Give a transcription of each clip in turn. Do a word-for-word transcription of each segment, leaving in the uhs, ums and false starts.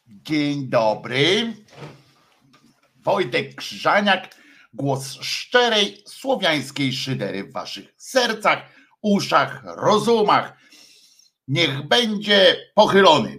Dzień dobry. Wojtek Krzyżaniak, głos szczerej słowiańskiej szydery w waszych sercach, uszach, rozumach. Niech będzie pochylony.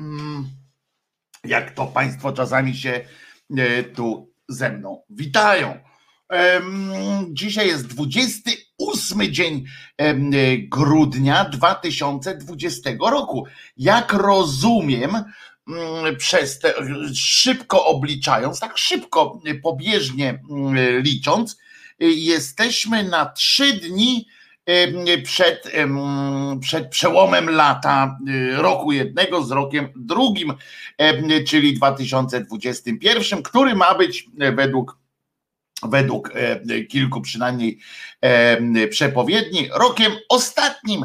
Jak to państwo czasami się tu ze mną witają. Dzisiaj jest dwudziesty ósmy dzień grudnia dwa tysiące dwudziestego roku. Jak rozumiem, przez te, szybko obliczając, tak szybko, pobieżnie licząc, jesteśmy na trzy dni przed, przed przełomem lata, roku jednego z rokiem drugim, czyli dwa tysiące dwudziestym pierwszym, który ma być według, według kilku przynajmniej przepowiedni rokiem ostatnim.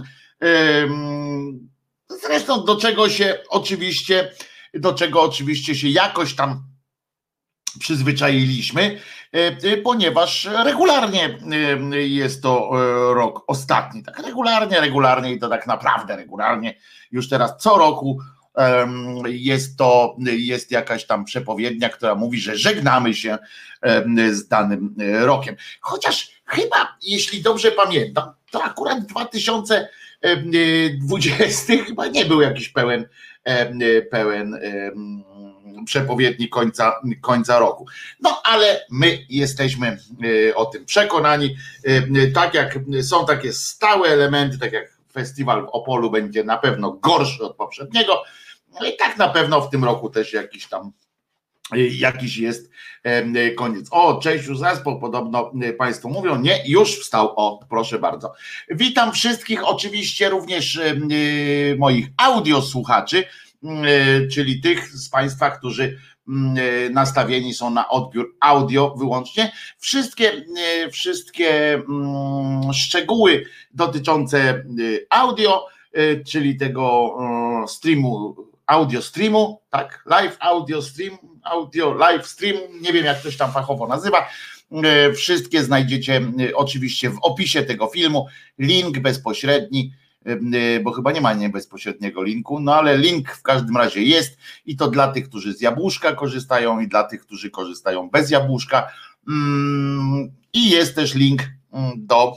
Zresztą do czego się oczywiście, do czego oczywiście się jakoś tam przyzwyczailiśmy, ponieważ regularnie jest to rok ostatni. Tak regularnie, regularnie i to tak naprawdę regularnie. Już teraz co roku jest to, jest jakaś tam przepowiednia, która mówi, że żegnamy się z danym rokiem. Chociaż chyba, jeśli dobrze pamiętam, to akurat dwa tysiące dwudziesty chyba nie był jakiś pełen, pełen przepowiedni końca, końca roku. No ale my jesteśmy o tym przekonani. Tak jak są takie stałe elementy, tak jak festiwal w Opolu będzie na pewno gorszy od poprzedniego, no i tak na pewno w tym roku też jakiś tam jakiś jest koniec. O, cześć, już zaspał, podobno państwo mówią. Nie, już wstał. O, proszę bardzo. Witam wszystkich, oczywiście również moich audiosłuchaczy, czyli tych z państwa, którzy nastawieni są na odbiór audio wyłącznie. Wszystkie, wszystkie szczegóły dotyczące audio, czyli tego streamu, audio streamu, tak, live audio stream, audio live stream, nie wiem jak ktoś tam fachowo nazywa, wszystkie znajdziecie oczywiście w opisie tego filmu, link bezpośredni, bo chyba nie ma nie bezpośredniego linku, no ale link w każdym razie jest i to dla tych, którzy z jabłuszka korzystają i dla tych, którzy korzystają bez jabłuszka, i jest też link do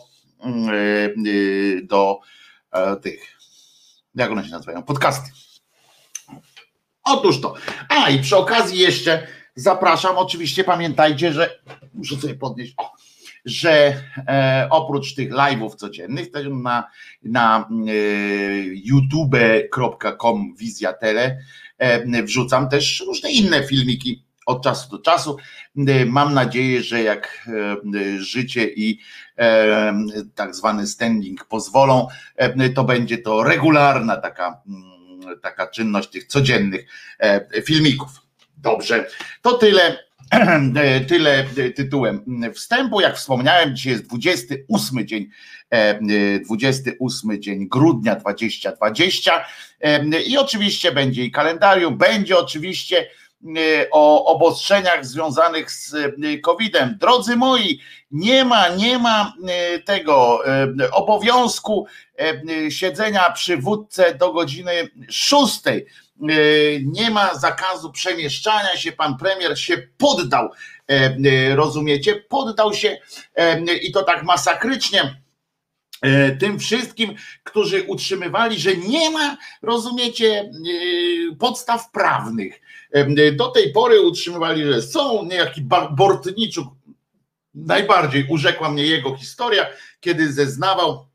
do tych, jak one się nazywają, podcasty. Otóż to. A i przy okazji jeszcze zapraszam, oczywiście pamiętajcie, że muszę sobie podnieść, o, że e, oprócz tych live'ów codziennych na, na e, youtube kropka com wizja tele e, wrzucam też różne inne filmiki od czasu do czasu. E, mam nadzieję, że jak e, życie i e, tak zwany standing pozwolą, e, to będzie to regularna taka taka czynność tych codziennych filmików. Dobrze, to tyle, tyle tytułem wstępu. Jak wspomniałem, dzisiaj jest dwudziesty ósmy dzień, dwudziesty ósmy dzień grudnia dwa tysiące dwudziestego i oczywiście będzie i kalendarium, będzie oczywiście o obostrzeniach związanych z kowidem. Drodzy moi, nie ma, nie ma tego obowiązku siedzenia przy wódce do godziny szóstej. Nie ma zakazu przemieszczania się, pan premier się poddał, rozumiecie? Poddał się i to tak masakrycznie tym wszystkim, którzy utrzymywali, że nie ma, rozumiecie, podstaw prawnych. Do tej pory utrzymywali, że są, niejaki Bortniczuk, najbardziej urzekła mnie jego historia, kiedy zeznawał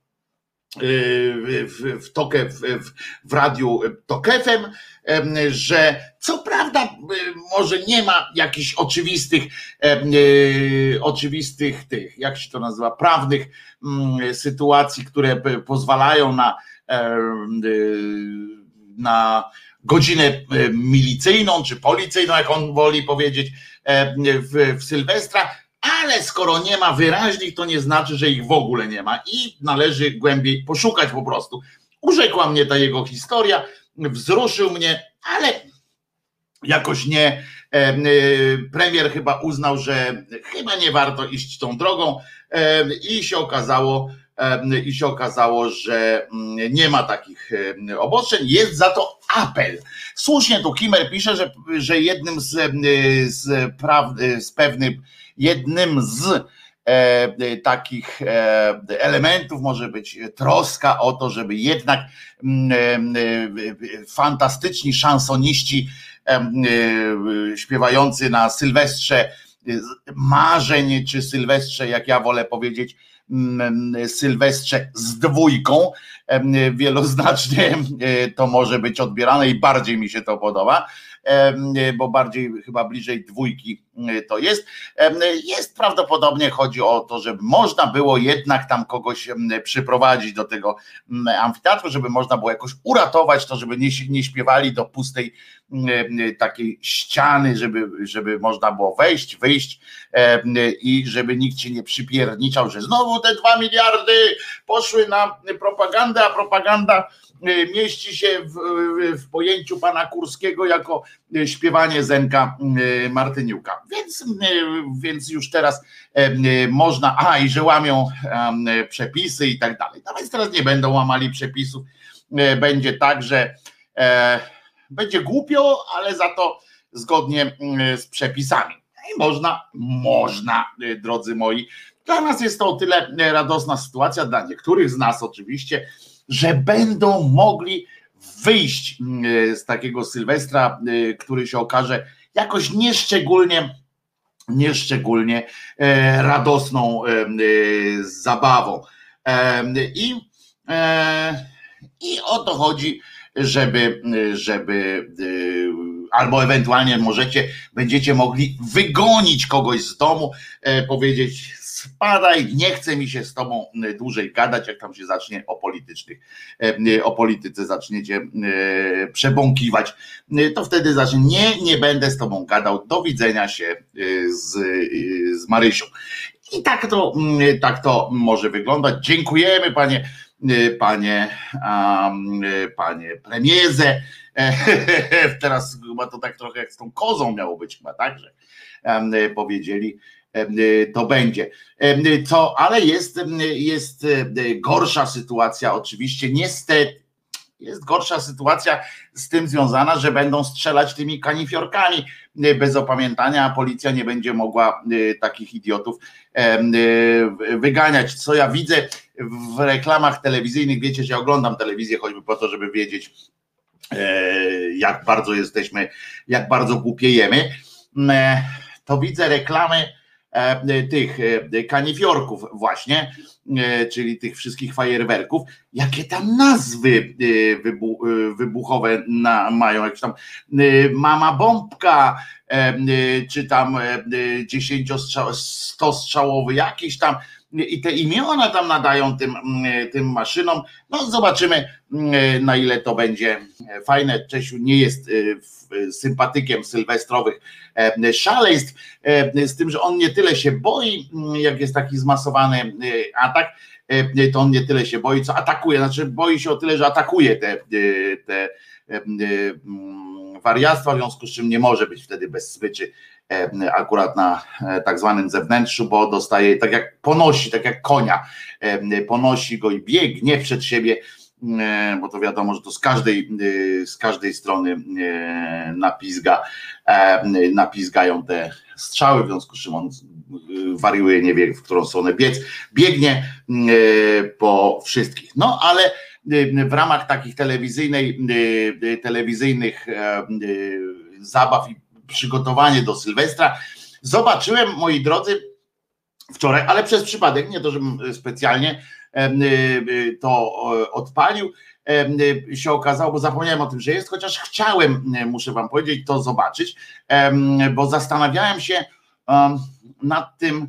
w, w, toke, w, w radiu Tok F M, że co prawda może nie ma jakichś oczywistych oczywistych tych, jak się to nazywa, prawnych sytuacji, które pozwalają na na godzinę milicyjną czy policyjną, jak on woli powiedzieć, w, w Sylwestra, ale skoro nie ma wyraźnych, to nie znaczy, że ich w ogóle nie ma i należy głębiej poszukać po prostu. Urzekła mnie ta jego historia, wzruszył mnie, ale jakoś nie, premier chyba uznał, że chyba nie warto iść tą drogą i się okazało, i się okazało, że nie ma takich obostrzeń, jest za to apel. Słusznie tu Kimmer pisze, że, że jednym z, z, praw, z pewnym, jednym z E, takich e, elementów może być troska o to, żeby jednak m, e, fantastyczni szansoniści e, e, śpiewający na Sylwestrze marzeń, czy Sylwestrze, jak ja wolę powiedzieć, m, Sylwestrze z dwójką, e, wieloznacznie e, to może być odbierane i bardziej mi się to podoba, bo bardziej chyba bliżej dwójki to jest. Jest prawdopodobnie, chodzi o to, żeby można było jednak tam kogoś przyprowadzić do tego amfiteatru, żeby można było jakoś uratować to, żeby nie, nie śpiewali do pustej takiej ściany, żeby, żeby można było wejść, wyjść i żeby nikt się nie przypierniczał, że znowu te dwa miliardy poszły na propagandę, a propaganda mieści się w, w pojęciu pana Kurskiego jako śpiewanie Zenka Martyniuka. Więc, więc już teraz można, a i że łamią przepisy i tak dalej. No więc teraz nie będą łamali przepisów. Będzie tak, że będzie głupio, ale za to zgodnie z przepisami. I można, można, drodzy moi. Dla nas jest to o tyle radosna sytuacja, dla niektórych z nas oczywiście, że będą mogli wyjść z takiego Sylwestra, który się okaże jakoś nieszczególnie, nieszczególnie radosną zabawą. I, i o to chodzi, żeby, żeby albo ewentualnie możecie, będziecie mogli wygonić kogoś z domu, powiedzieć: spadaj, nie chce mi się z tobą dłużej gadać, jak tam się zacznie o politycznych, o polityce zaczniecie przebąkiwać, to wtedy zacznie, nie, nie będę z tobą gadał, do widzenia się z, z Marysią. I tak to, tak to może wyglądać. Dziękujemy panie, panie, um, panie premierze. Teraz chyba to tak trochę jak z tą kozą miało być chyba, tak, że um, powiedzieli, to będzie. Co, ale jest, jest gorsza sytuacja oczywiście, niestety jest gorsza sytuacja z tym związana, że będą strzelać tymi kanifiorkami bez opamiętania, a policja nie będzie mogła takich idiotów wyganiać. Co ja widzę w reklamach telewizyjnych, wiecie, że ja oglądam telewizję choćby po to, żeby wiedzieć, jak bardzo jesteśmy, jak bardzo głupiejemy, to widzę reklamy tych kanifiorków właśnie, czyli tych wszystkich fajerwerków, jakie tam nazwy wybuchowe mają, jakieś tam mama bombka, czy tam dziesięciostostrzałowy jakiś tam, i te imiona tam nadają tym, tym maszynom. No zobaczymy, na ile to będzie fajne. Czesiu nie jest sympatykiem sylwestrowych szaleństw, z tym, że on nie tyle się boi, jak jest taki zmasowany atak, to on nie tyle się boi, co atakuje, znaczy boi się o tyle, że atakuje te, te wariactwa, w związku z czym nie może być wtedy bez smyczy akurat na tak zwanym zewnętrzu, bo dostaje, tak jak ponosi, tak jak konia, ponosi go i biegnie przed siebie, bo to wiadomo, że to z każdej, z każdej strony napizga, napizgają te strzały, w związku z czym on wariuje, nie wie, w którą stronę biec, biegnie po wszystkich. No ale w ramach takich telewizyjnej, telewizyjnych zabaw i przygotowanie do Sylwestra zobaczyłem, moi drodzy, wczoraj, ale przez przypadek, nie to, żebym specjalnie to odpalił, się okazało, bo zapomniałem o tym, że jest, chociaż chciałem, muszę wam powiedzieć, to zobaczyć, bo zastanawiałem się nad tym,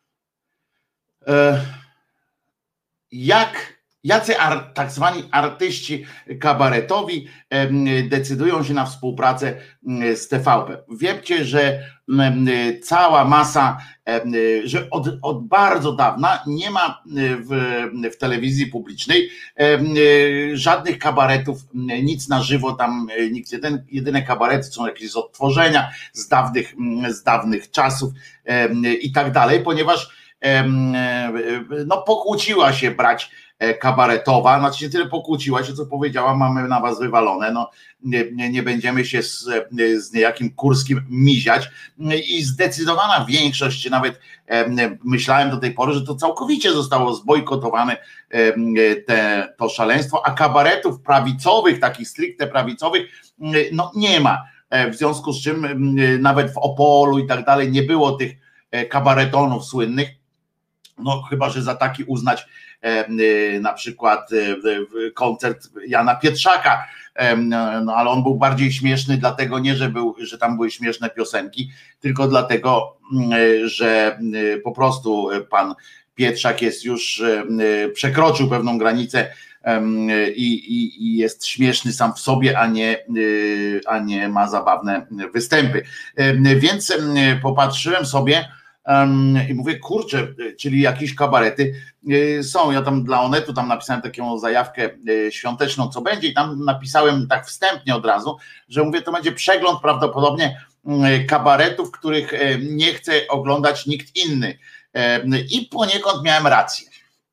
jak jacy ar, tak zwani artyści kabaretowi decydują się na współpracę z T V P. Wiecie, że cała masa, że od, od bardzo dawna nie ma w, w telewizji publicznej żadnych kabaretów, nic na żywo tam, nic, jeden, jedyne kabarety są jakieś z odtworzenia, z dawnych, z dawnych czasów i tak dalej, ponieważ no pokłóciła się brać kabaretowa, znaczy nie tyle pokłóciła się, co powiedziała, mamy na was wywalone, no nie, nie, nie będziemy się z, z niejakim Kurskim miziać i zdecydowana większość, nawet myślałem do tej pory, że to całkowicie zostało zbojkotowane te, to szaleństwo, a kabaretów prawicowych, takich stricte prawicowych, no nie ma, w związku z czym nawet w Opolu i tak dalej nie było tych kabaretonów słynnych, no chyba, że za taki uznać na przykład koncert Jana Pietrzaka, no ale on był bardziej śmieszny, dlatego nie, że, był, że tam były śmieszne piosenki, tylko dlatego, że po prostu pan Pietrzak jest już, przekroczył pewną granicę i, i, i jest śmieszny sam w sobie, a nie, a nie ma zabawne występy. Więc popatrzyłem sobie i mówię, kurczę, czyli jakieś kabarety są. Ja tam dla Onetu tam napisałem taką zajawkę świąteczną, co będzie, i tam napisałem tak wstępnie od razu, że mówię, to będzie przegląd prawdopodobnie kabaretów, których nie chce oglądać nikt inny. I poniekąd miałem rację.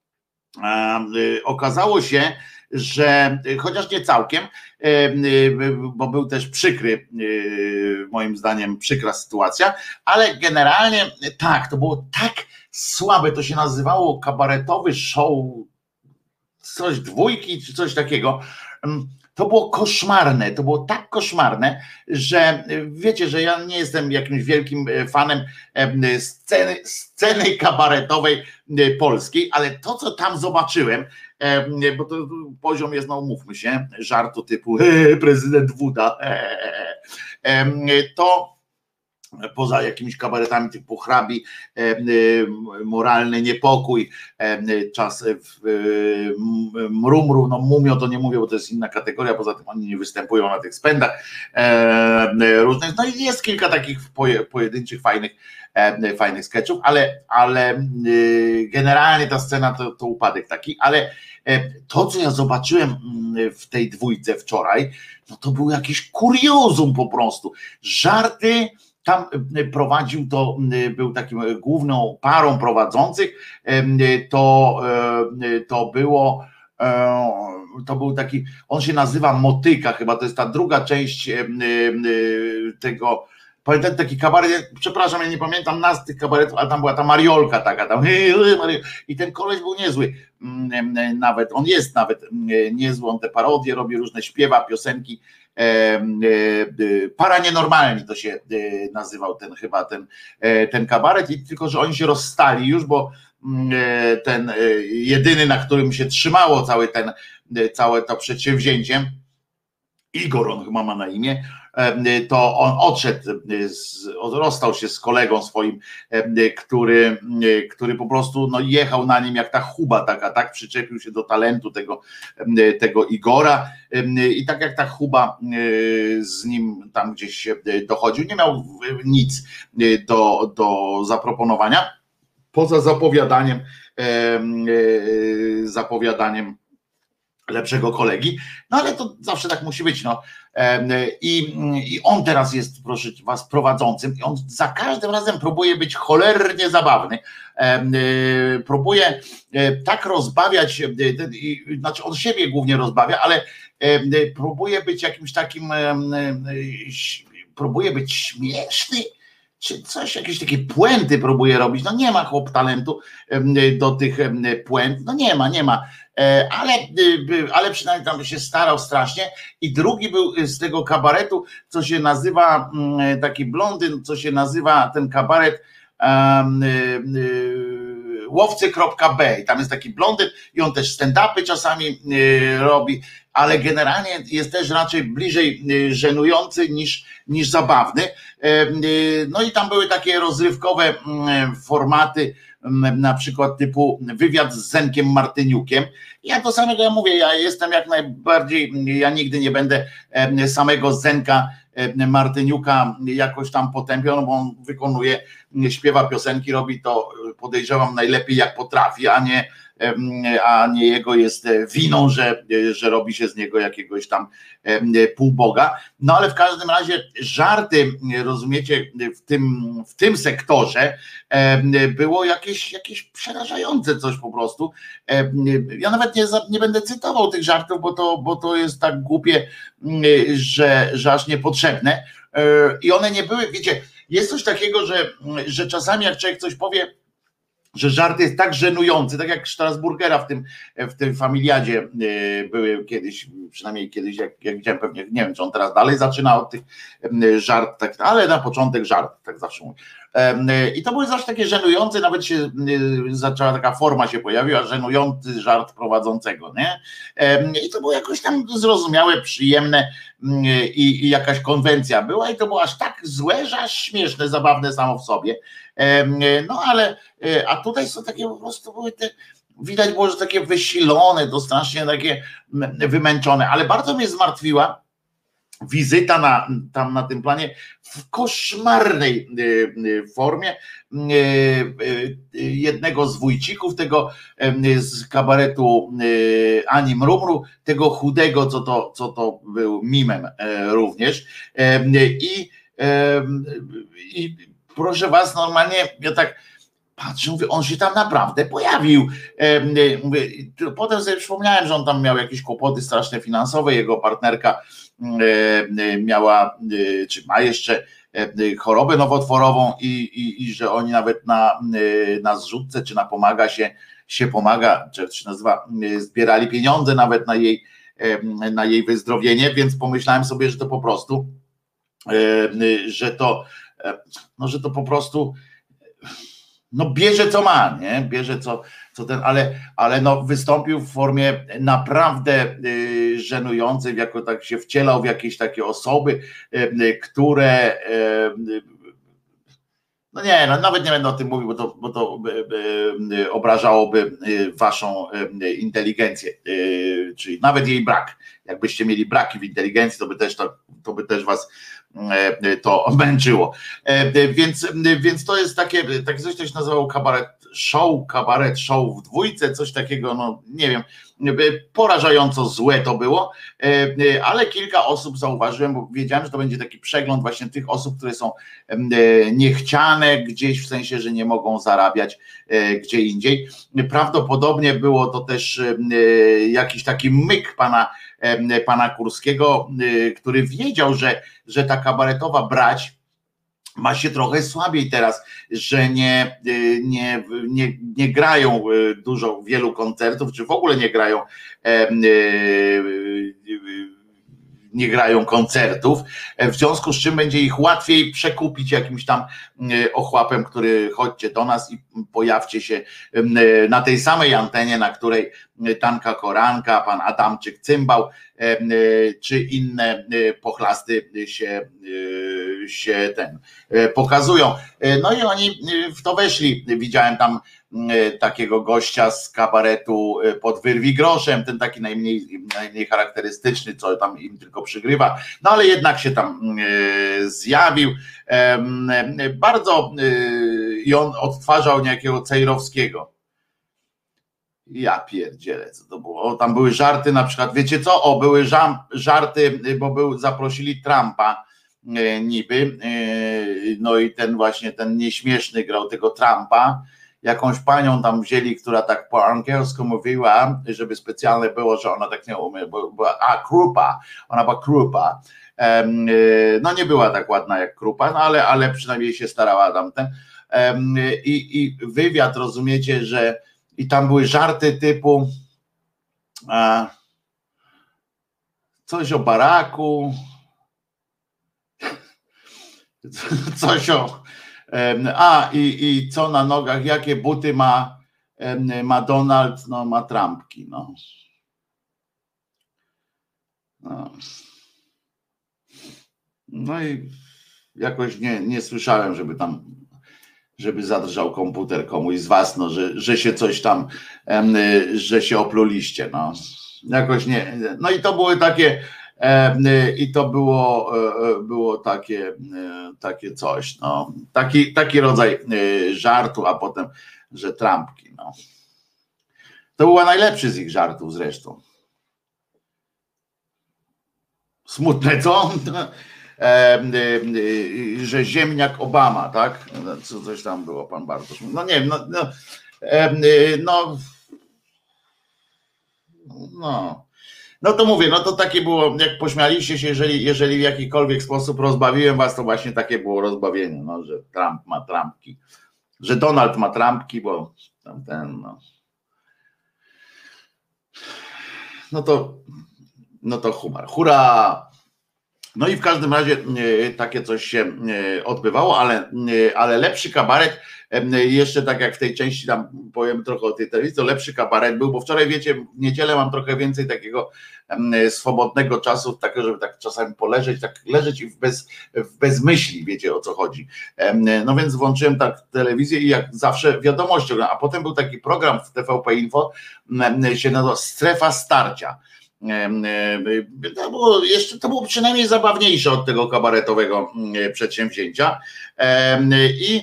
Okazało się, że chociaż nie całkiem, bo był też przykry, moim zdaniem przykra sytuacja, ale generalnie tak, to było tak słabe, to się nazywało kabaretowy show, coś dwójki czy coś takiego. To było koszmarne, to było tak koszmarne, że wiecie, że ja nie jestem jakimś wielkim fanem sceny, sceny kabaretowej polskiej, ale to, co tam zobaczyłem, bo to poziom jest, no umówmy się, żartu typu prezydent Wuda, to poza jakimiś kabaretami typu hrabi, moralny niepokój, czas mrumru, no mumio to nie mówię, bo to jest inna kategoria, poza tym oni nie występują na tych spędach różnych, no i jest kilka takich pojedynczych fajnych fajnych sketchów, ale, ale generalnie ta scena to, to upadek taki, ale to, co ja zobaczyłem w tej dwójce wczoraj, no to był jakiś kuriozum po prostu, żarty. Tam prowadził, to był takim główną parą prowadzących, to, to było, to był taki, on się nazywa Motyka chyba, to jest ta druga część tego, pamiętam taki kabaret, przepraszam, ja nie pamiętam nazw tych kabaretów, ale tam była ta Mariolka taka tam, i ten koleś był niezły, nawet, on jest nawet niezły, on te parodie robi, różne śpiewa, piosenki, Paranienormalni to się nazywał ten chyba ten, ten kabaret, i tylko, że oni się rozstali już, bo ten jedyny, na którym się trzymało cały ten, całe to przedsięwzięcie, Igor on chyba ma na imię, to on odszedł, rozstał się z kolegą swoim, który, który po prostu no, jechał na nim jak ta chuba taka, tak przyczepił się do talentu tego, tego Igora i tak jak ta chuba z nim tam gdzieś dochodził, nie miał nic do, do zaproponowania, poza zapowiadaniem zapowiadaniem lepszego kolegi, no ale to zawsze tak musi być, no. I, i on teraz jest, proszę was, prowadzącym i on za każdym razem próbuje być cholernie zabawny, próbuje tak rozbawiać, znaczy on siebie głównie rozbawia, ale próbuje być jakimś takim, próbuje być śmieszny, czy coś, jakieś takie puenty próbuje robić, no nie ma chłop talentu do tych puent, no nie ma, nie ma, ale, ale przynajmniej tam się starał strasznie. I drugi był z tego kabaretu, co się nazywa, taki blondyn, co się nazywa ten kabaret um, łowcy kropka b, tam jest taki blondyn i on też stand-upy czasami robi, ale generalnie jest też raczej bliżej żenujący niż, niż zabawny. No i tam były takie rozrywkowe formaty, na przykład typu wywiad z Zenkiem Martyniukiem. Ja to samego ja mówię, ja jestem jak najbardziej, ja nigdy nie będę samego Zenka Martyniuka jakoś tam potępiał, no bo on wykonuje, śpiewa piosenki, robi to, podejrzewam, najlepiej jak potrafi, a nie a nie jego jest winą, że, że robi się z niego jakiegoś tam półboga. No ale w każdym razie żarty, rozumiecie, w tym, w tym sektorze było jakieś, jakieś przerażające coś po prostu. Ja nawet nie, nie będę cytował tych żartów, bo to, bo to jest tak głupie, że, że aż niepotrzebne. I one nie były, wiecie, jest coś takiego, że, że czasami jak człowiek coś powie, że żart jest tak żenujący, tak jak Strasburgera w tym, w tym Familiadzie były kiedyś, przynajmniej kiedyś, jak, jak widziałem, pewnie, nie wiem, czy on teraz dalej zaczyna od tych żart, tak, ale na początek żart, tak zawsze mówię. I to były zawsze takie żenujące, nawet się zaczęła taka forma się pojawiła, żenujący żart prowadzącego, nie? I to było jakoś tam zrozumiałe, przyjemne i, i jakaś konwencja była i to było aż tak złe, że aż śmieszne, zabawne samo w sobie. No ale, a tutaj są takie po prostu były te, widać było, że takie wysilone, to strasznie takie wymęczone, ale bardzo mnie zmartwiła wizyta na, tam na tym planie w koszmarnej formie jednego z wójcików tego z kabaretu Ani Mrumru, tego chudego, co to, co to był mimem również. I, i proszę was, normalnie ja tak patrzę, mówię, on się tam naprawdę pojawił. Potem sobie przypomniałem, że on tam miał jakieś kłopoty straszne finansowe, jego partnerka miała, czy ma jeszcze chorobę nowotworową i, i, i że oni nawet na, na zrzutce, czy na pomaga się, się pomaga, czy się nazywa, zbierali pieniądze nawet na jej, na jej wyzdrowienie, więc pomyślałem sobie, że to po prostu, że to, no, że to po prostu no bierze co ma, nie? Bierze co, co ten, ale, ale no wystąpił w formie naprawdę y, żenującej, jako tak się wcielał w jakieś takie osoby, y, które y, no nie, no nawet nie będę o tym mówił, bo to, bo to y, y, obrażałoby y, waszą y, inteligencję, y, czyli nawet jej brak. Jakbyście mieli braki w inteligencji, to by też to, to by też was to męczyło. Więc, więc to jest takie, takie coś, co się nazywało kabaret show, kabaret show w dwójce, coś takiego, no nie wiem, porażająco złe to było, ale kilka osób zauważyłem, bo wiedziałem, że to będzie taki przegląd właśnie tych osób, które są niechciane gdzieś, w sensie, że nie mogą zarabiać gdzie indziej. Prawdopodobnie było to też jakiś taki myk pana, pana Kurskiego, który wiedział, że, że ta kabaretowa brać ma się trochę słabiej teraz, że nie, nie, nie, nie grają dużo, wielu koncertów, czy w ogóle nie grają nie grają koncertów, w związku z czym będzie ich łatwiej przekupić jakimś tam ochłapem, który chodźcie do nas i pojawcie się na tej samej antenie, na której Tanka Koranka, pan Adamczyk Cymbał, czy inne pochlasty się, się ten pokazują. No i oni w to weszli. Widziałem tam takiego gościa z kabaretu pod Wyrwi groszem, ten taki najmniej, najmniej charakterystyczny, co tam im tylko przygrywa, no ale jednak się tam zjawił. Bardzo i on odtwarzał niejakiego Cejrowskiego. Ja pierdzielę, co to było. O, tam były żarty na przykład, wiecie co? O, były żarty, bo był, zaprosili Trumpa niby, no i ten właśnie, ten nieśmieszny grał tego Trumpa. Jakąś panią tam wzięli, która tak po angielsku mówiła, żeby specjalne było, że ona tak nie umie, bo była, a Krupa, ona była Krupa. No nie była tak ładna jak Krupa, no ale, ale przynajmniej się starała tamten. I, i wywiad, rozumiecie, że i tam były żarty typu a, coś o baraku, coś o a i, i co na nogach, jakie buty ma, ma Donald, no ma trampki, no. No, no i jakoś nie, nie słyszałem, żeby tam żeby zadrżał komputer komuś z was, no, że, że się coś tam, że się opluliście, no. Jakoś nie, no i to były takie, i to było, było takie, takie coś, no. Taki, taki rodzaj żartu, a potem, że trampki, no. To była najlepszy z ich żartów zresztą. Smutne, co? E, e, e, że ziemniak Obama, tak? Co coś tam było, pan Bartosz. No nie wiem, no, no, e, no, no, no to mówię, no to takie było, jak pośmialiście się, jeżeli, jeżeli w jakikolwiek sposób rozbawiłem was, to właśnie takie było rozbawienie, no, że Trump ma trampki, że Donald ma trampki, bo tamten, no. No to, no to humor. Hurra! No i w każdym razie e, takie coś się e, odbywało, ale, e, ale lepszy kabaret, e, jeszcze tak jak w tej części tam powiem trochę o tej telewizji, to lepszy kabaret był, bo wczoraj wiecie, w niedzielę mam trochę więcej takiego e, swobodnego czasu, takiego, żeby tak czasami poleżeć, tak leżeć i w, bez, w bezmyśli, wiecie o co chodzi. E, no więc włączyłem tak telewizję i jak zawsze wiadomości, a potem był taki program w T V P Info, e, się nazywał Strefa Starcia. To było, jeszcze, to było przynajmniej zabawniejsze od tego kabaretowego przedsięwzięcia i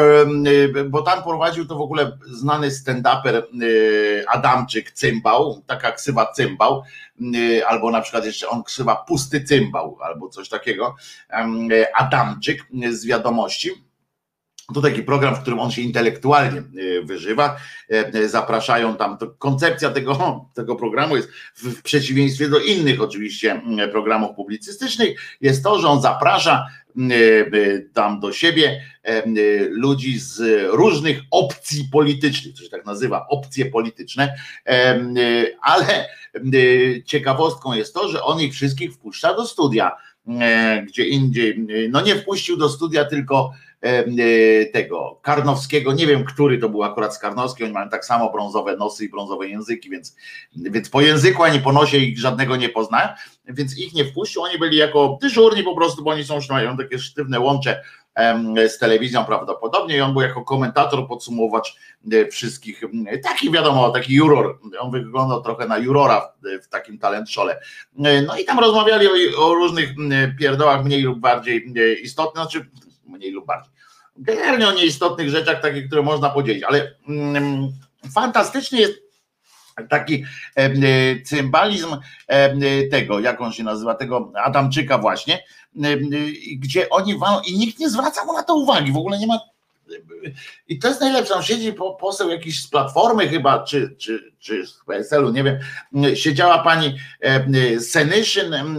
bo tam prowadził to w ogóle znany stand-uper Adamczyk Cymbał, taka ksywa Cymbał, albo na przykład jeszcze on ksywa Pusty Cymbał, albo coś takiego, Adamczyk z Wiadomości. To taki program, w którym on się intelektualnie wyżywa, zapraszają tam, to koncepcja tego, tego programu jest w przeciwieństwie do innych oczywiście programów publicystycznych, jest to, że on zaprasza tam do siebie ludzi z różnych opcji politycznych, to się tak nazywa, opcje polityczne, ale ciekawostką jest to, że on ich wszystkich wpuszcza do studia, gdzie indziej, no nie wpuścił do studia tylko tego Karnowskiego, nie wiem, który to był akurat z Karnowskim, oni mają tak samo brązowe nosy i brązowe języki, więc, więc po języku ani po nosie ich żadnego nie poznają, więc ich nie wpuścił, oni byli jako dyżurni po prostu, bo oni są, mają takie sztywne łącze z telewizją prawdopodobnie i on był jako komentator, podsumowacz wszystkich, taki wiadomo, taki juror, on wyglądał trochę na jurora w, w takim talent show'le. No i tam rozmawiali o, o różnych pierdołach mniej lub bardziej istotnych, znaczy mniej lub bardziej, generalnie o nieistotnych rzeczach, takich, które można podzielić, ale mm, fantastycznie jest taki e, cymbalizm e, tego, jak on się nazywa, tego Adamczyka właśnie, e, gdzie oni walą i nikt nie zwraca mu na to uwagi, w ogóle nie ma. I to jest najlepsze, on siedzi po, poseł jakiś z Platformy chyba, czy, czy, czy z P S L u, nie wiem, siedziała pani e, Senyszyn, e,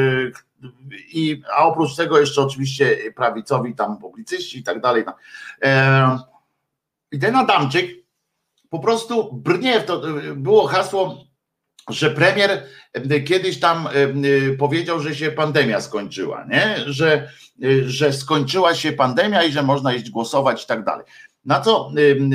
i, a oprócz tego jeszcze oczywiście prawicowi tam publicyści i tak dalej. E, I ten Adamczyk po prostu brnie w to, było hasło, że premier kiedyś tam powiedział, że się pandemia skończyła, nie? Że, że skończyła się pandemia i że można iść głosować i tak dalej. Na co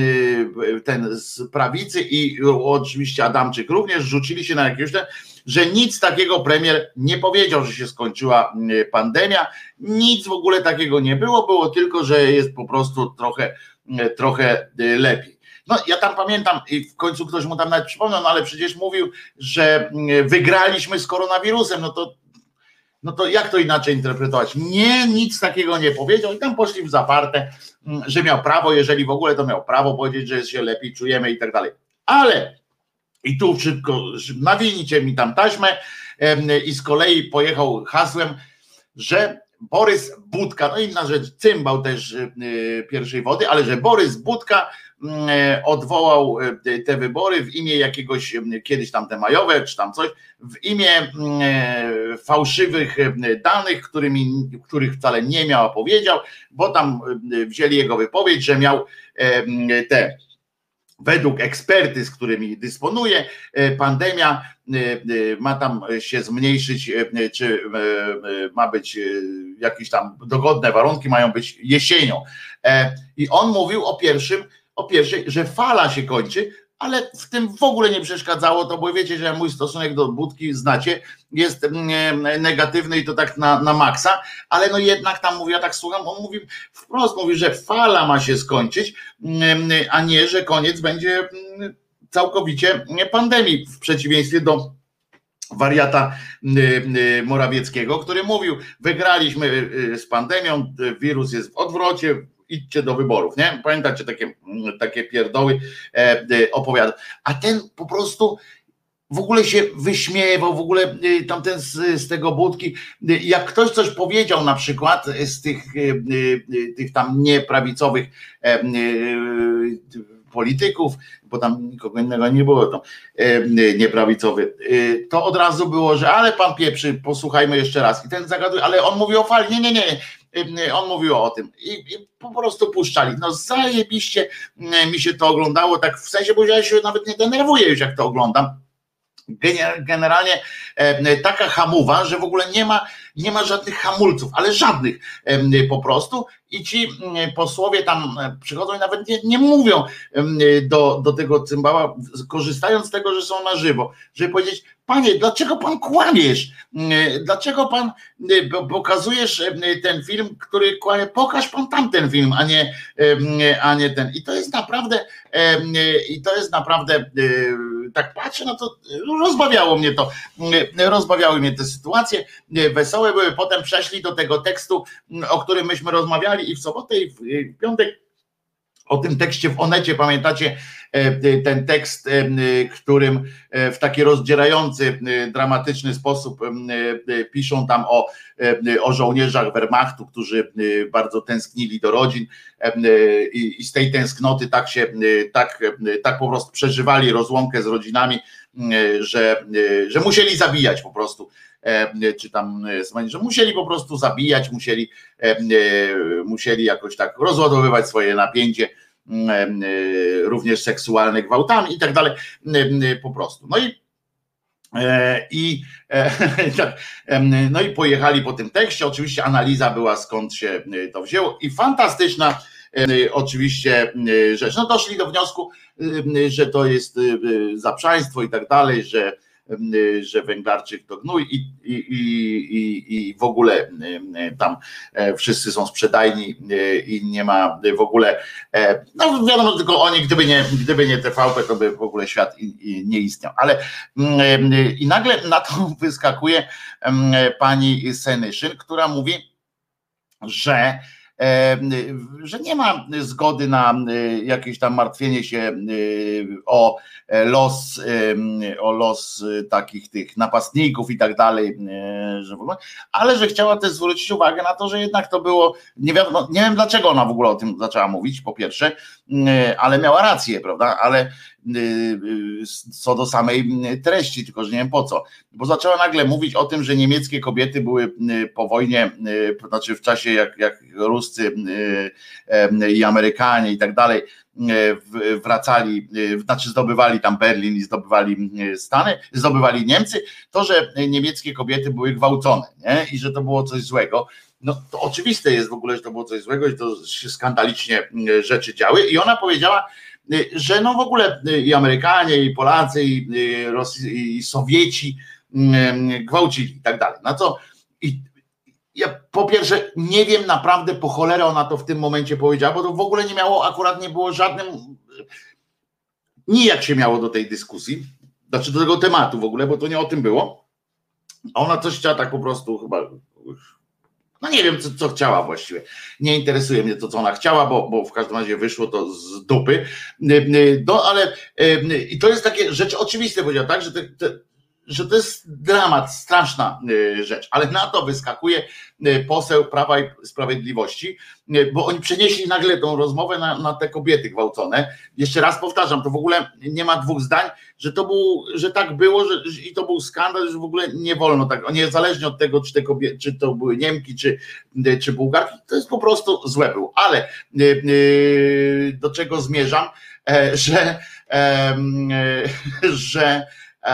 ten z prawicy i oczywiście Adamczyk również rzucili się na jakieś, że nic takiego premier nie powiedział, że się skończyła pandemia, nic w ogóle takiego nie było, było tylko, że jest po prostu trochę, trochę lepiej. No ja tam pamiętam i w końcu ktoś mu tam nawet przypomniał, no ale przecież mówił, że wygraliśmy z koronawirusem, no to no to jak to inaczej interpretować? Nie, nic takiego nie powiedział i tam poszli w zaparte, że miał prawo, jeżeli w ogóle to miał prawo powiedzieć, że się lepiej czujemy i tak dalej. Ale i tu szybko nawinijcie mi tam taśmę i z kolei pojechał hasłem, że Borys Budka, no inna rzecz, cymbał też pierwszej wody, ale że Borys Budka odwołał te wybory w imię jakiegoś, kiedyś tam te majowe, czy tam coś, w imię fałszywych danych, którymi, których wcale nie miał, a powiedział, bo tam wzięli jego wypowiedź, że miał te, według ekspertyz, którymi dysponuje, pandemia ma tam się zmniejszyć, czy ma być jakieś tam dogodne warunki, mają być jesienią. I on mówił o pierwszym, o pierwszej, że fala się kończy, ale w tym w ogóle nie przeszkadzało to, bo wiecie, że mój stosunek do Budki, znacie, jest negatywny i to tak na, na maksa, ale no jednak tam mówię, ja tak słucham, on mówi wprost, mówi, że fala ma się skończyć, a nie, że koniec będzie całkowicie pandemii, w przeciwieństwie do wariata Morawieckiego, który mówił, wygraliśmy z pandemią, wirus jest w odwrocie, idźcie do wyborów, nie? Pamiętacie takie, takie pierdoły opowiada. A ten po prostu w ogóle się wyśmiewał, w ogóle tamten z, z tego Budki, jak ktoś coś powiedział na przykład z tych, tych tam nieprawicowych polityków, bo tam nikogo innego nie było, to nieprawicowy, to od razu było, że ale pan pieprzy, posłuchajmy jeszcze raz. I ten zagaduje, ale on mówił o fali, nie, nie, nie, on mówił o tym. I, i po prostu puszczali. No zajebiście mi się to oglądało, tak w sensie, bo ja się nawet nie denerwuję już, jak to oglądam. Generalnie taka hamuwa, że w ogóle nie ma, nie ma żadnych hamulców, ale żadnych po prostu i ci posłowie tam przychodzą i nawet nie, nie mówią do, do tego cymbała, korzystając z tego, że są na żywo, żeby powiedzieć, panie, dlaczego pan kłamiesz? Dlaczego pan pokazujesz ten film, który kłamie? Pokaż pan tamten film, a nie, a nie ten. I to jest naprawdę, i to jest naprawdę, tak patrzę na to, rozbawiało mnie to, rozbawiały mnie te sytuacje, wesołe były, potem przeszli do tego tekstu, o którym myśmy rozmawiali i w sobotę i w piątek, o tym tekście w Onecie, pamiętacie ten tekst, którym w taki rozdzierający, dramatyczny sposób piszą tam o, o żołnierzach Wehrmachtu, którzy bardzo tęsknili do rodzin i, i z tej tęsknoty tak się, tak, tak po prostu przeżywali rozłąkę z rodzinami, że, że musieli zabijać po prostu, czy tam, że musieli po prostu zabijać, musieli, musieli jakoś tak rozładowywać swoje napięcie, również seksualne, gwałtami i tak dalej, po prostu. No i I, no i pojechali po tym tekście, oczywiście analiza była, skąd się to wzięło i fantastyczna oczywiście rzecz. No doszli do wniosku, że to jest zaprzaństwo i tak dalej, że że Węglarczyk to gnój i, i, i, i w ogóle tam wszyscy są sprzedajni i nie ma w ogóle, no wiadomo, tylko oni, gdyby nie, gdyby nie T V P, to by w ogóle świat nie istniał. Ale i nagle na to wyskakuje pani Senyszyn, która mówi, że że nie ma zgody na jakieś tam martwienie się o los, o los takich tych napastników i tak dalej, że w ogóle, ale że chciała też zwrócić uwagę na to, że jednak to było, nie wiadomo, nie wiem dlaczego ona w ogóle o tym zaczęła mówić, po pierwsze, ale miała rację, prawda, ale co do samej treści, tylko że nie wiem po co, bo zaczęła nagle mówić o tym, że niemieckie kobiety były po wojnie, znaczy w czasie jak, jak Ruscy i Amerykanie i tak dalej wracali, znaczy zdobywali tam Berlin i zdobywali Stany, zdobywali Niemcy, to, że niemieckie kobiety były gwałcone, nie? I że to było coś złego. No to oczywiste jest w ogóle, że to było coś złego i to się skandalicznie rzeczy działy i ona powiedziała, że no w ogóle i Amerykanie, i Polacy, i, Rosji, i Sowieci gwałcili i tak dalej. Na co i ja po pierwsze nie wiem naprawdę po cholerę ona to w tym momencie powiedziała, bo to w ogóle nie miało, akurat nie było żadnym, nijak się miało do tej dyskusji, znaczy do tego tematu w ogóle, bo to nie o tym było. A ona coś chciała tak po prostu chyba, no nie wiem co, co chciała właściwie, nie interesuje mnie to co ona chciała, bo, bo w każdym razie wyszło to z dupy, no ale i to jest takie rzeczy oczywiste, powiedział tak, że te, te że to jest dramat, straszna rzecz, ale na to wyskakuje poseł Prawa i Sprawiedliwości, bo oni przenieśli nagle tą rozmowę na, na te kobiety gwałcone. Jeszcze raz powtarzam, to w ogóle nie ma dwóch zdań, że to był, że tak było, że, i to był skandal, że w ogóle nie wolno tak, niezależnie od tego, czy te kobiety, czy to były Niemki, czy, czy Bułgarki, to jest po prostu złe było. Ale do czego zmierzam, że, że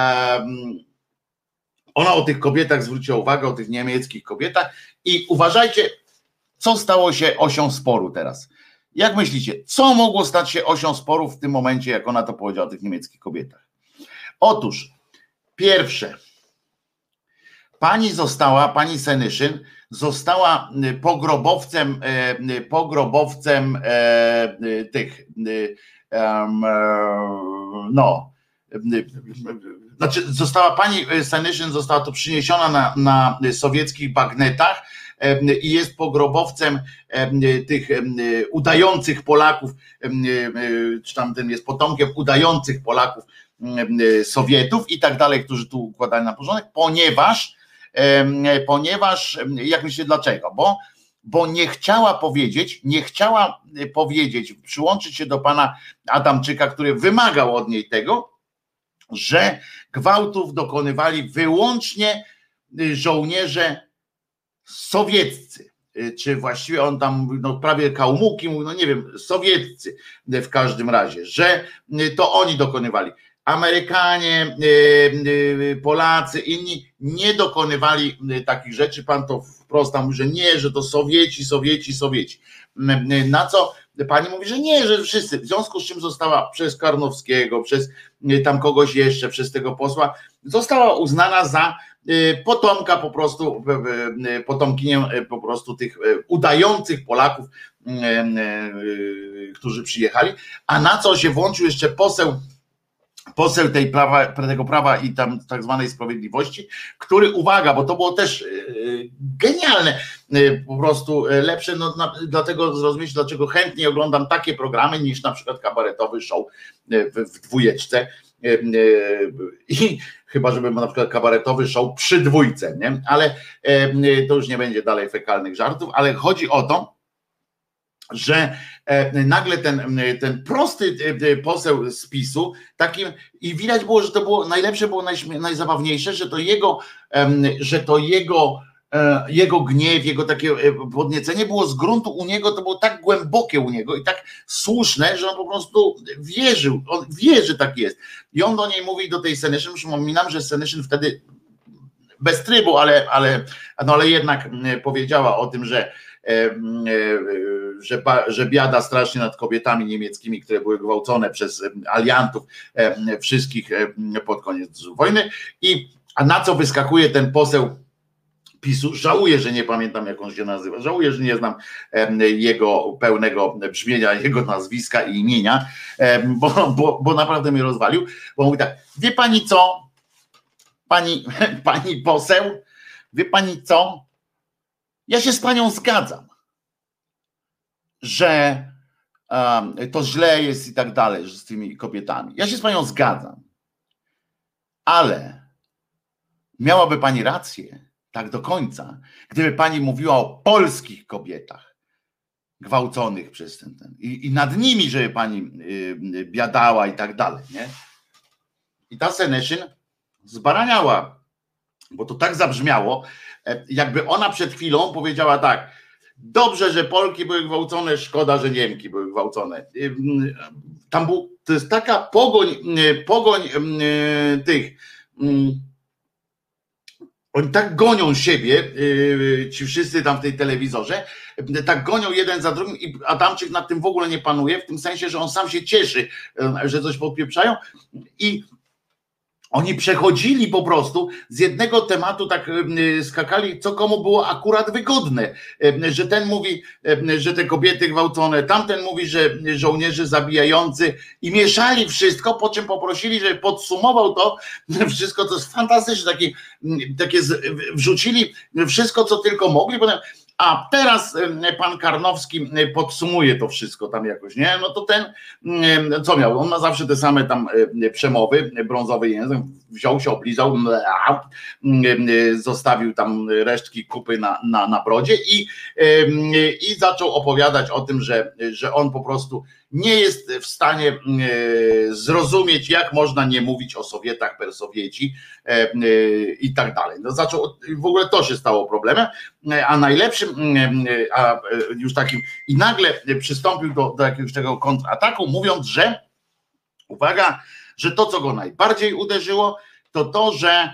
ona o tych kobietach zwróciła uwagę, o tych niemieckich kobietach i uważajcie, co stało się osią sporu teraz. Jak myślicie, co mogło stać się osią sporu w tym momencie, jak ona to powiedziała o tych niemieckich kobietach? Otóż, pierwsze, pani została, pani Senyszyn została pogrobowcem, pogrobowcem tych, no, znaczy została pani Senyszyn, została to przyniesiona na, na sowieckich bagnetach i jest pogrobowcem tych udających Polaków, czy tam ten jest potomkiem udających Polaków Sowietów i tak dalej, którzy tu układali na porządek, ponieważ, ponieważ, jak myślicie dlaczego? Bo, bo nie chciała powiedzieć, nie chciała powiedzieć, przyłączyć się do pana Adamczyka, który wymagał od niej tego, że gwałtów dokonywali wyłącznie żołnierze sowieccy, czy właściwie on tam no, prawie kałmuki, no nie wiem, sowieccy w każdym razie, że to oni dokonywali. Amerykanie, Polacy, inni nie dokonywali takich rzeczy. Pan to wprost tam mówi, że nie, że to Sowieci, Sowieci, Sowieci. Na co pani mówi, że nie, że wszyscy. W związku z czym została przez Karnowskiego, przez tam kogoś jeszcze, przez tego posła, została uznana za potomka po prostu, potomkinię po prostu tych udających Polaków, którzy przyjechali. A na co się włączył jeszcze poseł poseł tej prawa, tego prawa i tam tak zwanej sprawiedliwości, który, uwaga, bo to było też genialne, po prostu lepsze, no, na, dlatego zrozumieć, dlaczego chętnie oglądam takie programy niż na przykład kabaretowy show w, w dwójeczce i chyba, żeby na przykład kabaretowy show przy dwójce, nie? Ale to już nie będzie dalej fekalnych żartów, ale chodzi o to, że nagle ten, ten prosty poseł z PiSu takim, i widać było, że to było najlepsze, było najśmie, najzabawniejsze, że to jego, że to jego, jego gniew, jego takie podniecenie było z gruntu u niego, to było tak głębokie u niego i tak słuszne, że on po prostu wierzył, on wie, że tak jest. I on do niej mówi, do tej Senyszyn, przypominam, że Senyszyn wtedy bez trybu, ale, ale, no ale jednak powiedziała o tym, że Że, że biada strasznie nad kobietami niemieckimi, które były gwałcone przez aliantów wszystkich pod koniec wojny. I a na co wyskakuje ten poseł PiSu? Żałuję, że nie pamiętam, jak on się nazywa. Żałuję, że nie znam jego pełnego brzmienia, jego nazwiska i imienia, bo, bo, bo naprawdę mnie rozwalił. Bo mówi tak, wie pani co, pani, pani poseł, wie pani co, ja się z panią zgadzam, że um, to źle jest i tak dalej z tymi kobietami. Ja się z panią zgadzam, ale miałaby pani rację, tak do końca, gdyby pani mówiła o polskich kobietach gwałconych przez ten, ten i, i nad nimi, żeby pani y, biadała i tak dalej, nie? I ta Senyszyn zbaraniała, bo to tak zabrzmiało, jakby ona przed chwilą powiedziała tak: dobrze, że Polki były gwałcone, szkoda, że Niemki były gwałcone. Tam był, to jest taka pogoń, pogoń tych, oni tak gonią siebie, ci wszyscy tam w tej telewizorze, tak gonią jeden za drugim i Adamczyk nad tym w ogóle nie panuje, w tym sensie, że on sam się cieszy, że coś podpieprzają i oni przechodzili po prostu z jednego tematu, tak skakali, co komu było akurat wygodne, że ten mówi, że te kobiety gwałcone, tamten mówi, że żołnierze zabijający i mieszali wszystko, po czym poprosili, żeby podsumował to wszystko, to jest fantastyczne, takie, takie wrzucili wszystko, co tylko mogli, potem a teraz pan Karnowski podsumuje to wszystko tam jakoś, nie? No to ten, co miał? On ma zawsze te same tam przemowy, brązowy język, wziął się, oblizał, zostawił tam resztki kupy na, na, na brodzie i, i zaczął opowiadać o tym, że, że on po prostu nie jest w stanie zrozumieć, jak można nie mówić o Sowietach per Sowieci i tak dalej. No zaczął, w ogóle to się stało problemem, a najlepszym, a już takim, i nagle przystąpił do, do jakiegoś tego kontrataku, mówiąc, że uwaga, że to, co go najbardziej uderzyło, to to, że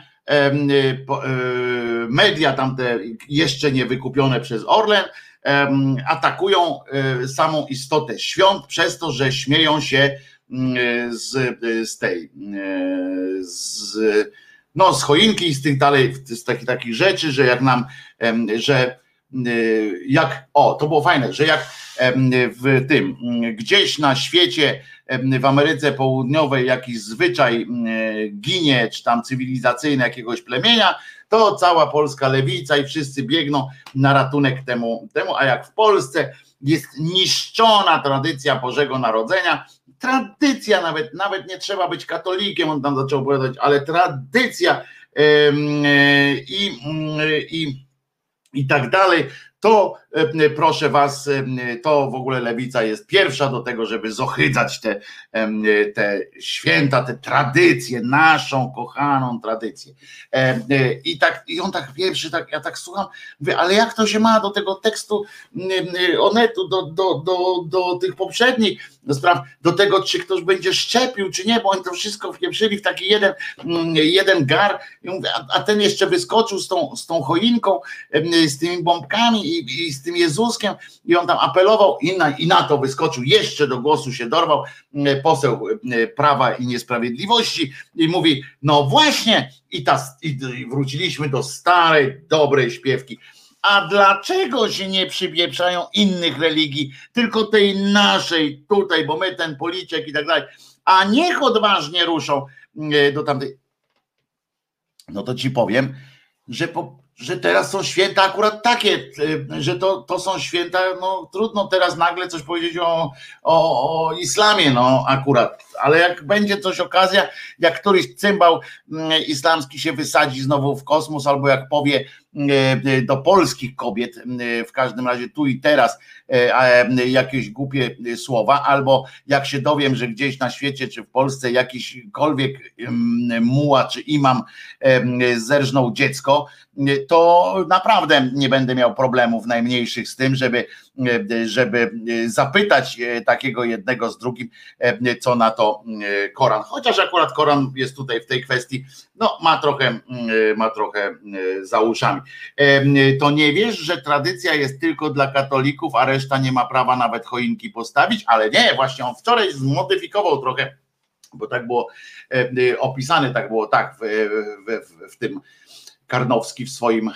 media tamte jeszcze nie wykupione przez Orlen atakują samą istotę świąt przez to, że śmieją się z, z tej z, no z choinki i z tych dalej, z takich, takich rzeczy, że jak nam, że jak, o, to było fajne, że jak w tym, gdzieś na świecie, w Ameryce Południowej jakiś zwyczaj ginie, czy tam cywilizacyjny jakiegoś plemienia, to cała polska lewica i wszyscy biegną na ratunek temu, temu, a jak w Polsce jest niszczona tradycja Bożego Narodzenia, tradycja nawet, nawet nie trzeba być katolikiem, on tam zaczął opowiadać, ale tradycja i, i, i tak dalej, to proszę was, to w ogóle lewica jest pierwsza do tego, żeby zohydzać te, te święta, te tradycje, naszą kochaną tradycję. I tak, i on tak pierwszy, tak, ja tak słucham, mówię, ale jak to się ma do tego tekstu Onetu, do, do, do, do tych poprzednich spraw, do tego, czy ktoś będzie szczepił, czy nie, bo oni to wszystko wpieprzyli w taki jeden, jeden gar, i mówię, a, a ten jeszcze wyskoczył z tą, z tą choinką, z tymi bombkami i, i z tym Jezuskiem i on tam apelował i na, i na to wyskoczył, jeszcze do głosu się dorwał poseł Prawa i Niesprawiedliwości i mówi, no właśnie i, ta, i wróciliśmy do starej, dobrej śpiewki. A dlaczego się nie przypieprzają innych religii, tylko tej naszej tutaj, bo my ten policzek i tak dalej, a niech odważnie ruszą do tamtej. No to ci powiem, że po że teraz są święta akurat takie, że to, to są święta, no trudno teraz nagle coś powiedzieć o, o, o islamie, no akurat, ale jak będzie coś okazja, jak któryś cymbał islamski się wysadzi znowu w kosmos, albo jak powie do polskich kobiet, w każdym razie tu i teraz jakieś głupie słowa, albo jak się dowiem, że gdzieś na świecie, czy w Polsce jakiśkolwiek muła, czy imam zerżnął dziecko, to naprawdę nie będę miał problemów najmniejszych z tym, żeby, żeby zapytać takiego jednego z drugim, co na to Koran. Chociaż akurat Koran jest tutaj w tej kwestii, no ma trochę, ma trochę za uszami. To nie wiesz, że tradycja jest tylko dla katolików, a reszta nie ma prawa nawet choinki postawić, ale nie, właśnie on wczoraj zmodyfikował trochę, bo tak było opisane, tak było tak w, w, w tym Karnowski w swoim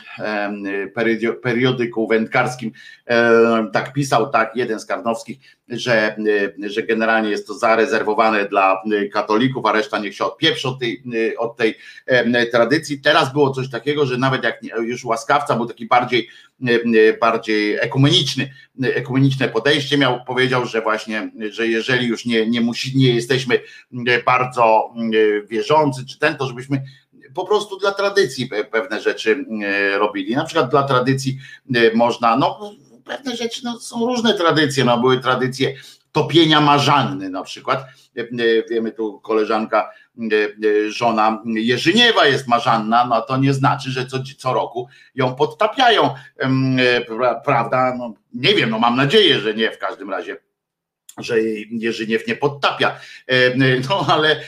periodyku wędkarskim tak pisał, tak, jeden z Karnowskich, że, że generalnie jest to zarezerwowane dla katolików, a reszta niech się odpieprzy od tej, od tej tradycji. Teraz było coś takiego, że nawet jak już łaskawca był taki bardziej, bardziej ekumeniczny, ekumeniczne podejście miał, powiedział, że właśnie, że jeżeli już nie, nie, musi, nie jesteśmy bardzo wierzący, czy ten, to żebyśmy po prostu dla tradycji pewne rzeczy robili. Na przykład dla tradycji można, no pewne rzeczy, no są różne tradycje, no były tradycje topienia marzanny na przykład. Wiemy, tu koleżanka, żona Jerzyniewa jest marzanna, no to nie znaczy, że co, co roku ją podtapiają, prawda? No, nie wiem, no mam nadzieję, że nie w każdym razie, że Jerzyniew nie podtapia, no ale,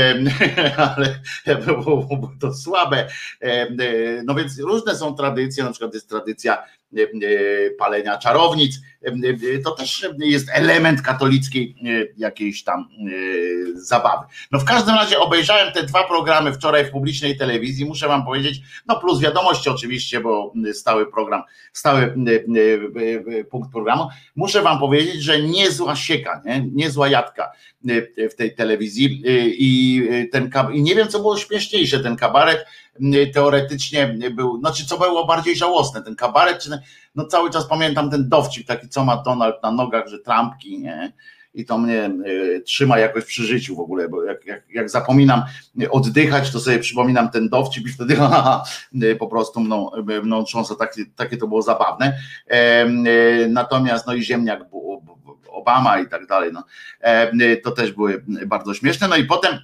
ale było to słabe. No więc różne są tradycje, na przykład jest tradycja palenia czarownic, to też jest element katolickiej jakiejś tam zabawy. No w każdym razie obejrzałem te dwa programy wczoraj w publicznej telewizji, muszę wam powiedzieć, no plus wiadomości oczywiście, bo stały program, stały punkt programu, muszę wam powiedzieć, że niezła sieka, nie? Niezła jadka w tej telewizji i ten i nie wiem, co było śmieszniejsze, ten kabaret teoretycznie był, znaczy co było bardziej żałosne, ten kabaret, czy ten, no cały czas pamiętam ten dowcip taki, co ma Donald na nogach, że trampki, nie? I to mnie y, trzyma jakoś przy życiu w ogóle, bo jak, jak, jak zapominam oddychać, to sobie przypominam ten dowcip i wtedy ha, y, po prostu mną, mną trząsa, takie, takie to było zabawne. E, y, natomiast no i ziemniak Obama i tak dalej, no, e, y, to też były bardzo śmieszne. No i potem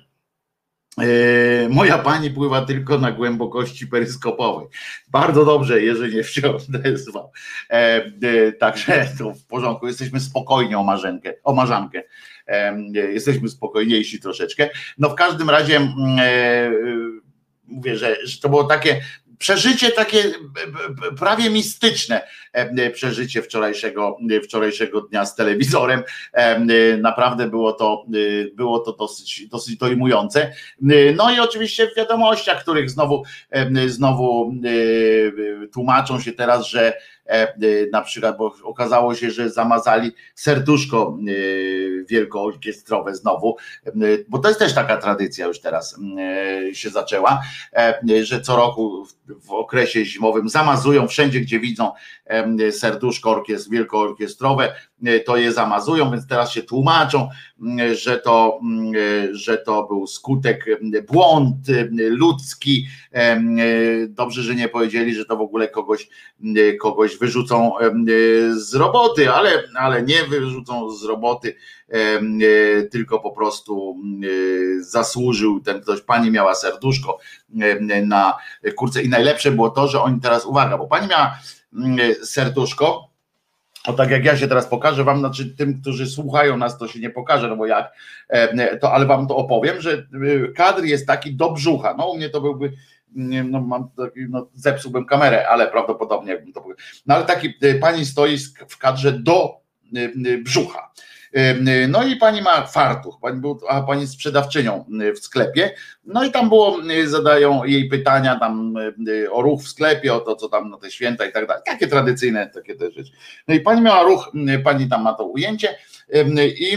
Yy, moja pani pływa tylko na głębokości peryskopowej. Bardzo dobrze, jeżeli nie się odezwał. E, e, także to w porządku, jesteśmy spokojni o marzenkę, o marzankę. E, jesteśmy spokojniejsi troszeczkę. No w każdym razie e, mówię, że, że to było takie przeżycie takie prawie mistyczne, przeżycie wczorajszego, wczorajszego dnia z telewizorem. Naprawdę było to, było to dosyć, dosyć dojmujące. No i oczywiście w wiadomościach, których znowu, znowu tłumaczą się teraz, że na przykład, bo okazało się, że zamazali serduszko wielkoorkiestrowe znowu, bo to jest też taka tradycja już teraz się zaczęła, że co roku w okresie zimowym zamazują wszędzie, gdzie widzą serduszko orkiestr, wielkoorkiestrowe, to je zamazują, więc teraz się tłumaczą, że to, że to był skutek błąd ludzki. Dobrze, że nie powiedzieli, że to w ogóle kogoś, kogoś wyrzucą z roboty, ale, ale nie wyrzucą z roboty, tylko po prostu zasłużył ten ktoś, pani miała serduszko na kurce i najlepsze było to, że oni teraz, uwaga, bo pani miała serduszko, o tak jak ja się teraz pokażę wam, znaczy tym, którzy słuchają nas, to się nie pokaże, no bo jak, to, ale wam to opowiem, że kadr jest taki do brzucha, no u mnie to byłby, no mam taki, no zepsułbym kamerę, ale prawdopodobnie jakbym to powiedział, no ale taki pani stoi w kadrze do brzucha. No i pani ma fartuch, pani, był, a pani sprzedawczynią w sklepie, no i tam było, zadają jej pytania tam o ruch w sklepie, o to, co tam na te święta i tak dalej, takie tradycyjne, takie te rzeczy. No i pani miała ruch, pani tam ma to ujęcie i,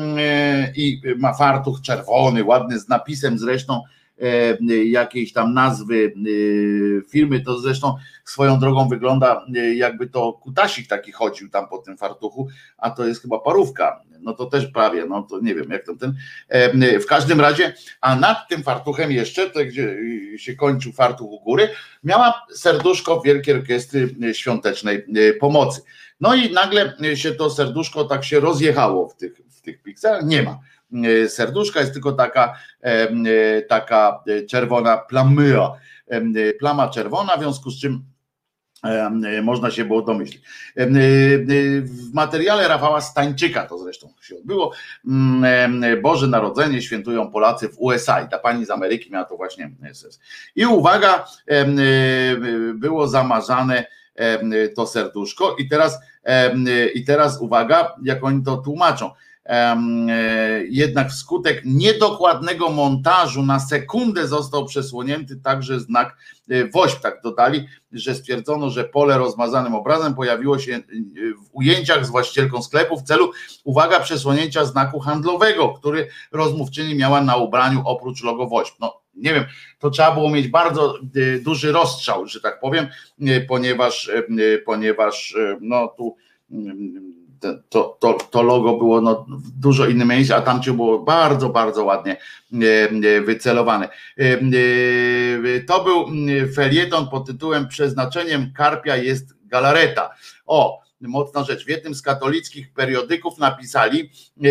i ma fartuch czerwony, ładny, z napisem zresztą jakiejś tam nazwy firmy, to zresztą swoją drogą wygląda, jakby to kutasik taki chodził tam po tym fartuchu, a to jest chyba parówka, no to też prawie, no to nie wiem jak tam ten, w każdym razie, a nad tym fartuchem jeszcze, to gdzie się kończył fartuch u góry, miała serduszko Wielkiej Orkiestry Świątecznej Pomocy. No i nagle się to serduszko tak się rozjechało w tych, w tych pikselach, nie ma serduszka, jest tylko taka, taka czerwona plamyra, plama czerwona, w związku z czym można się było domyślić. W materiale Rafała Stańczyka to zresztą się odbyło. Boże Narodzenie świętują Polacy w U S A i ta pani z Ameryki miała to właśnie sens. I uwaga, było zamazane to serduszko i teraz, i teraz uwaga, jak oni to tłumaczą. Jednak wskutek niedokładnego montażu na sekundę został przesłonięty także znak wośp, tak dodali, że stwierdzono, że pole rozmazanym obrazem pojawiło się w ujęciach z właścicielką sklepu w celu, uwaga, przesłonięcia znaku handlowego, który rozmówczyni miała na ubraniu oprócz logo wośp. No nie wiem, to trzeba było mieć bardzo duży rozstrzał, że tak powiem, ponieważ, ponieważ no tu To, to, to logo było no, w dużo innym miejscu, a tamcie było bardzo, bardzo ładnie wycelowane. To był felieton pod tytułem Przeznaczeniem karpia jest galareta. O, mocna rzecz. W jednym z katolickich periodyków napisali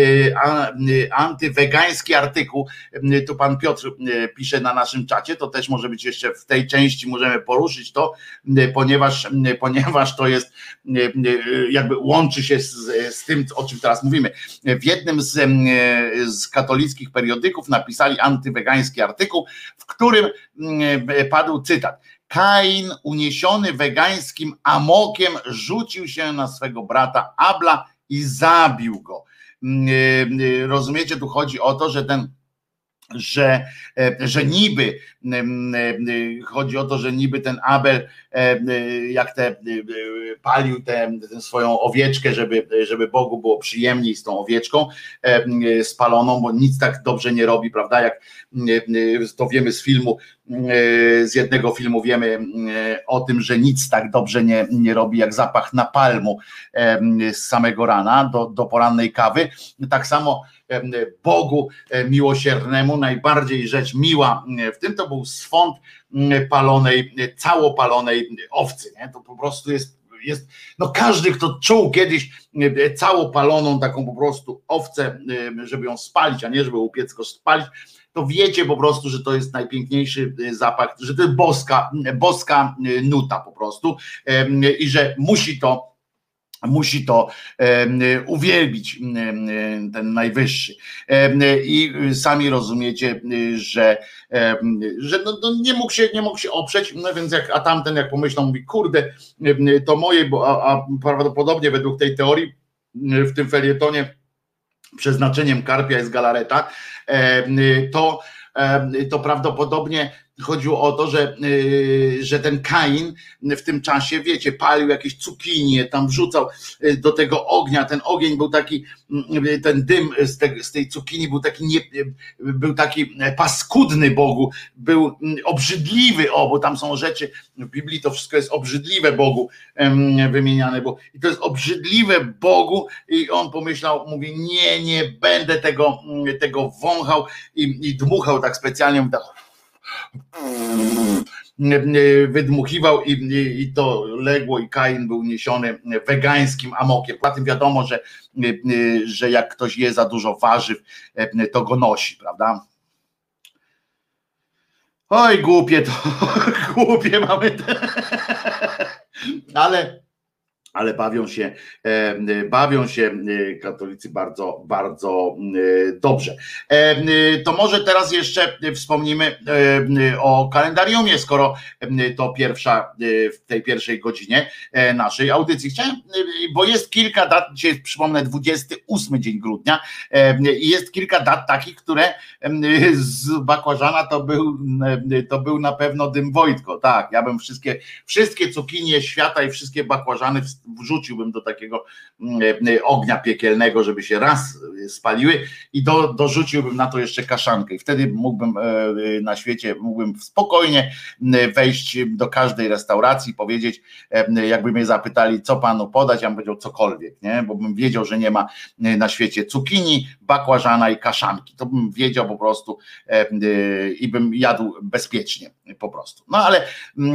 antywegański artykuł. Tu pan Piotr pisze na naszym czacie, to też może być jeszcze w tej części, możemy poruszyć to, ponieważ, ponieważ to jest, jakby łączy się z, z tym, o czym teraz mówimy. W jednym z, z katolickich periodyków napisali antywegański artykuł, w którym padł cytat. Kain, uniesiony wegańskim amokiem, rzucił się na swego brata Abla i zabił go. Rozumiecie, tu chodzi o to, że ten że, że niby chodzi o to, że niby ten Abel jak te palił tę swoją owieczkę, żeby, żeby Bogu było przyjemniej z tą owieczką spaloną, bo nic tak dobrze nie robi, prawda, jak to wiemy z filmu, z jednego filmu wiemy o tym, że nic tak dobrze nie, nie robi jak zapach napalmu z samego rana do, do porannej kawy. Tak samo Bogu miłosiernemu najbardziej rzecz miła w tym to był swąd palonej, całopalonej owcy, nie? To po prostu jest, jest, no każdy, kto czuł kiedyś całopaloną taką po prostu owcę, żeby ją spalić, a nie żeby upiec, tylko spalić, to wiecie po prostu, że to jest najpiękniejszy zapach, że to jest boska, boska nuta po prostu i że musi to musi to e, uwielbić e, ten najwyższy. E, I sami rozumiecie, że, e, że no, no nie mógł się, nie mógł się oprzeć, no więc jak, a tamten jak pomyślał, mówi, kurde, to moje, bo, a, a prawdopodobnie według tej teorii w tym felietonie przeznaczeniem karpia jest galareta, e, to, e, to prawdopodobnie chodziło o to, że, że ten Kain w tym czasie, wiecie, palił jakieś cukinie, tam wrzucał do tego ognia, ten ogień był taki, ten dym z, te, z tej cukinii był taki, nie, był taki paskudny Bogu, był obrzydliwy, o, bo tam są rzeczy, w Biblii to wszystko jest obrzydliwe Bogu wymieniane, bo i to jest obrzydliwe Bogu i on pomyślał, mówi, nie, nie będę tego, tego wąchał i, i dmuchał tak specjalnie, tak wydmuchiwał i, i, i to legło i Kain był niesiony wegańskim amokiem. Po tym wiadomo, że, że jak ktoś je za dużo warzyw, to go nosi, prawda? Oj, głupie to, głupie mamy te, ale ale bawią się, bawią się katolicy bardzo, bardzo dobrze. To może teraz jeszcze wspomnimy o kalendariumie, skoro to pierwsza, w tej pierwszej godzinie naszej audycji. Chciałem, bo jest kilka dat, dzisiaj przypomnę dwudziesty ósmy dzień grudnia i jest kilka dat takich, które z bakłażana to był, to był na pewno dym Wojtko. Tak, ja bym wszystkie, wszystkie cukinie świata i wszystkie bakłażany wrzuciłbym do takiego ognia piekielnego, żeby się raz spaliły i do, dorzuciłbym na to jeszcze kaszankę i wtedy mógłbym na świecie, mógłbym spokojnie wejść do każdej restauracji, powiedzieć, jakby mnie zapytali, co panu podać, ja bym powiedział cokolwiek, nie? Bo bym wiedział, że nie ma na świecie cukinii, bakłażana i kaszanki, to bym wiedział po prostu i bym jadł bezpiecznie po prostu. No ale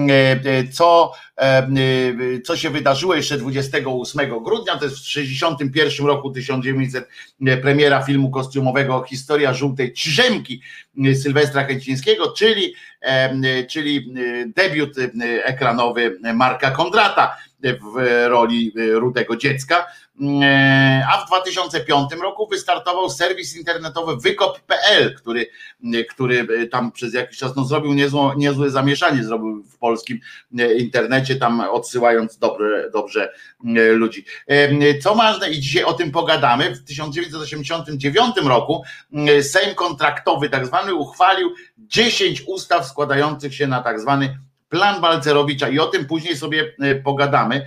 co, co się wydarzyło jeszcze dwudziestego ósmego grudnia, to jest w sześćdziesiątym pierwszym roku tysiąc dziewięćset, premiera filmu kostiumowego Historia żółtej Ciżemki Sylwestra Chęcińskiego, czyli, czyli debiut ekranowy Marka Kondrata w roli rudego dziecka, a w dwa tysiące piątym roku wystartował serwis internetowy wykop kropka pe el, który, który tam przez jakiś czas no, zrobił niezłe, niezłe zamieszanie, zrobił w polskim internecie, tam odsyłając dobre, dobrze ludzi. Co ważne i dzisiaj o tym pogadamy, w tysiąc dziewięćset osiemdziesiątym dziewiątym roku Sejm kontraktowy tak zwany uchwalił dziesięć ustaw składających się na tak zwany plan Balcerowicza i o tym później sobie pogadamy,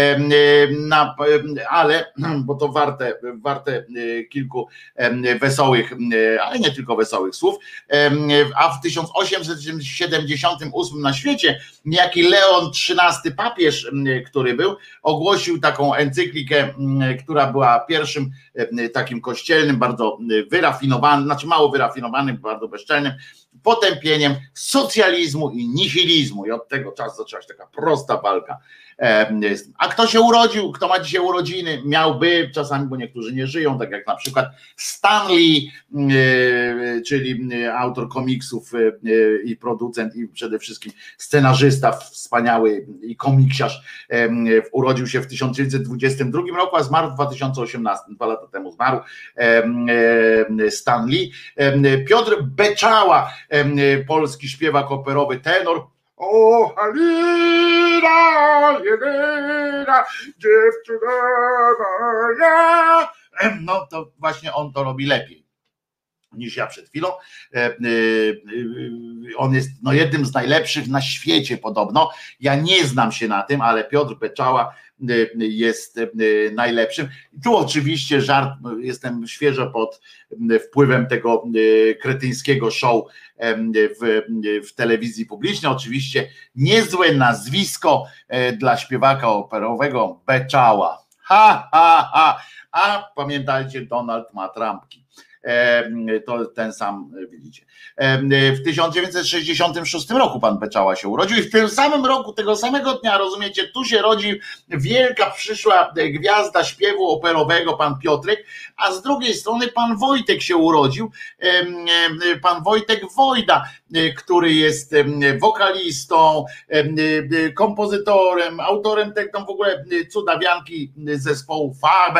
na, ale, bo to warte, warte kilku wesołych, ale nie tylko wesołych słów, a w tysiąc osiemset siedemdziesiątym ósmym na świecie niejaki Leon trzynasty papież, który był, ogłosił taką encyklikę, która była pierwszym takim kościelnym, bardzo wyrafinowanym, znaczy mało wyrafinowanym, bardzo bezczelnym potępieniem socjalizmu i nihilizmu i od tego czasu zaczęła się taka prosta walka. A kto się urodził, kto ma dzisiaj urodziny, miałby czasami, bo niektórzy nie żyją, tak jak na przykład Stan Lee, czyli autor komiksów i producent i przede wszystkim scenarzysta wspaniały i komiksiarz, urodził się w tysiąc dziewięćset dwudziestym drugim roku, a zmarł w dwa tysiące osiemnastym, dwa lata temu zmarł Stan Lee. Piotr Beczała, polski śpiewak operowy, tenor. O Halina, Jelena, dziewczyna moja. No to właśnie on to robi lepiej niż ja przed chwilą. On jest no, jednym z najlepszych na świecie podobno. Ja nie znam się na tym, ale Piotr Beczała jest najlepszym. I tu oczywiście żart, jestem świeżo pod wpływem tego kretyńskiego show w, w telewizji publicznej. Oczywiście niezłe nazwisko dla śpiewaka operowego Beczała. Ha, ha, ha. A pamiętajcie, Donald ma trampki. To ten sam, widzicie. W tysiąc dziewięćset sześćdziesiątym szóstym roku pan Beczała się urodził i w tym samym roku, tego samego dnia, rozumiecie, tu się rodzi wielka przyszła gwiazda śpiewu operowego, pan Piotrek, a z drugiej strony pan Wojtek się urodził, pan Wojtek Wojda, który jest wokalistą, kompozytorem, autorem tego w ogóle cudawianki zespołu Farbenle,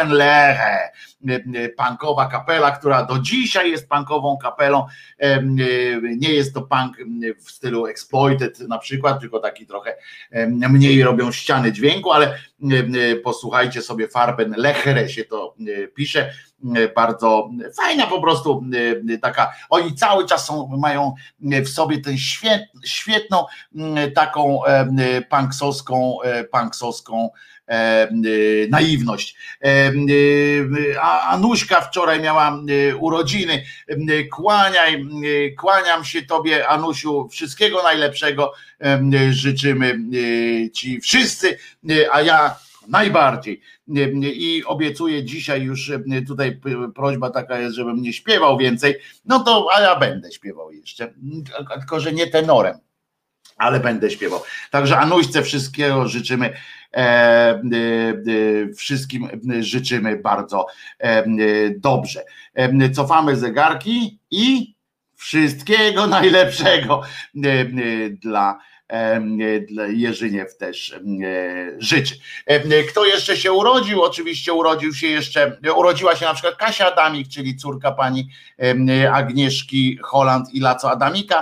Leche, punkowa kapela, która do dzisiaj jest punkową kapelą. Nie jest to punk w stylu Exploited na przykład, tylko taki trochę mniej robią ściany dźwięku, ale posłuchajcie sobie, Farben Lechere się to pisze, bardzo fajna po prostu taka, oni cały czas są, mają w sobie tę świet, świetną taką punksowską, punksowską naiwność. A Anuśka wczoraj miała urodziny. Kłaniaj, kłaniam się tobie, Anusiu, wszystkiego najlepszego życzymy ci wszyscy, a ja najbardziej. I obiecuję dzisiaj już, tutaj prośba taka jest, żebym nie śpiewał więcej, no to, a ja będę śpiewał jeszcze, tylko że nie tenorem, ale będę śpiewał. Także Anuśce wszystkiego życzymy, e, e, wszystkim życzymy bardzo e, dobrze. E, cofamy zegarki i wszystkiego najlepszego e, dla Jerzyniew też życzy. Kto jeszcze się urodził? Oczywiście urodził się jeszcze, urodziła się na przykład Kasia Adamik, czyli córka pani Agnieszki Holland i Laco Adamika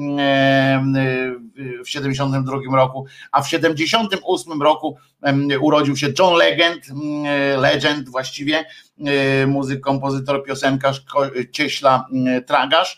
w siedemdziesiątym drugim roku, a w siedemdziesiątym ósmym roku urodził się John Legend, Legend właściwie, muzyk, kompozytor, piosenkarz, cieśla, tragarz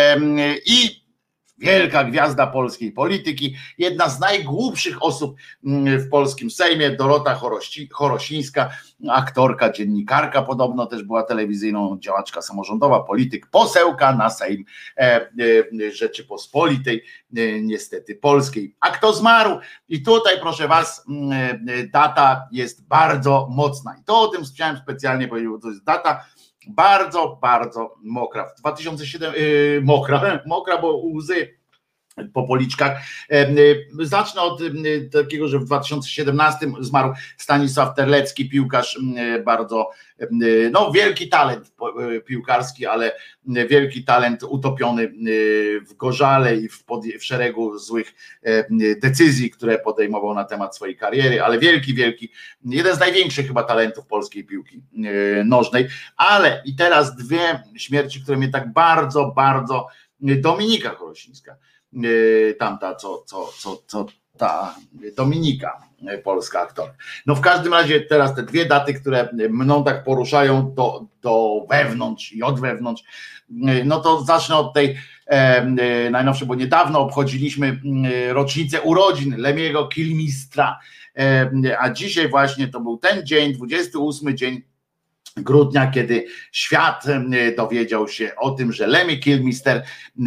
i wielka gwiazda polskiej polityki, jedna z najgłupszych osób w polskim Sejmie, Dorota Chorosińska, aktorka, dziennikarka, podobno też była telewizyjną, działaczka samorządowa, polityk, posełka na Sejm Rzeczypospolitej, niestety polskiej. A kto zmarł? I tutaj, proszę was, data jest bardzo mocna. I to o tym chciałem specjalnie powiedzieć, bo to jest data bardzo, bardzo mokra. W dwa tysiące siódmym yy, mokra, mokra, bo łzy po policzkach. Zacznę od takiego, że w dwa tysiące siedemnastym zmarł Stanisław Terlecki, piłkarz, bardzo, no wielki talent piłkarski, ale wielki talent utopiony w gorzale i w, pod, w szeregu złych decyzji, które podejmował na temat swojej kariery, ale wielki, wielki, jeden z największych chyba talentów polskiej piłki nożnej, ale i teraz dwie śmierci, które mnie tak bardzo, bardzo, Dominika Chorosińska, tamta, co, co, co, co ta Dominika, polska aktorka. No w każdym razie teraz te dwie daty, które mną tak poruszają do, do wewnątrz i od wewnątrz, no to zacznę od tej e, najnowszej, bo niedawno obchodziliśmy rocznicę urodzin Lemiego Kilmistra, e, a dzisiaj właśnie to był ten dzień, dwudziesty ósmy dzień grudnia, kiedy świat dowiedział się o tym, że Lemmy Kilmister,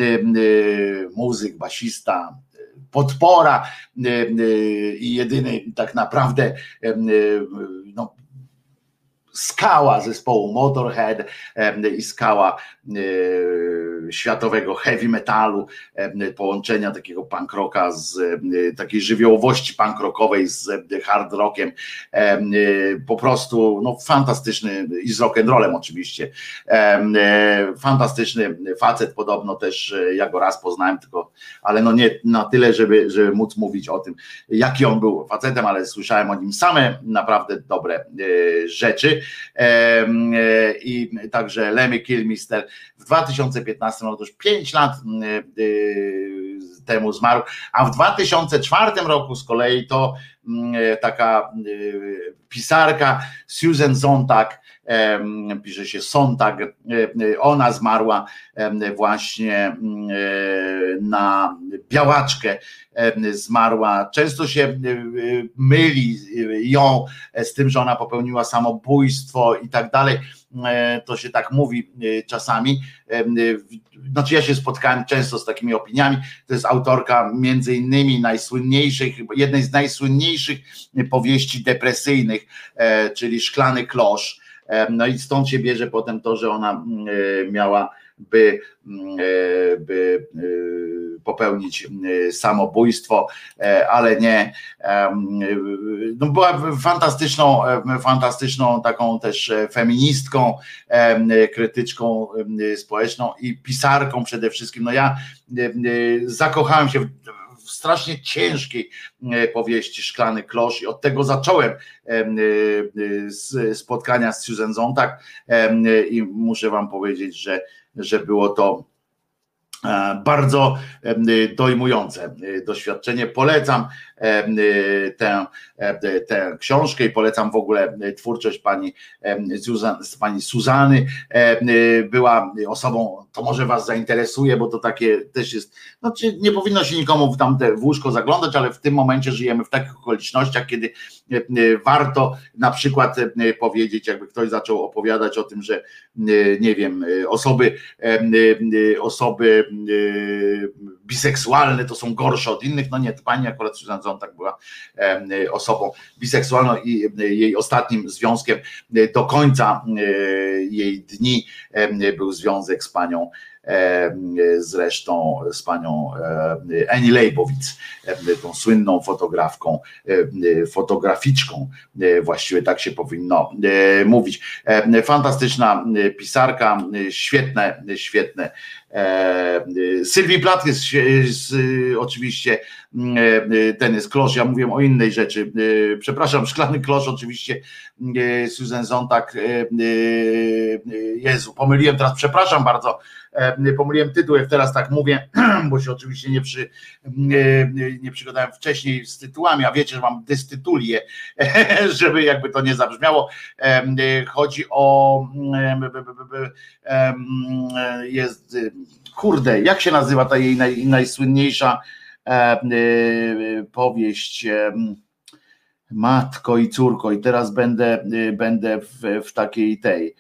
muzyk, basista, podpora i jedyny tak naprawdę no, skała zespołu Motorhead i skała światowego heavy metalu, połączenia takiego punk rocka z takiej żywiołowości punk rockowej z hard rockiem, po prostu no fantastyczny i z rock and rollem oczywiście, fantastyczny facet, podobno też ja go raz poznałem, tylko ale no nie na tyle, żeby, żeby móc mówić o tym, jaki on był facetem, ale słyszałem o nim same naprawdę dobre rzeczy. I także Lemmy Kilmister w dwa tysiące piętnastym roku, to już pięć lat temu zmarł, a w dwa tysiące czwartym roku z kolei to taka pisarka Susan Sontag, pisze się Sontag, ona zmarła właśnie na białaczkę, zmarła, często się myli ją z tym, że ona popełniła samobójstwo i tak dalej, to się tak mówi czasami, znaczy ja się spotkałem często z takimi opiniami, to jest autorka między innymi najsłynniejszych, jednej z najsłynniejszych powieści depresyjnych, czyli Szklany klosz, no i stąd się bierze potem to, że ona miała by, by popełnić samobójstwo, ale nie, no była fantastyczną, fantastyczną taką też feministką, krytyczką społeczną i pisarką przede wszystkim. No ja zakochałem się w strasznie ciężkiej powieści Szklany Klosz i od tego zacząłem spotkania z Susan Sontag i muszę wam powiedzieć, że, że było to bardzo dojmujące doświadczenie. Polecam tę, tę książkę i polecam w ogóle twórczość pani, pani Suzany. Była osobą, to może was zainteresuje, bo to takie też jest, no, nie powinno się nikomu w tamte w łóżko zaglądać, ale w tym momencie żyjemy w takich okolicznościach, kiedy warto na przykład powiedzieć, jakby ktoś zaczął opowiadać o tym, że nie wiem, osoby osoby biseksualne to są gorsze od innych, no nie, to pani akurat Susan Sontag była osobą biseksualną i jej ostatnim związkiem do końca jej dni był związek z panią, zresztą z panią Annie Leibovitz, tą słynną fotografką, fotograficzką, właściwie tak się powinno mówić. Fantastyczna pisarka, świetne, świetne. Sylwii Plath jest oczywiście, ten jest Klosz, ja mówię o innej rzeczy, przepraszam, Szklany Klosz oczywiście, Susan Sontag, Jezu, pomyliłem teraz, przepraszam bardzo, pomyliłem tytuł, jak teraz tak mówię, bo się oczywiście nie, przy, nie, nie przygotowałem wcześniej z tytułami, a wiecie, że mam dystytulię, żeby jakby to nie zabrzmiało. Chodzi o jest, kurde, jak się nazywa ta jej naj, najsłynniejsza powieść Matko i córko, i teraz będę, będę w, w takiej tej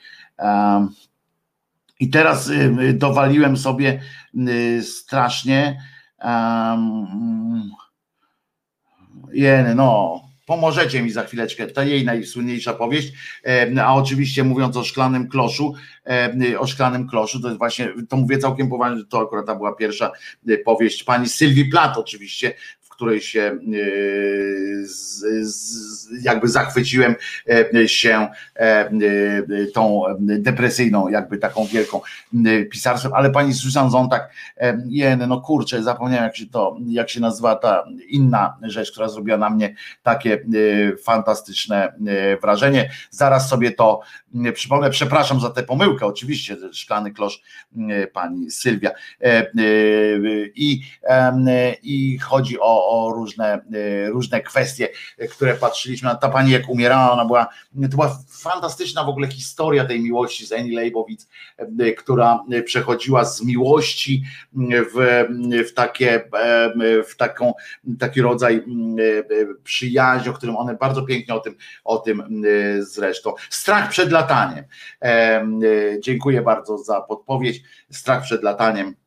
i teraz dowaliłem sobie strasznie. Um, jeny, no, pomożecie mi za chwileczkę. To jej najsłynniejsza powieść. A oczywiście mówiąc o Szklanym Kloszu, o Szklanym Kloszu, to jest właśnie, to mówię całkiem poważnie, to akurat ta była pierwsza powieść pani Sylwii Plath oczywiście, której się z, z, jakby zachwyciłem się tą depresyjną, jakby taką wielką pisarstwem, ale pani Susan Sontag, no kurczę, zapomniałem jak się to, jak się nazywa ta inna rzecz, która zrobiła na mnie takie fantastyczne wrażenie. Zaraz sobie to przypomnę, przepraszam za tę pomyłkę, oczywiście, Szklany Klosz, pani Sylwia. I, i chodzi o o różne, różne kwestie, które patrzyliśmy na ta pani jak umierała, ona była, to była fantastyczna w ogóle historia tej miłości z Annie Leibovitz, która przechodziła z miłości w, w takie, w taką, taki rodzaj przyjaźni, o którym one bardzo pięknie o tym, o tym zresztą. Strach przed lataniem. Dziękuję bardzo za podpowiedź. Strach przed lataniem.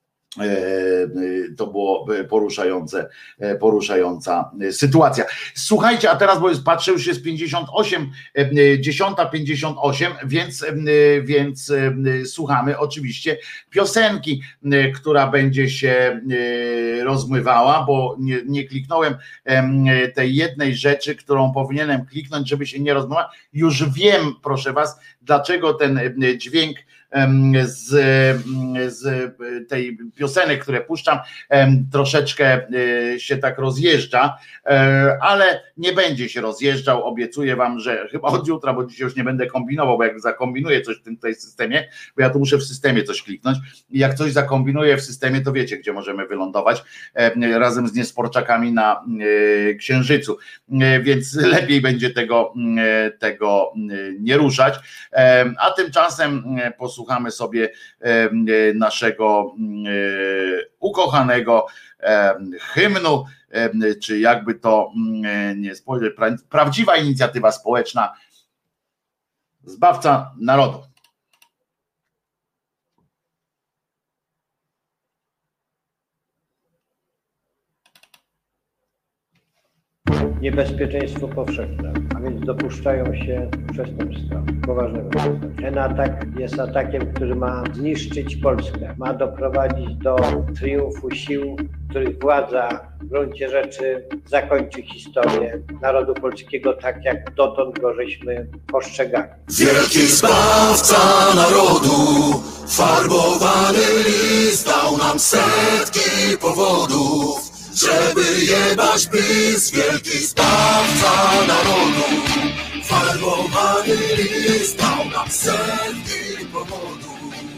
To było poruszające, poruszająca sytuacja. Słuchajcie, a teraz, bo jest, patrzę, już jest pięćdziesiąt osiem, dziesiąta pięćdziesiąt osiem, więc, więc słuchamy oczywiście piosenki, która będzie się rozmywała, bo nie, nie kliknąłem tej jednej rzeczy, którą powinienem kliknąć, żeby się nie rozmywać. Już wiem, proszę was, dlaczego ten dźwięk z, z tej piosenek, które puszczam, troszeczkę się tak rozjeżdża, ale nie będzie się rozjeżdżał, obiecuję wam, że chyba od jutra, bo dzisiaj już nie będę kombinował, bo jak zakombinuję coś w tym tutaj systemie, bo ja tu muszę w systemie coś kliknąć i jak coś zakombinuję w systemie, to wiecie, gdzie możemy wylądować, razem z niesporczakami na Księżycu, więc lepiej będzie tego, tego nie ruszać, a tymczasem posłuchajcie, słuchamy sobie naszego ukochanego hymnu, czy jakby to nie spojrzeć, prawdziwa inicjatywa społeczna, Zbawca Narodu. Niebezpieczeństwo powszechne, a więc dopuszczają się przestępstwa poważnego. Ten atak jest atakiem, który ma zniszczyć Polskę, ma doprowadzić do triumfu sił, których władza w gruncie rzeczy zakończy historię narodu polskiego tak, jak dotąd go żeśmy postrzegali. Wielki Zbawca narodu, farbowany list dał nam setki powodów, żeby jebać PiS, wielki zbawca narodu. Farbowany list dał nam setki powodów.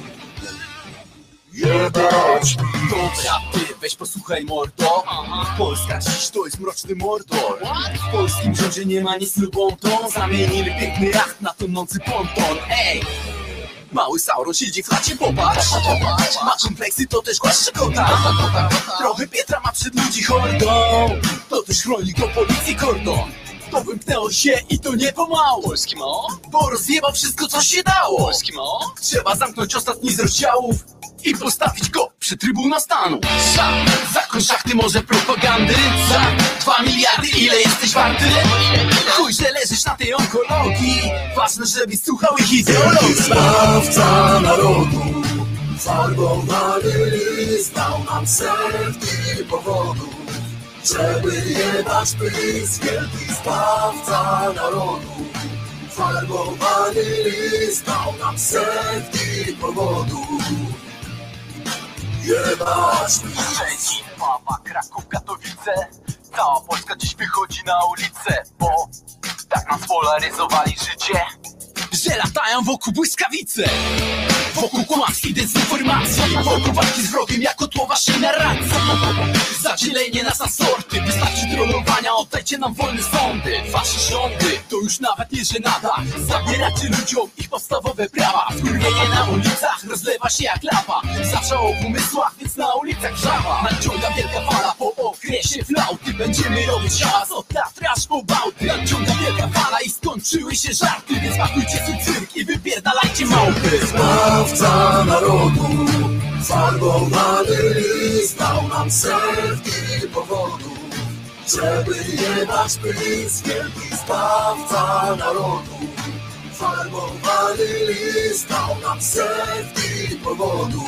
Jebać. Dobra, ty weź posłuchaj mordo. Polska dziś to jest mroczny mordor. W polskim rządzie nie ma nic lubą tą. Zamienili piękny jacht na tonący ponton. Ej! Mały Sauron siedzi w chacie, popatrz. Ma kompleksy, to też głaszcze kota. Trochę Pietra ma przed ludzi hordą. To też chroni go policji kordon. To wymknęło się i to nie pomału. Polski mo? Bo rozjebał wszystko, co się dało. Polski mo? Trzeba zamknąć ostatni z rozdziałów i postawić go przy Trybunał Stanu. Za zakon szachty, może propagandy. Za dwa miliardy, ile jesteś warty? Chuj, że leżysz na tej onkologii. Ważne, żebyś słuchał ich ideologii. Zbawca narodu, farbowany list dał nam setki powodów, żeby jebać PiS, wielki zbawca narodu. Farbowany list dał nam setki powodów. Jebać PiS. Szczecin, Wawa, Kraków, Katowice. Cała Polska dziś wychodzi na ulicę, bo tak nam spolaryzowali życie, że latają wokół błyskawice. Wokół kłamstw i dezinformacji, wokół walki z wrogiem jak kotło waszej narracji. Zadzielenie nas na sorty, wystarczy trollowania, oddajcie nam wolne sądy. Wasze rządy to już nawet nie żenada. Zabieracie ludziom ich podstawowe prawa. Wkurwienie na ulicach rozlewa się jak lawa. Zawsze o umysłach, więc na ulicach żawa. Nadciąga wielka fala po okresie flauty. Będziemy robić hałas od Tatry aż po Bałty. Nadciąga wielka fala i skończyły się żarty, więc pakujcie swój cyrk i wypierdalajcie małpy. Zbawca narodu, farbowany list dał nam setki powodów, żeby jebać PiS, wielki zbawca narodu. Farbowany list dał nam setki powodów.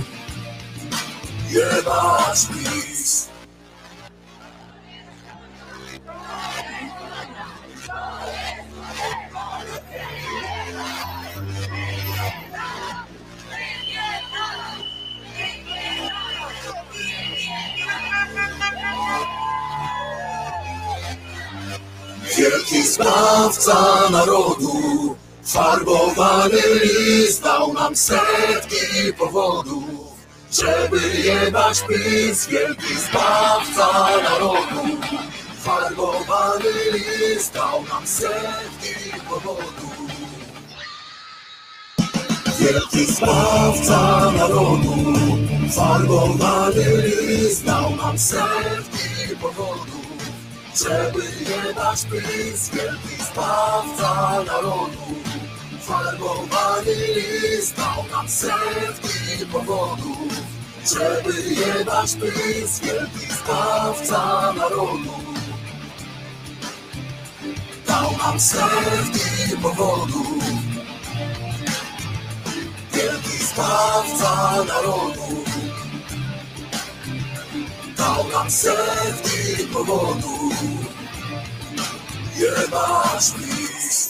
Jebać PiS. Wielki zbawca narodu, farbowany list dał nam setki powodów, żeby jebać PiS, wielki zbawca narodu. Farbowany list dał nam setki powodów. Wielki zbawca narodu, farbowany list dał nam setki powodów, żeby jebać PiS, wielki zbawca narodu. Farbowany list dał nam setki powodów, żeby jebać PiS, wielki zbawca narodu. Dał nam setki powodów, wielki zbawca narodu. Dał nam setki powodów. Jebać PiS.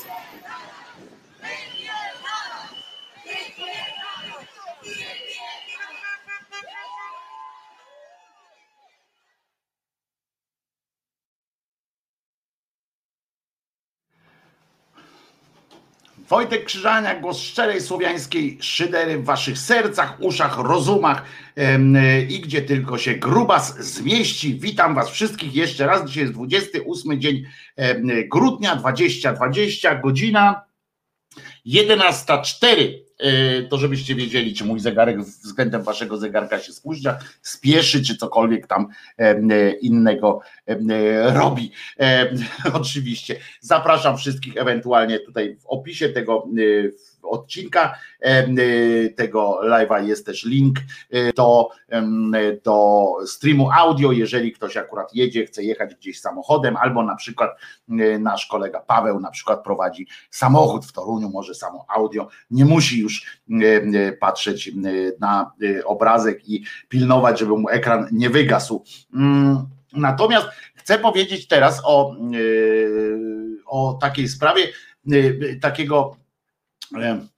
Wojtek Krzyżaniak, głos szczerej słowiańskiej szydery w waszych sercach, uszach, rozumach i gdzie tylko się grubas zmieści. Witam was wszystkich jeszcze raz. Dzisiaj jest dwudziesty ósmy dzień grudnia dwudziestego dwudziesta, godzina jedenasta cztery. To żebyście wiedzieli, czy mój zegarek względem waszego zegarka się spóźnia, spieszy, czy cokolwiek tam innego robi. Oczywiście zapraszam wszystkich ewentualnie tutaj w opisie tego odcinka, tego live'a jest też link do, do streamu audio, jeżeli ktoś akurat jedzie, chce jechać gdzieś samochodem, albo na przykład nasz kolega Paweł na przykład prowadzi samochód w Toruniu, może samo audio, nie musi już patrzeć na obrazek i pilnować, żeby mu ekran nie wygasł. Natomiast chcę powiedzieć teraz o, o takiej sprawie takiego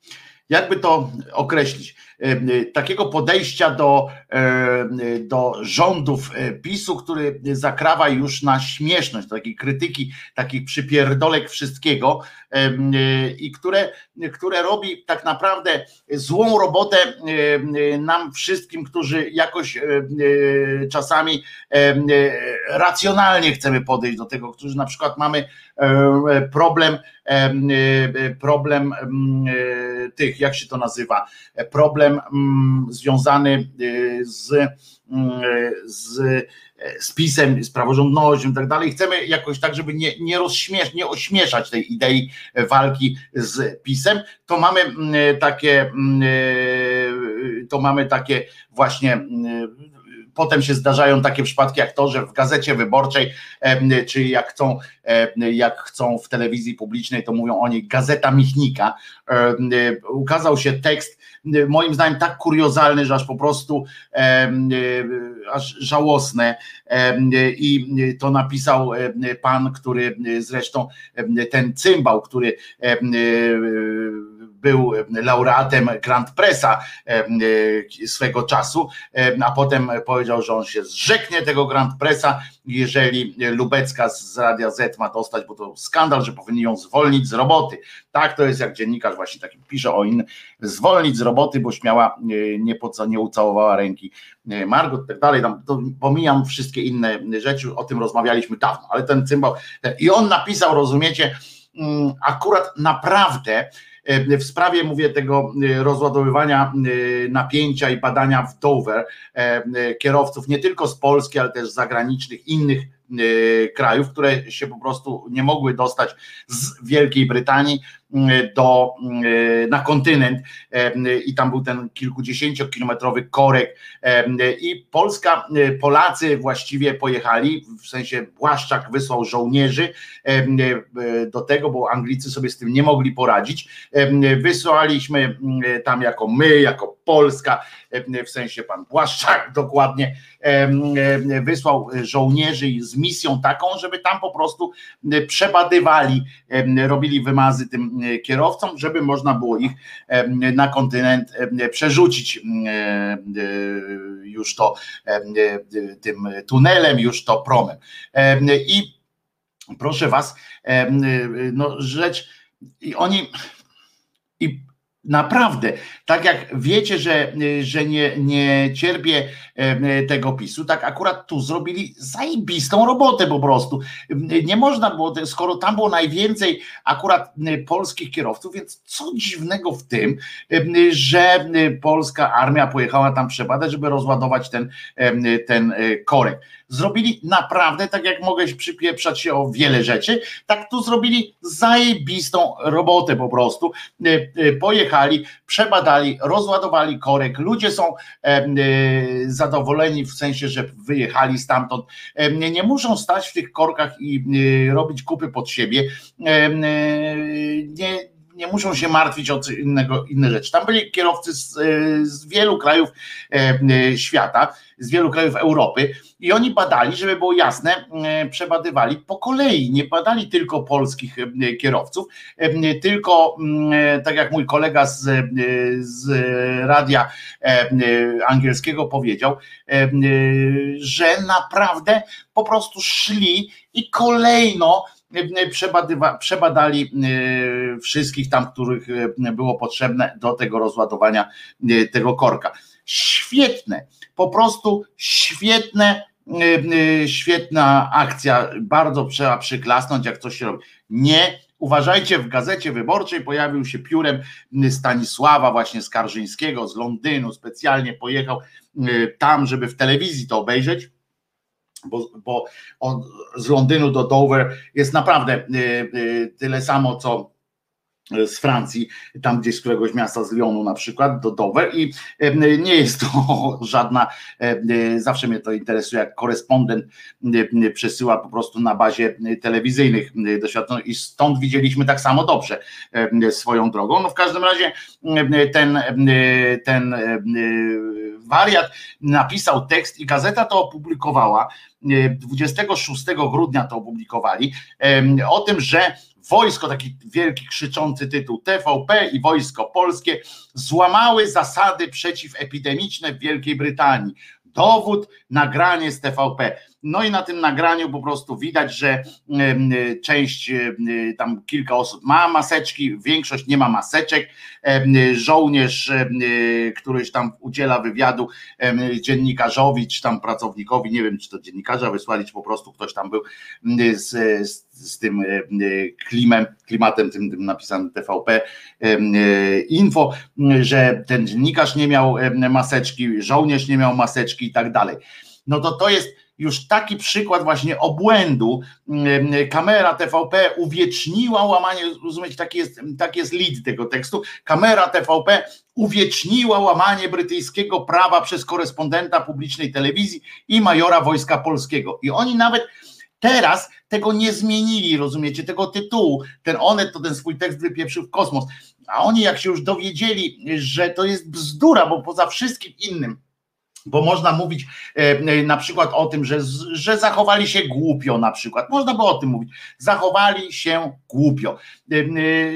jakby to określić, takiego podejścia do, do rządów PiSu, który zakrawa już na śmieszność, takiej krytyki, takich przypierdolek wszystkiego i które, które robi tak naprawdę złą robotę nam wszystkim, którzy jakoś czasami racjonalnie chcemy podejść do tego, którzy na przykład mamy problem, problem tych, jak się to nazywa, problem związany z, z, z PiS-em, z praworządnością i tak dalej. Chcemy jakoś tak, żeby nie, nie rozśmiesz, nie ośmieszać tej idei walki z PiS-em, to mamy takie, to mamy takie właśnie. Potem się zdarzają takie przypadki jak to, że w Gazecie Wyborczej, czy jak chcą, jak chcą w telewizji publicznej, to mówią o niej Gazeta Michnika, ukazał się tekst, moim zdaniem tak kuriozalny, że aż po prostu aż żałosne, i to napisał pan, który zresztą ten cymbał, który był laureatem Grand Pressa swego czasu, a potem powiedział, że on się zrzeknie tego Grand Pressa, jeżeli Lubecka z Radia Z ma dostać, bo to skandal, że powinni ją zwolnić z roboty. Tak, to jest jak dziennikarz właśnie taki pisze o innym, zwolnić z roboty, bo śmiała, nie, po co nie ucałowała ręki Margot i tak dalej. Tam to pomijam wszystkie inne rzeczy, o tym rozmawialiśmy dawno, ale ten cymbał, i on napisał, rozumiecie, akurat naprawdę w sprawie, mówię, tego rozładowywania napięcia i badania w Dover kierowców nie tylko z Polski, ale też z zagranicznych, innych krajów, które się po prostu nie mogły dostać z Wielkiej Brytanii do, na kontynent, i tam był ten kilkudziesięciokilometrowy korek i Polska, Polacy właściwie pojechali, w sensie Błaszczak wysłał żołnierzy do tego, bo Anglicy sobie z tym nie mogli poradzić. Wysłaliśmy tam jako my, jako Polska, w sensie pan Błaszczak dokładnie, wysłał żołnierzy z misją taką, żeby tam po prostu przebadywali, robili wymazy tym kierowcom, żeby można było ich na kontynent przerzucić już to tym tunelem, już to promem. I proszę was, no rzecz, i oni i naprawdę, tak jak wiecie, że, że nie, nie cierpię tego PiSu, tak akurat tu zrobili zajebistą robotę po prostu. Nie można było, skoro tam było najwięcej akurat polskich kierowców, więc co dziwnego w tym, że polska armia pojechała tam przebadać, żeby rozładować ten, ten korek. Zrobili naprawdę, tak jak mogę przypieprzać się o wiele rzeczy, tak tu zrobili zajebistą robotę po prostu. Pojechali, przebadali, rozładowali korek, ludzie są zadowoleni w sensie, że wyjechali stamtąd, nie muszą stać w tych korkach i robić kupy pod siebie, nie nie muszą się martwić o co innego, inne rzeczy. Tam byli kierowcy z, z wielu krajów e, świata, z wielu krajów Europy i oni badali, żeby było jasne, e, przebadywali po kolei, nie badali tylko polskich e, kierowców, e, tylko e, tak jak mój kolega z, e, z radia e, angielskiego powiedział, e, że naprawdę po prostu szli i kolejno Przebadywa, przebadali wszystkich tam, których było potrzebne do tego rozładowania tego korka. Świetne, po prostu świetne, świetna akcja, bardzo trzeba przyklasnąć, jak coś się robi. Nie, uważajcie, w Gazecie Wyborczej pojawił się piórem Stanisława właśnie Skarżyńskiego z Londynu, specjalnie pojechał tam, żeby w telewizji to obejrzeć. Bo, bo on z Londynu do Dover jest naprawdę y, y, tyle samo co z Francji, tam gdzieś z któregoś miasta, z Lyonu na przykład, do Dover i y, nie jest to żadna, y, zawsze mnie to interesuje, jak korespondent y, przesyła po prostu na bazie telewizyjnych y, doświadczeń i stąd widzieliśmy tak samo dobrze y, swoją drogą. No w każdym razie y, ten, y, ten y, wariat napisał tekst i gazeta to opublikowała, dwudziestego szóstego grudnia to opublikowali, o tym, że wojsko, taki wielki krzyczący tytuł, T V P i Wojsko Polskie złamały zasady przeciwepidemiczne w Wielkiej Brytanii. Dowód, nagranie z T V P. No i na tym nagraniu po prostu widać, że część, tam kilka osób ma maseczki, większość nie ma maseczek. Żołnierz, któryś tam udziela wywiadu dziennikarzowi, czy tam pracownikowi, nie wiem, czy to dziennikarza wysłali, czy po prostu ktoś tam był z, z, z tym klimem, klimatem tym, tym napisanym T V P info, że ten dziennikarz nie miał maseczki, żołnierz nie miał maseczki i tak dalej. No to to jest już taki przykład właśnie obłędu. Kamera T V P uwieczniła łamanie, rozumiecie, taki jest, taki jest lead tego tekstu. Kamera T V P uwieczniła łamanie brytyjskiego prawa przez korespondenta publicznej telewizji i majora Wojska Polskiego. I oni nawet teraz tego nie zmienili, rozumiecie, tego tytułu. Ten Onet to ten swój tekst wypieprzył w kosmos. A oni jak się już dowiedzieli, że to jest bzdura, bo poza wszystkim innym, bo można mówić e, na przykład o tym, że, że zachowali się głupio na przykład, można by o tym mówić, zachowali się głupio, e, e,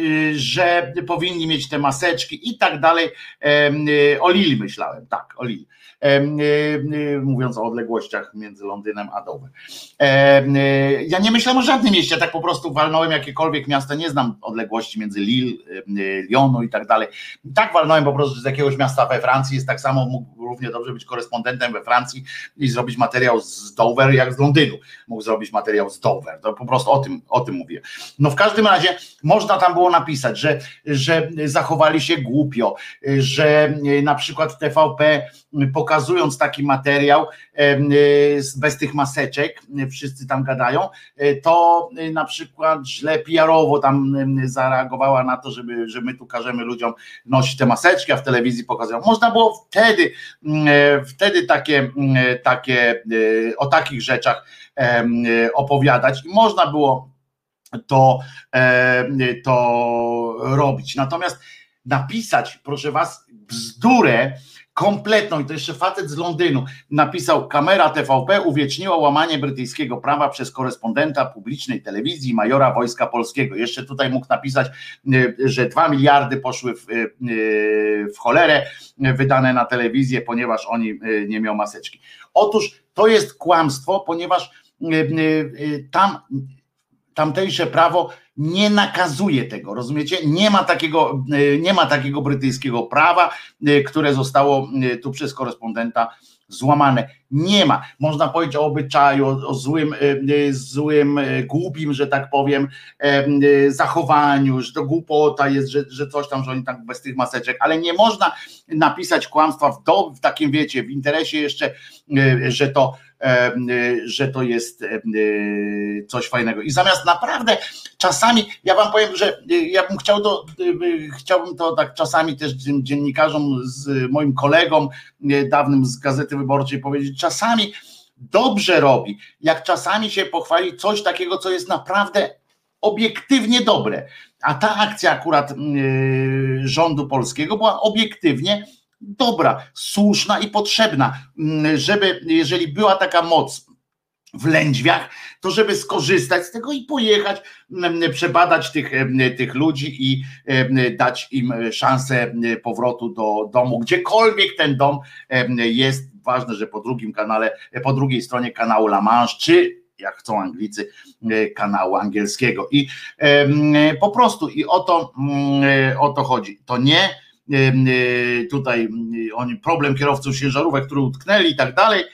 że powinni mieć te maseczki i tak dalej, e, e, o Lili myślałem, tak, o Lili, e, e, mówiąc o odległościach między Londynem a Dover. E, e, ja nie myślałem o żadnym mieście, tak po prostu walnąłem jakiekolwiek miasta, nie znam odległości między Lille, e, Lyonu i tak dalej, tak walnąłem po prostu z jakiegoś miasta we Francji, jest tak samo, mógł równie dobrze być korespondentem we Francji i zrobić materiał z Dover jak z Londynu. Mógł zrobić materiał z Dover. To po prostu o tym, o tym mówię. No w każdym razie można tam było napisać, że, że zachowali się głupio, że na przykład T V P pokazując taki materiał bez tych maseczek, wszyscy tam gadają, to na przykład źle P R owo tam zareagowała na to, żeby, że my tu każemy ludziom nosić te maseczki, a w telewizji pokazują. Można było wtedy wtedy takie, takie o takich rzeczach opowiadać i można było to, to robić. Natomiast napisać, proszę was, bzdurę kompletną, i to jeszcze facet z Londynu napisał, kamera T V P uwieczniła łamanie brytyjskiego prawa przez korespondenta publicznej telewizji majora Wojska Polskiego. Jeszcze tutaj mógł napisać, że dwa miliardy poszły w, w cholerę wydane na telewizję, ponieważ oni nie miał maseczki. Otóż to jest kłamstwo, ponieważ tam tamtejsze prawo nie nakazuje tego, rozumiecie? Nie ma takiego, nie ma takiego brytyjskiego prawa, które zostało tu przez korespondenta złamane. Nie ma. Można powiedzieć o obyczaju, o, o złym, złym, głupim, że tak powiem, zachowaniu, że to głupota jest, że, że coś tam, że oni tak bez tych maseczek, ale nie można napisać kłamstwa w, do, w takim, wiecie, w interesie jeszcze, że to że to jest coś fajnego. I zamiast naprawdę czasami, ja wam powiem, że ja bym chciał to, chciałbym to tak czasami też dziennikarzom, z moim kolegom dawnym z Gazety Wyborczej powiedzieć, czasami dobrze robi, jak czasami się pochwali coś takiego, co jest naprawdę obiektywnie dobre. A ta akcja akurat rządu polskiego była obiektywnie dobra, słuszna i potrzebna, żeby, jeżeli była taka moc w Lędźwiach, to żeby skorzystać z tego i pojechać, przebadać tych, tych ludzi i dać im szansę powrotu do domu, gdziekolwiek ten dom jest. Ważne, że po drugim kanale, po drugiej stronie kanału La Manche, czy jak chcą Anglicy, kanału angielskiego. I po prostu i o to, o to chodzi. To nie tutaj oni, problem kierowców ciężarówek, które utknęli i tak dalej,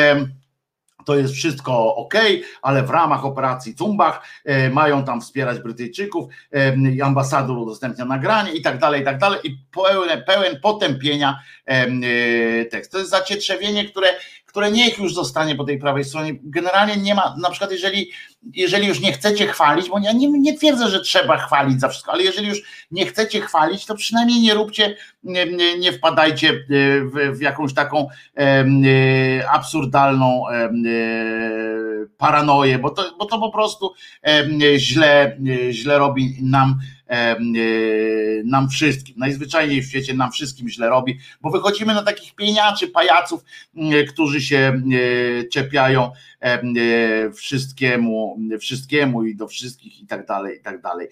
to jest wszystko ok, ale w ramach operacji Zumbach mają tam wspierać Brytyjczyków, i ambasador udostępnia nagranie i tak dalej, i tak dalej, i pełen, pełen potępienia tekst. To jest zacietrzewienie, które, które niech już zostanie po tej prawej stronie. Generalnie nie ma, na przykład jeżeli, jeżeli już nie chcecie chwalić, bo ja nie, nie twierdzę, że trzeba chwalić za wszystko, ale jeżeli już nie chcecie chwalić, to przynajmniej nie róbcie, nie, nie, nie wpadajcie w, w jakąś taką e, absurdalną e, paranoję, bo to, bo to po prostu źle, źle robi nam, nam wszystkim, najzwyczajniej w świecie nam wszystkim źle robi, bo wychodzimy na takich pieniaczy, pajaców, którzy się czepiają wszystkiemu, wszystkiemu i do wszystkich i tak dalej, i tak dalej.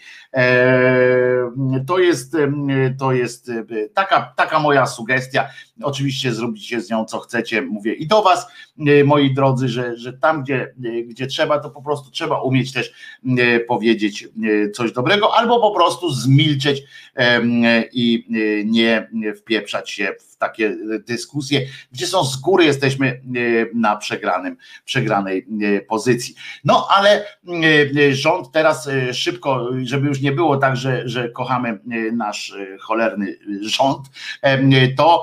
To jest, to jest taka, taka moja sugestia. Oczywiście zrobicie z nią co chcecie, mówię i do was, moi drodzy, że, że tam gdzie, gdzie trzeba, to po prostu trzeba umieć też powiedzieć coś dobrego, albo po prostu zmilczeć i nie wpieprzać się w takie dyskusje, gdzie są z góry jesteśmy na przegranym, przegranej pozycji. No ale rząd teraz szybko, żeby już nie było tak, że, że kochamy nasz cholerny rząd, to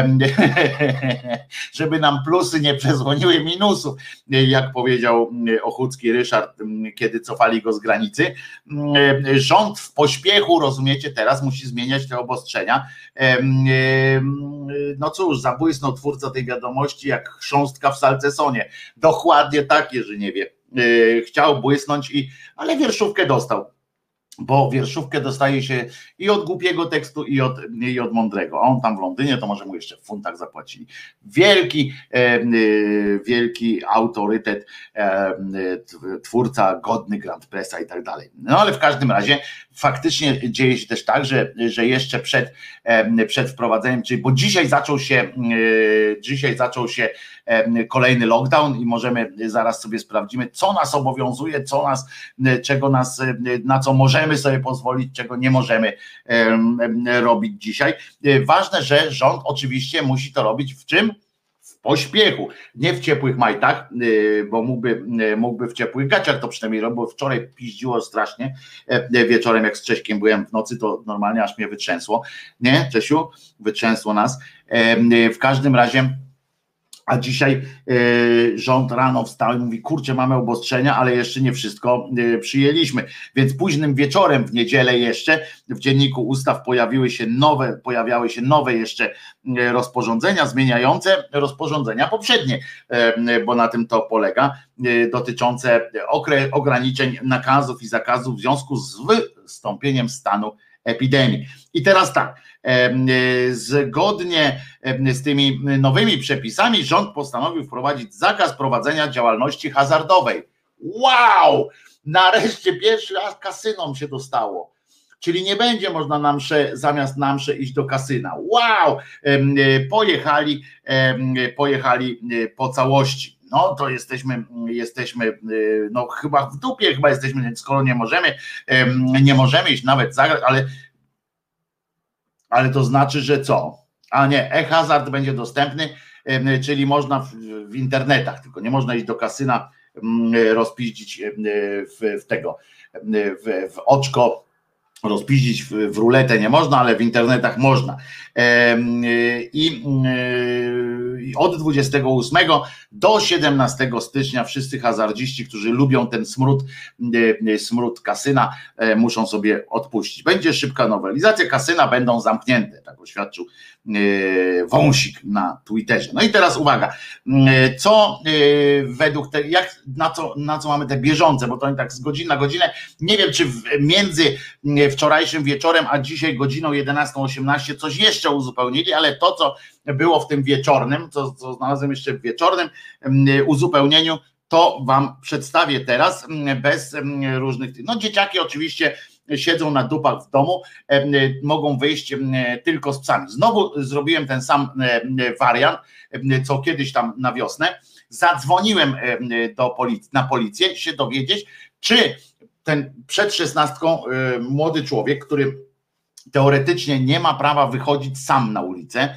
żeby nam plusy nie przesłoniły minusów, jak powiedział Ochódzki Ryszard, kiedy cofali go z granicy. Rząd w pośpiechu, rozumiecie, teraz musi zmieniać te obostrzenia. No cóż, zabłysnął twórca tej wiadomości jak chrząstka w salcesonie. Dokładnie tak, Jerzyniewie. Chciał błysnąć, i, ale wierszówkę dostał. Bo wierszówkę dostaje się i od głupiego tekstu, i od, i od mądrego. A on tam w Londynie, to może mu jeszcze w funtach zapłacili. Wielki, e, wielki autorytet, e, twórca godny Grand Pressa i tak dalej. No ale w każdym razie faktycznie dzieje się też tak, że, że jeszcze przed, e, przed wprowadzeniem, czyli bo dzisiaj zaczął się, e, dzisiaj zaczął się e, kolejny lockdown i możemy, zaraz sobie sprawdzimy, co nas obowiązuje, co nas, czego nas, na co możemy Możemy sobie pozwolić, czego nie możemy robić dzisiaj. Ważne, że rząd oczywiście musi to robić w czym? W pośpiechu, nie w ciepłych majtach, bo mógłby, mógłby w ciepłych gaciach to przynajmniej robił, bo wczoraj piździło strasznie, wieczorem jak z Cześkiem byłem w nocy, to normalnie aż mnie wytrzęsło, nie Czesiu? Wytrzęsło nas. W każdym razie a dzisiaj y, rząd rano wstał i mówi, kurczę, mamy obostrzenia, ale jeszcze nie wszystko y, przyjęliśmy. Więc późnym wieczorem w niedzielę jeszcze w Dzienniku Ustaw pojawiły się nowe, pojawiały się nowe jeszcze y, rozporządzenia zmieniające rozporządzenia poprzednie, y, bo na tym to polega, y, dotyczące okre, ograniczeń, nakazów i zakazów w związku z wystąpieniem stanu epidemii. I teraz tak, zgodnie z tymi nowymi przepisami rząd postanowił wprowadzić zakaz prowadzenia działalności hazardowej. Wow! Nareszcie pierwszy raz kasynom się dostało. Czyli nie będzie można na mszę, zamiast na mszę iść do kasyna. Wow! Pojechali, pojechali po całości. No to jesteśmy, jesteśmy, no chyba w dupie chyba jesteśmy, skoro nie możemy, nie możemy iść nawet zagrać, ale, ale to znaczy, że co? A nie, e-hazard będzie dostępny, czyli można w, w internetach, tylko nie można iść do kasyna, rozpiździć w, w tego, w, w oczko, rozpiździć w, w ruletę nie można, ale w internetach można. I od dwudziestego ósmego do siedemnastego stycznia wszyscy hazardziści, którzy lubią ten smród, smród kasyna, muszą sobie odpuścić. Będzie szybka nowelizacja, kasyna będą zamknięte, tak oświadczył Wąsik na Twitterze. No i teraz uwaga, co według te, jak, na co, na co mamy te bieżące, bo to oni tak z godziny na godzinę, nie wiem czy między wczorajszym wieczorem a dzisiaj godziną jedenastą osiemnaście coś jeszcze uzupełnili, ale to co było w tym wieczornym, co, co znalazłem jeszcze w wieczornym uzupełnieniu, to wam przedstawię teraz bez różnych, no dzieciaki oczywiście siedzą na dupach w domu, mogą wyjść tylko z psami. Znowu zrobiłem ten sam wariant, co kiedyś tam na wiosnę. Zadzwoniłem do policji, na policję się dowiedzieć, czy ten przed szesnastką młody człowiek, który teoretycznie nie ma prawa wychodzić sam na ulicę,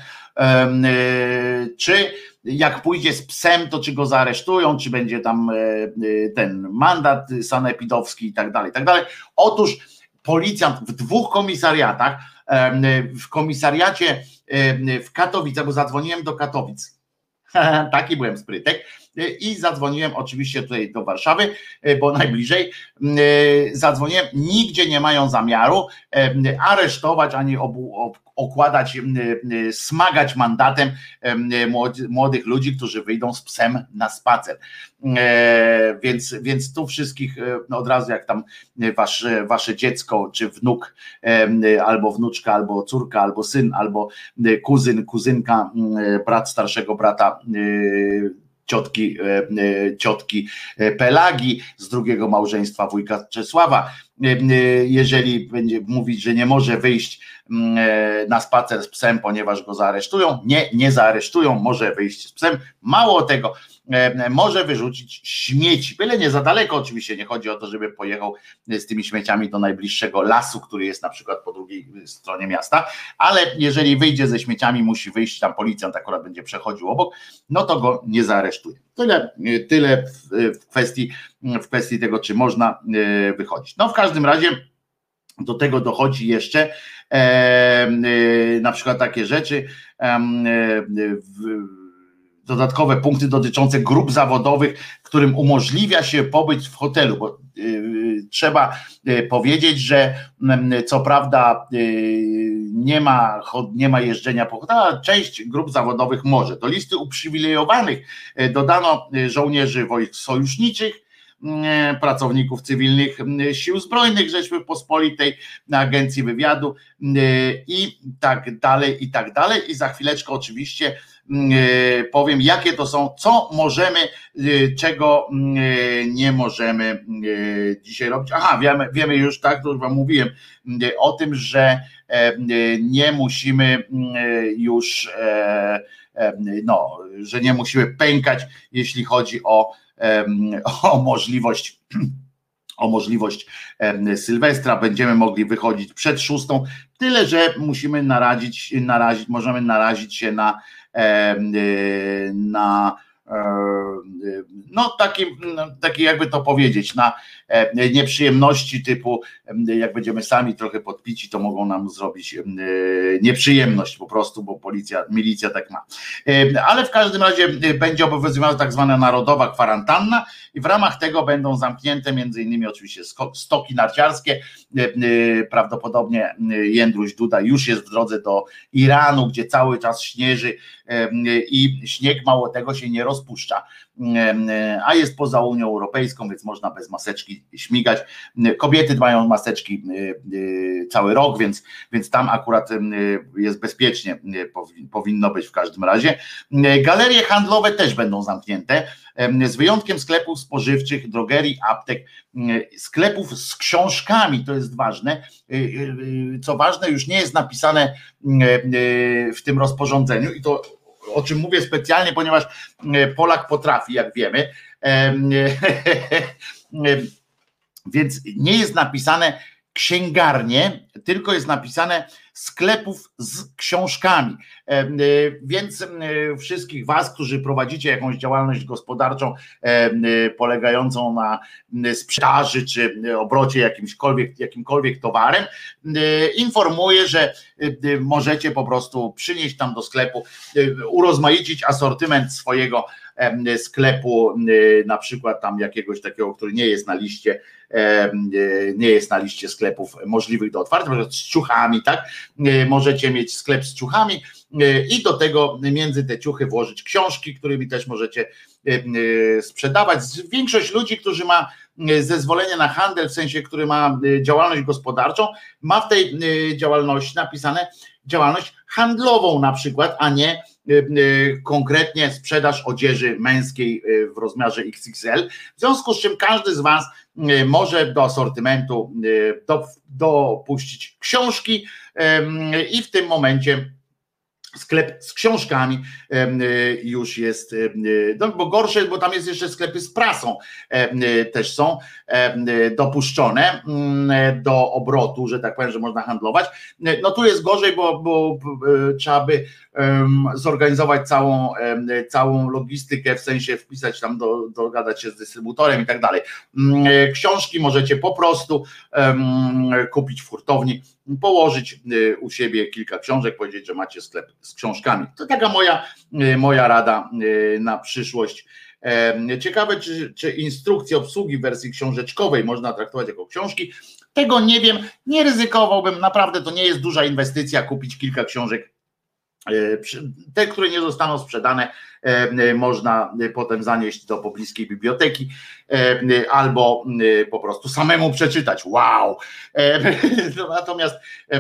czy jak pójdzie z psem, to czy go zaaresztują, czy będzie tam ten mandat sanepidowski i tak dalej, i tak dalej. Otóż policjant w dwóch komisariatach, w komisariacie w Katowicach, bo zadzwoniłem do Katowic, Taki byłem sprytek i zadzwoniłem oczywiście tutaj do Warszawy, bo najbliżej. Zadzwoniłem, nigdzie nie mają zamiaru aresztować ani obu, okładać, smagać mandatem młodych ludzi, którzy wyjdą z psem na spacer. Więc, więc tu wszystkich od razu, jak tam wasze, wasze dziecko, czy wnuk, albo wnuczka, albo córka, albo syn, albo kuzyn, kuzynka, brat starszego brata, ciotki, ciotki Pelagi z drugiego małżeństwa wujka Czesława, jeżeli będzie mówić, że nie może wyjść na spacer z psem, ponieważ go zaaresztują, nie, nie zaaresztują, może wyjść z psem, mało tego, może wyrzucić śmieci, byle nie za daleko, oczywiście nie chodzi o to, żeby pojechał z tymi śmieciami do najbliższego lasu, który jest na przykład po drugiej stronie miasta, ale jeżeli wyjdzie ze śmieciami, musi wyjść, tam policjant akurat będzie przechodził obok, no to go nie zaaresztuje. Tyle, tyle w kwestii, w kwestii tego, czy można wychodzić. No w każdym razie do tego dochodzi jeszcze e, na przykład takie rzeczy, e, w, dodatkowe punkty dotyczące grup zawodowych, którym umożliwia się pobyt w hotelu, bo y, trzeba y, powiedzieć, że y, co prawda y, nie ma, nie ma jeżdżenia po hotelu, a część grup zawodowych może. Do listy uprzywilejowanych y, dodano y, żołnierzy wojsk sojuszniczych, y, pracowników cywilnych y, Sił Zbrojnych Rzeczypospolitej, Agencji Wywiadu y, i tak dalej, i tak dalej. I za chwileczkę oczywiście powiem, jakie to są, co możemy, czego nie możemy dzisiaj robić. Aha, wiemy, wiemy już, tak, to już wam mówiłem o tym, że nie musimy już, no, że nie musimy pękać, jeśli chodzi o, o możliwość o możliwość Sylwestra, będziemy mogli wychodzić przed szóstą, tyle, że musimy narazić, narazić, możemy narazić się na na no taki, taki jakby to powiedzieć, na nieprzyjemności typu, jak będziemy sami trochę podpici, to mogą nam zrobić nieprzyjemność po prostu, bo policja, milicja tak ma. Ale w każdym razie będzie obowiązywała tak zwana narodowa kwarantanna i w ramach tego będą zamknięte między innymi oczywiście stoki narciarskie. Prawdopodobnie Jędruś Duda już jest w drodze do Iranu, gdzie cały czas śnieży i śnieg mało tego się nie rozpuszcza, a jest poza Unią Europejską, więc można bez maseczki śmigać. Kobiety mają maseczki cały rok, więc, więc tam akurat jest bezpiecznie, powinno być w każdym razie. Galerie handlowe też będą zamknięte, z wyjątkiem sklepów spożywczych, drogerii, aptek, sklepów z książkami, to jest ważne. Co ważne, już nie jest napisane w tym rozporządzeniu i to, o czym mówię specjalnie, ponieważ Polak potrafi, jak wiemy, więc nie jest napisane księgarnie, tylko jest napisane sklepów z książkami, więc wszystkich was, którzy prowadzicie jakąś działalność gospodarczą polegającą na sprzedaży czy obrocie jakimkolwiek, jakimkolwiek towarem, informuję, że możecie po prostu przynieść tam do sklepu, urozmaicić asortyment swojego sklepu, na przykład tam jakiegoś takiego, który nie jest na liście, nie jest na liście sklepów możliwych do otwarcia, na przykład z ciuchami, tak? Możecie mieć sklep z ciuchami i do tego między te ciuchy włożyć książki, którymi też możecie sprzedawać. Większość ludzi, którzy ma zezwolenie na handel, w sensie, który ma działalność gospodarczą, ma w tej działalności napisane działalność handlową na przykład, a nie konkretnie sprzedaż odzieży męskiej w rozmiarze X X L, w związku z czym każdy z was może do asortymentu do, dopuścić książki i w tym momencie sklep z książkami już jest, no bo gorsze, bo tam jest jeszcze sklepy z prasą też są dopuszczone do obrotu, że tak powiem, że można handlować. No tu jest gorzej, bo, bo trzeba by zorganizować całą, całą logistykę, w sensie wpisać tam, do, dogadać się z dystrybutorem i tak dalej. Książki możecie po prostu kupić w hurtowni położyć u siebie kilka książek, powiedzieć, że macie sklep z książkami. To taka moja, moja rada na przyszłość. Ciekawe, czy, czy instrukcje obsługi w wersji książeczkowej można traktować jako książki. Tego nie wiem, nie ryzykowałbym, naprawdę to nie jest duża inwestycja kupić kilka książek. Te, które nie zostaną sprzedane, można potem zanieść do pobliskiej biblioteki albo po prostu samemu przeczytać. Wow! Natomiast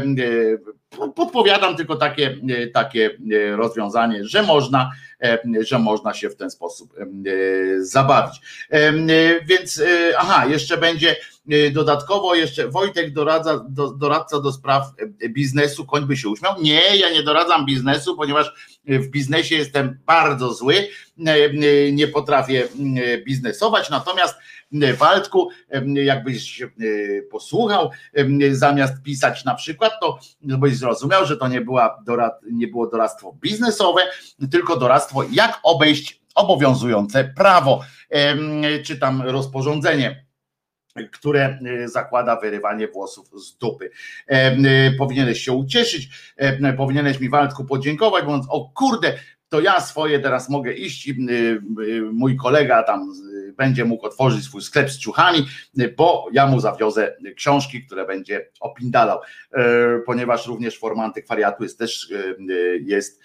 podpowiadam tylko takie, takie rozwiązanie, że można, że można się w ten sposób zabawić. Więc aha, jeszcze będzie dodatkowo jeszcze Wojtek doradza, do, doradca do spraw biznesu, koń by się uśmiał. Nie, ja nie doradzam biznesu, ponieważ w biznesie jestem bardzo zły, nie potrafię biznesować, natomiast Waldku, jakbyś posłuchał, zamiast pisać na przykład, to byś zrozumiał, że to nie, była dorad, nie było doradztwo biznesowe, tylko doradztwo, jak obejść obowiązujące prawo, czy tam rozporządzenie, które zakłada wyrywanie włosów z dupy. Powinieneś się ucieszyć, powinieneś mi, Waldku, podziękować, mówiąc, o kurde, to ja swoje teraz mogę iść i mój kolega tam będzie mógł otworzyć swój sklep z ciuchami, bo ja mu zawiozę książki, które będzie opindalał, ponieważ również formą antykwariatu jest też jest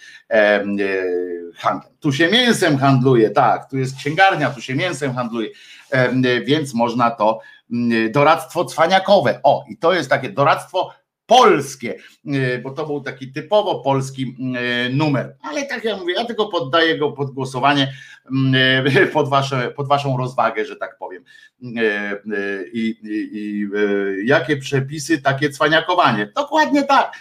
handel. Tu się mięsem handluje, tak, tu jest księgarnia, tu się mięsem handluje, więc można to doradztwo cwaniakowe. O, i to jest takie doradztwo polskie, bo to był taki typowo polski numer, ale tak jak mówię, ja tylko poddaję go pod głosowanie, pod, wasze, pod waszą rozwagę, że tak powiem. I, i, i jakie przepisy, takie cwaniakowanie. Dokładnie tak.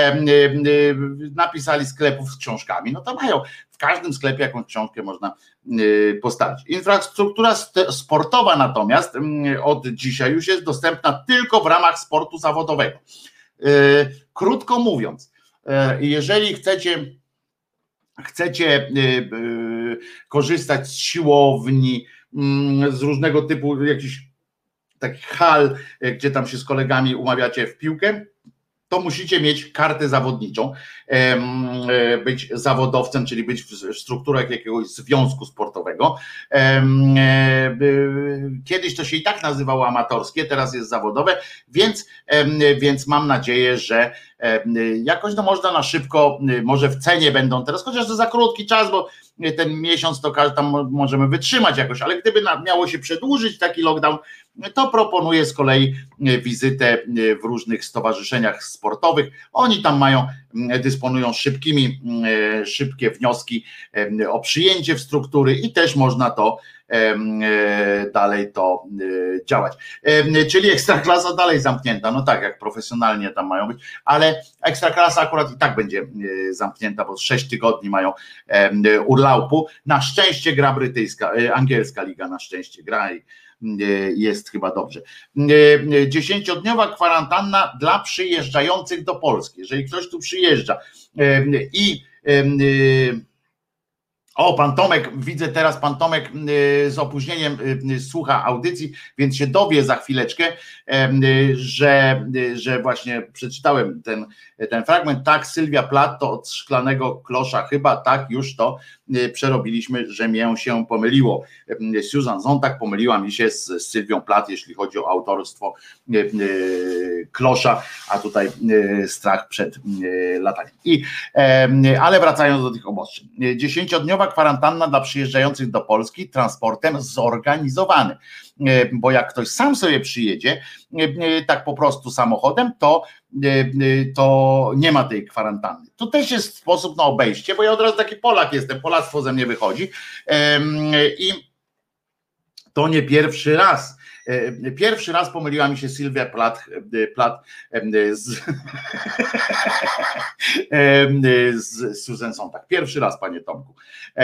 Napisali sklepów z książkami, no to mają. W każdym sklepie jakąś książkę można postawić. Infrastruktura sportowa natomiast od dzisiaj już jest dostępna tylko w ramach sportu zawodowego. Krótko mówiąc, jeżeli chcecie, chcecie korzystać z siłowni, z różnego typu jakichś takich hal, gdzie tam się z kolegami umawiacie w piłkę, to musicie mieć kartę zawodniczą, być zawodowcem, czyli być w strukturach jakiegoś związku sportowego. Kiedyś to się i tak nazywało amatorskie, teraz jest zawodowe, więc, więc mam nadzieję, że jakoś to można na szybko, może w cenie będą teraz, chociaż to za krótki czas, bo ten miesiąc to tam możemy wytrzymać jakoś, ale gdyby miało się przedłużyć taki lockdown, to proponuję z kolei wizytę w różnych stowarzyszeniach sportowych. Oni tam mają, dysponują szybkimi, szybkie wnioski o przyjęcie w struktury i też można to dalej to działać. Czyli Ekstraklasa dalej zamknięta, no tak, jak profesjonalnie tam mają być, ale Ekstraklasa akurat i tak będzie zamknięta, bo sześć tygodni mają urlopu. Na szczęście gra brytyjska, angielska liga na szczęście gra i jest chyba dobrze. Dziesięciodniowa kwarantanna dla przyjeżdżających do Polski. Jeżeli ktoś tu przyjeżdża i o, pan Tomek, widzę teraz, pan Tomek z opóźnieniem słucha audycji, więc się dowie za chwileczkę, że, że właśnie przeczytałem ten, ten fragment. Tak, Sylwia Plath to od szklanego klosza, chyba tak, już to przerobiliśmy, że mię się pomyliło. Susan Zontag pomyliła mi się z Sylwią Plath, jeśli chodzi o autorstwo klosza, a tutaj strach przed lataniem. I, ale wracając do tych obostrzeń. Dziesięciodniowa kwarantanna dla przyjeżdżających do Polski transportem zorganizowany, bo jak ktoś sam sobie przyjedzie tak po prostu samochodem, to, to nie ma tej kwarantanny. To też jest sposób na obejście, bo ja od razu taki Polak jestem, polactwo ze mnie wychodzi i to nie pierwszy raz. Pierwszy raz pomyliła mi się Sylwia Plath, Plath z, z Susan Sontag. Pierwszy raz, panie Tomku.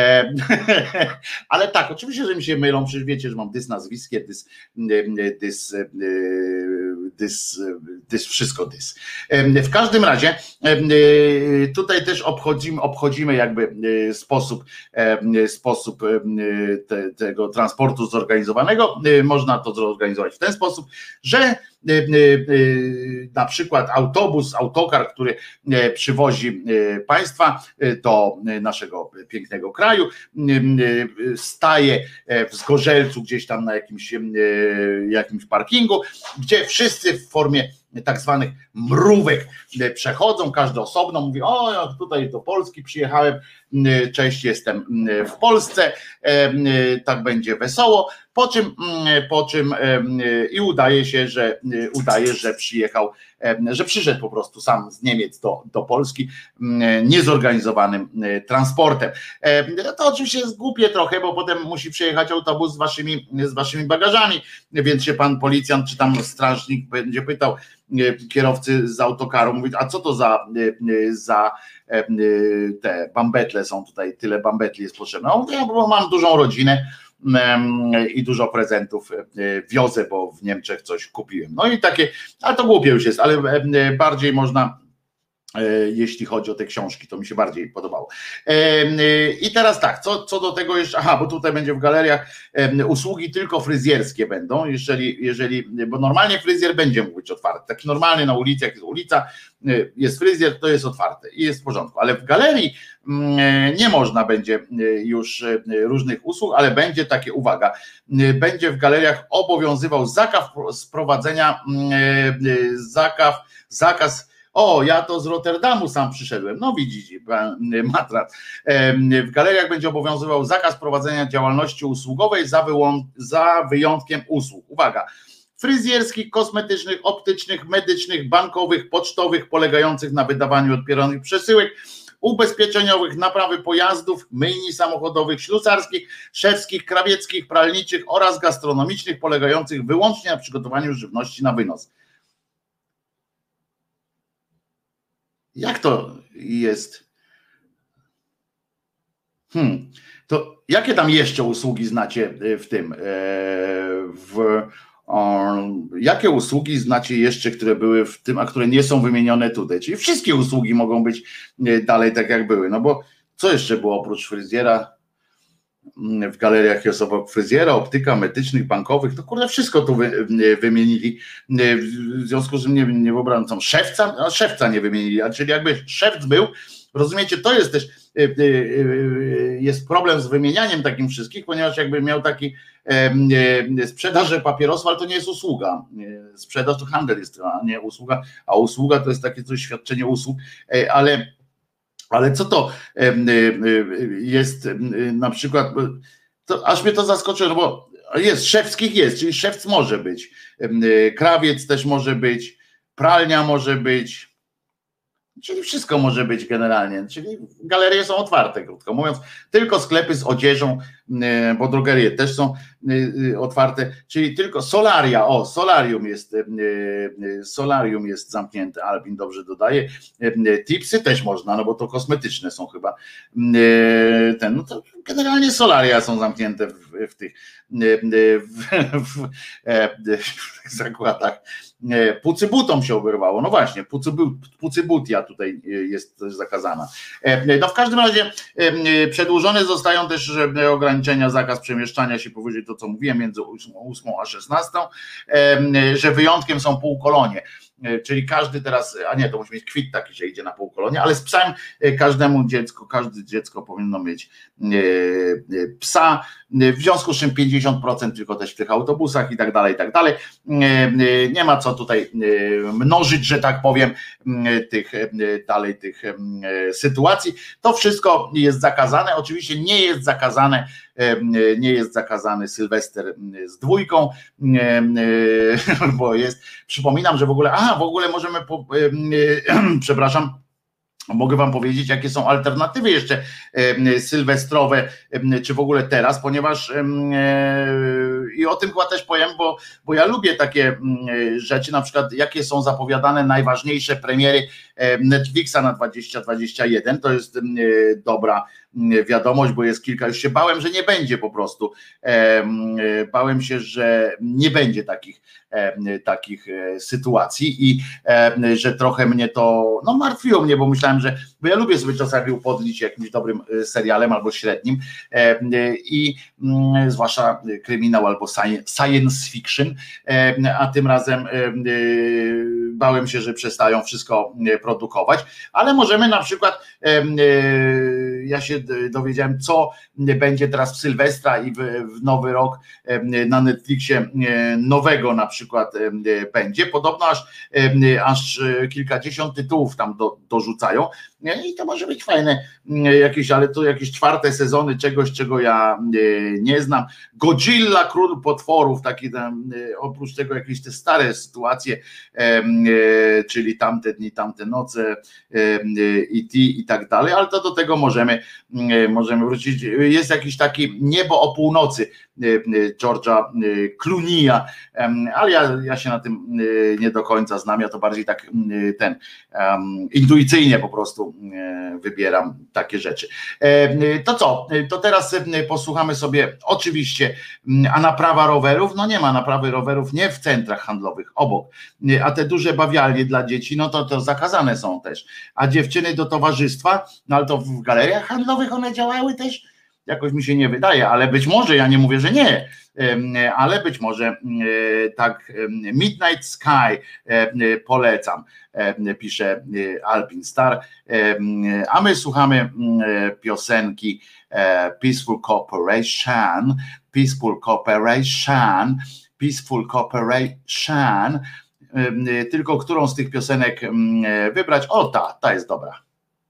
Ale tak, oczywiście, że mi się mylą, przecież wiecie, że mam dys nazwiskie, dys, dys, dys, dys, wszystko dys. W każdym razie tutaj też obchodzimy, obchodzimy jakby sposób, sposób te, tego transportu zorganizowanego. Można to zorganizować w ten sposób, że na przykład autobus, autokar, który przywozi państwa do naszego pięknego kraju, staje w Zgorzelcu gdzieś tam na jakimś, jakimś parkingu, gdzie wszyscy w formie tak zwanych mrówek przechodzą, każdy osobno mówi: o, ja tutaj do Polski przyjechałem, cześć, jestem w Polsce, tak będzie wesoło, po czym, po czym i udaje się, że udaje, że przyjechał, że przyszedł po prostu sam z Niemiec do, do Polski niezorganizowanym transportem. To oczywiście jest głupie trochę, bo potem musi przyjechać autobus z waszymi, z waszymi bagażami, więc się pan policjant czy tam strażnik będzie pytał kierowcy z autokaru, mówi: a co to za, za te bambetle są tutaj, tyle bambetli jest potrzebne? On mówi: ja bo mam dużą rodzinę i dużo prezentów wiozę, bo w Niemczech coś kupiłem. No i takie, ale to głupie już jest, ale bardziej można, jeśli chodzi o te książki, to mi się bardziej podobało. I teraz tak, co, co do tego jeszcze, aha, bo tutaj będzie w galeriach usługi tylko fryzjerskie będą, jeżeli, jeżeli, bo normalnie fryzjer będzie mógł być otwarty, taki normalny na ulicy, jak jest ulica, jest fryzjer, to jest otwarte i jest w porządku, ale w galerii nie można będzie już różnych usług, ale będzie takie, uwaga, będzie w galeriach obowiązywał zakaz sprowadzenia, zakaz, zakaz O, ja to z Rotterdamu sam przyszedłem. No widzicie, pan Matrat. W galeriach będzie obowiązywał zakaz prowadzenia działalności usługowej za, wyłą- za wyjątkiem usług. Uwaga. Fryzjerskich, kosmetycznych, optycznych, medycznych, bankowych, pocztowych, polegających na wydawaniu odpieranych przesyłek, ubezpieczeniowych, naprawy pojazdów, myjni samochodowych, ślusarskich, szewskich, krawieckich, pralniczych oraz gastronomicznych, polegających wyłącznie na przygotowaniu żywności na wynos. Jak to jest? Hmm. To jakie tam jeszcze usługi znacie w tym? W, um, jakie usługi znacie jeszcze, które były w tym, a które nie są wymienione tutaj? Czyli wszystkie usługi mogą być dalej tak jak były. No bo co jeszcze było oprócz fryzjera? W galeriach jest obok fryzjera, optyka, medycznych, bankowych, to kurde wszystko tu wy, wymienili, w związku z tym nie, nie wyobrażam, co szewca, a szewca nie wymienili, a czyli jakby szewc był, rozumiecie, to jest też, jest problem z wymienianiem takim wszystkich, ponieważ jakby miał taki sprzedaż papierosów, ale to nie jest usługa, sprzedaż to handel jest, a nie usługa, a usługa to jest takie coś, świadczenie usług, ale Ale co to jest na przykład, to aż mnie to zaskoczyło, no bo jest, szewckich jest, czyli szewc może być, krawiec też może być, pralnia może być, czyli wszystko może być generalnie, czyli galerie są otwarte, krótko mówiąc, tylko sklepy z odzieżą, bo drogerie też są otwarte, czyli tylko solaria, o, solarium jest, solarium jest zamknięte, Albin dobrze dodaje, tipsy też można, no bo to kosmetyczne są chyba, ten, no to generalnie solaria są zamknięte w, w tych w, w, w, w zakładach. Pucybutom się oberwało, no właśnie, pucybutia tutaj jest też zakazana. No w każdym razie przedłużone zostają też ograniczenia, zakaz przemieszczania się powyżej, to co mówiłem, między ósmą a szesnastą, że wyjątkiem są półkolonie, czyli każdy teraz, a nie, to musi mieć kwit taki, że idzie na półkolonie, ale z psem każdemu dziecku, każde dziecko powinno mieć psa, w związku z czym pięćdziesiąt procent tylko też w tych autobusach i tak dalej, i tak dalej. Nie ma co tutaj mnożyć, że tak powiem, tych dalej tych sytuacji. To wszystko jest zakazane. Oczywiście nie jest zakazane, nie jest zakazany Sylwester z dwójką, bo jest, przypominam, że w ogóle, aha, w ogóle możemy, po, przepraszam, mogę wam powiedzieć, jakie są alternatywy jeszcze sylwestrowe, czy w ogóle teraz, ponieważ i o tym chyba też powiem, bo, bo ja lubię takie rzeczy, na przykład jakie są zapowiadane najważniejsze premiery Netflixa na dwadzieścia dwadzieścia jeden, to jest dobra wiadomość, bo jest kilka, już się bałem, że nie będzie po prostu, bałem się, że nie będzie takich takich sytuacji i że trochę mnie to, no martwiło mnie, bo myślałem, pomyślałem, że, bo ja lubię sobie czasami upodlić jakimś dobrym serialem albo średnim i zwłaszcza kryminał albo science fiction, a tym razem bałem się, że przestają wszystko produkować, ale możemy na przykład, ja się dowiedziałem, co będzie teraz w Sylwestra i w, w nowy rok na Netflixie nowego na przykład będzie, podobno aż, aż kilkadziesiąt tytułów tam do, dorzucają i to może być fajne jakieś, ale to jakieś czwarte sezony czegoś, czego ja nie znam. Godzilla, Król Potworów, taki tam, oprócz tego jakieś te stare sytuacje, czyli tamte dni, tamte noce i T i tak dalej, ale to do tego możemy, możemy wrócić. Jest jakiś taki Niebo o północy George'a Clooney'a, ale ja, ja się na tym nie do końca znam, ja to bardziej tak ten intuicyjnie po prostu wybieram takie rzeczy. To co? To teraz posłuchamy sobie oczywiście, a naprawa rowerów, no nie ma naprawy rowerów, nie w centrach handlowych, obok, a te duże bawialnie dla dzieci, no to, to zakazane są też, a dziewczyny do towarzystwa, no ale to w galeriach handlowych one działały też, jakoś mi się nie wydaje, ale być może, ja nie mówię, że nie, ale być może tak Midnight Sky polecam, pisze Alpin Star, a my słuchamy piosenki Peaceful Cooperation, Peaceful Cooperation, Peaceful Cooperation, tylko którą z tych piosenek wybrać? O, ta, ta jest dobra.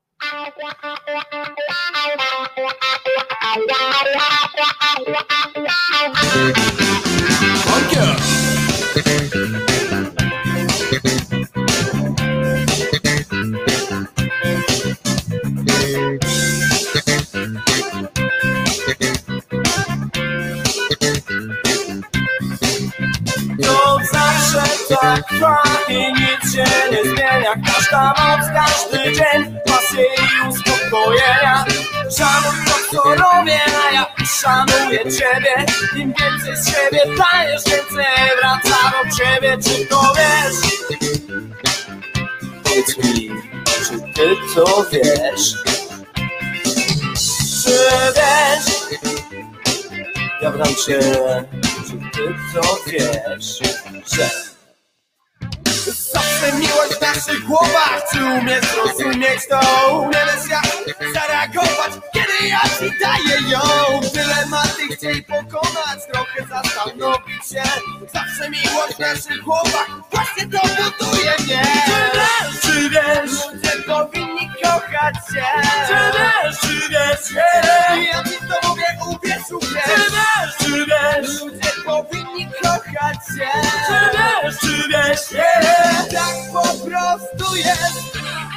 To zawsze tak trwa i nic się nie zmienia. Każda noc, każdy dzień pasje i uspokojenia. Szanuj to, co robię, a ja szanuję ciebie. Im więcej z siebie dajesz, więcej wraca do ciebie. Czy to wiesz? Powiedz mi, czy ty to wiesz? Czy wiesz? Ja wram cię. Czy ty to wiesz, że zawsze miłość w naszych głowach. Czy umiesz zrozumieć to? Umiesz jak zareagować, kiedy ja ci daję ją. Dylematy chciej pokonać, trochę zastanowić się. Zawsze miłość w naszych głowach, właśnie to buduje mnie. Czy wiesz, czy wiesz, ludzie powinni kochać się. Czy wiesz, czy wiesz, yeah. Ja ci to mówię, uwierz, uwierz. Czy wiesz, czy wiesz, ludzie powinni kochać się. Czy wiesz, czy wiesz, yeah. Tak po prostu jest.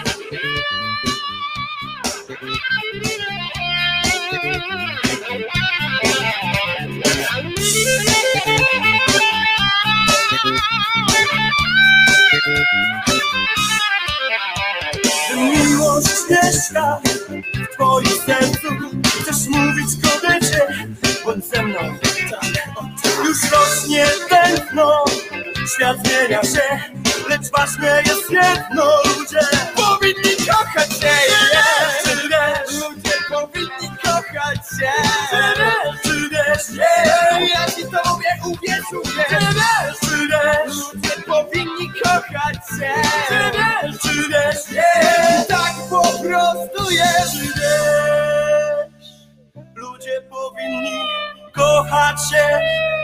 Miłość mieszka w twoim sercu. Chcesz mówić kobiecie, bądź ze mną, tak, o tak. Już rośnie tętno, świat zmienia się, lecz ważne jest jedno, ludzie powinni kochać się, yeah. Czy wiesz, ludzie powinni kochać się. Czy wiesz, czy wiesz, yeah. Ja ci to mówię, uwierz, uwierz. Czy wiesz, czy wiesz, ludzie powinni kochać się. Czy wiesz, czy wiesz, yeah. Tak po prostu jest. Czy wiesz, ludzie powinni kochać się.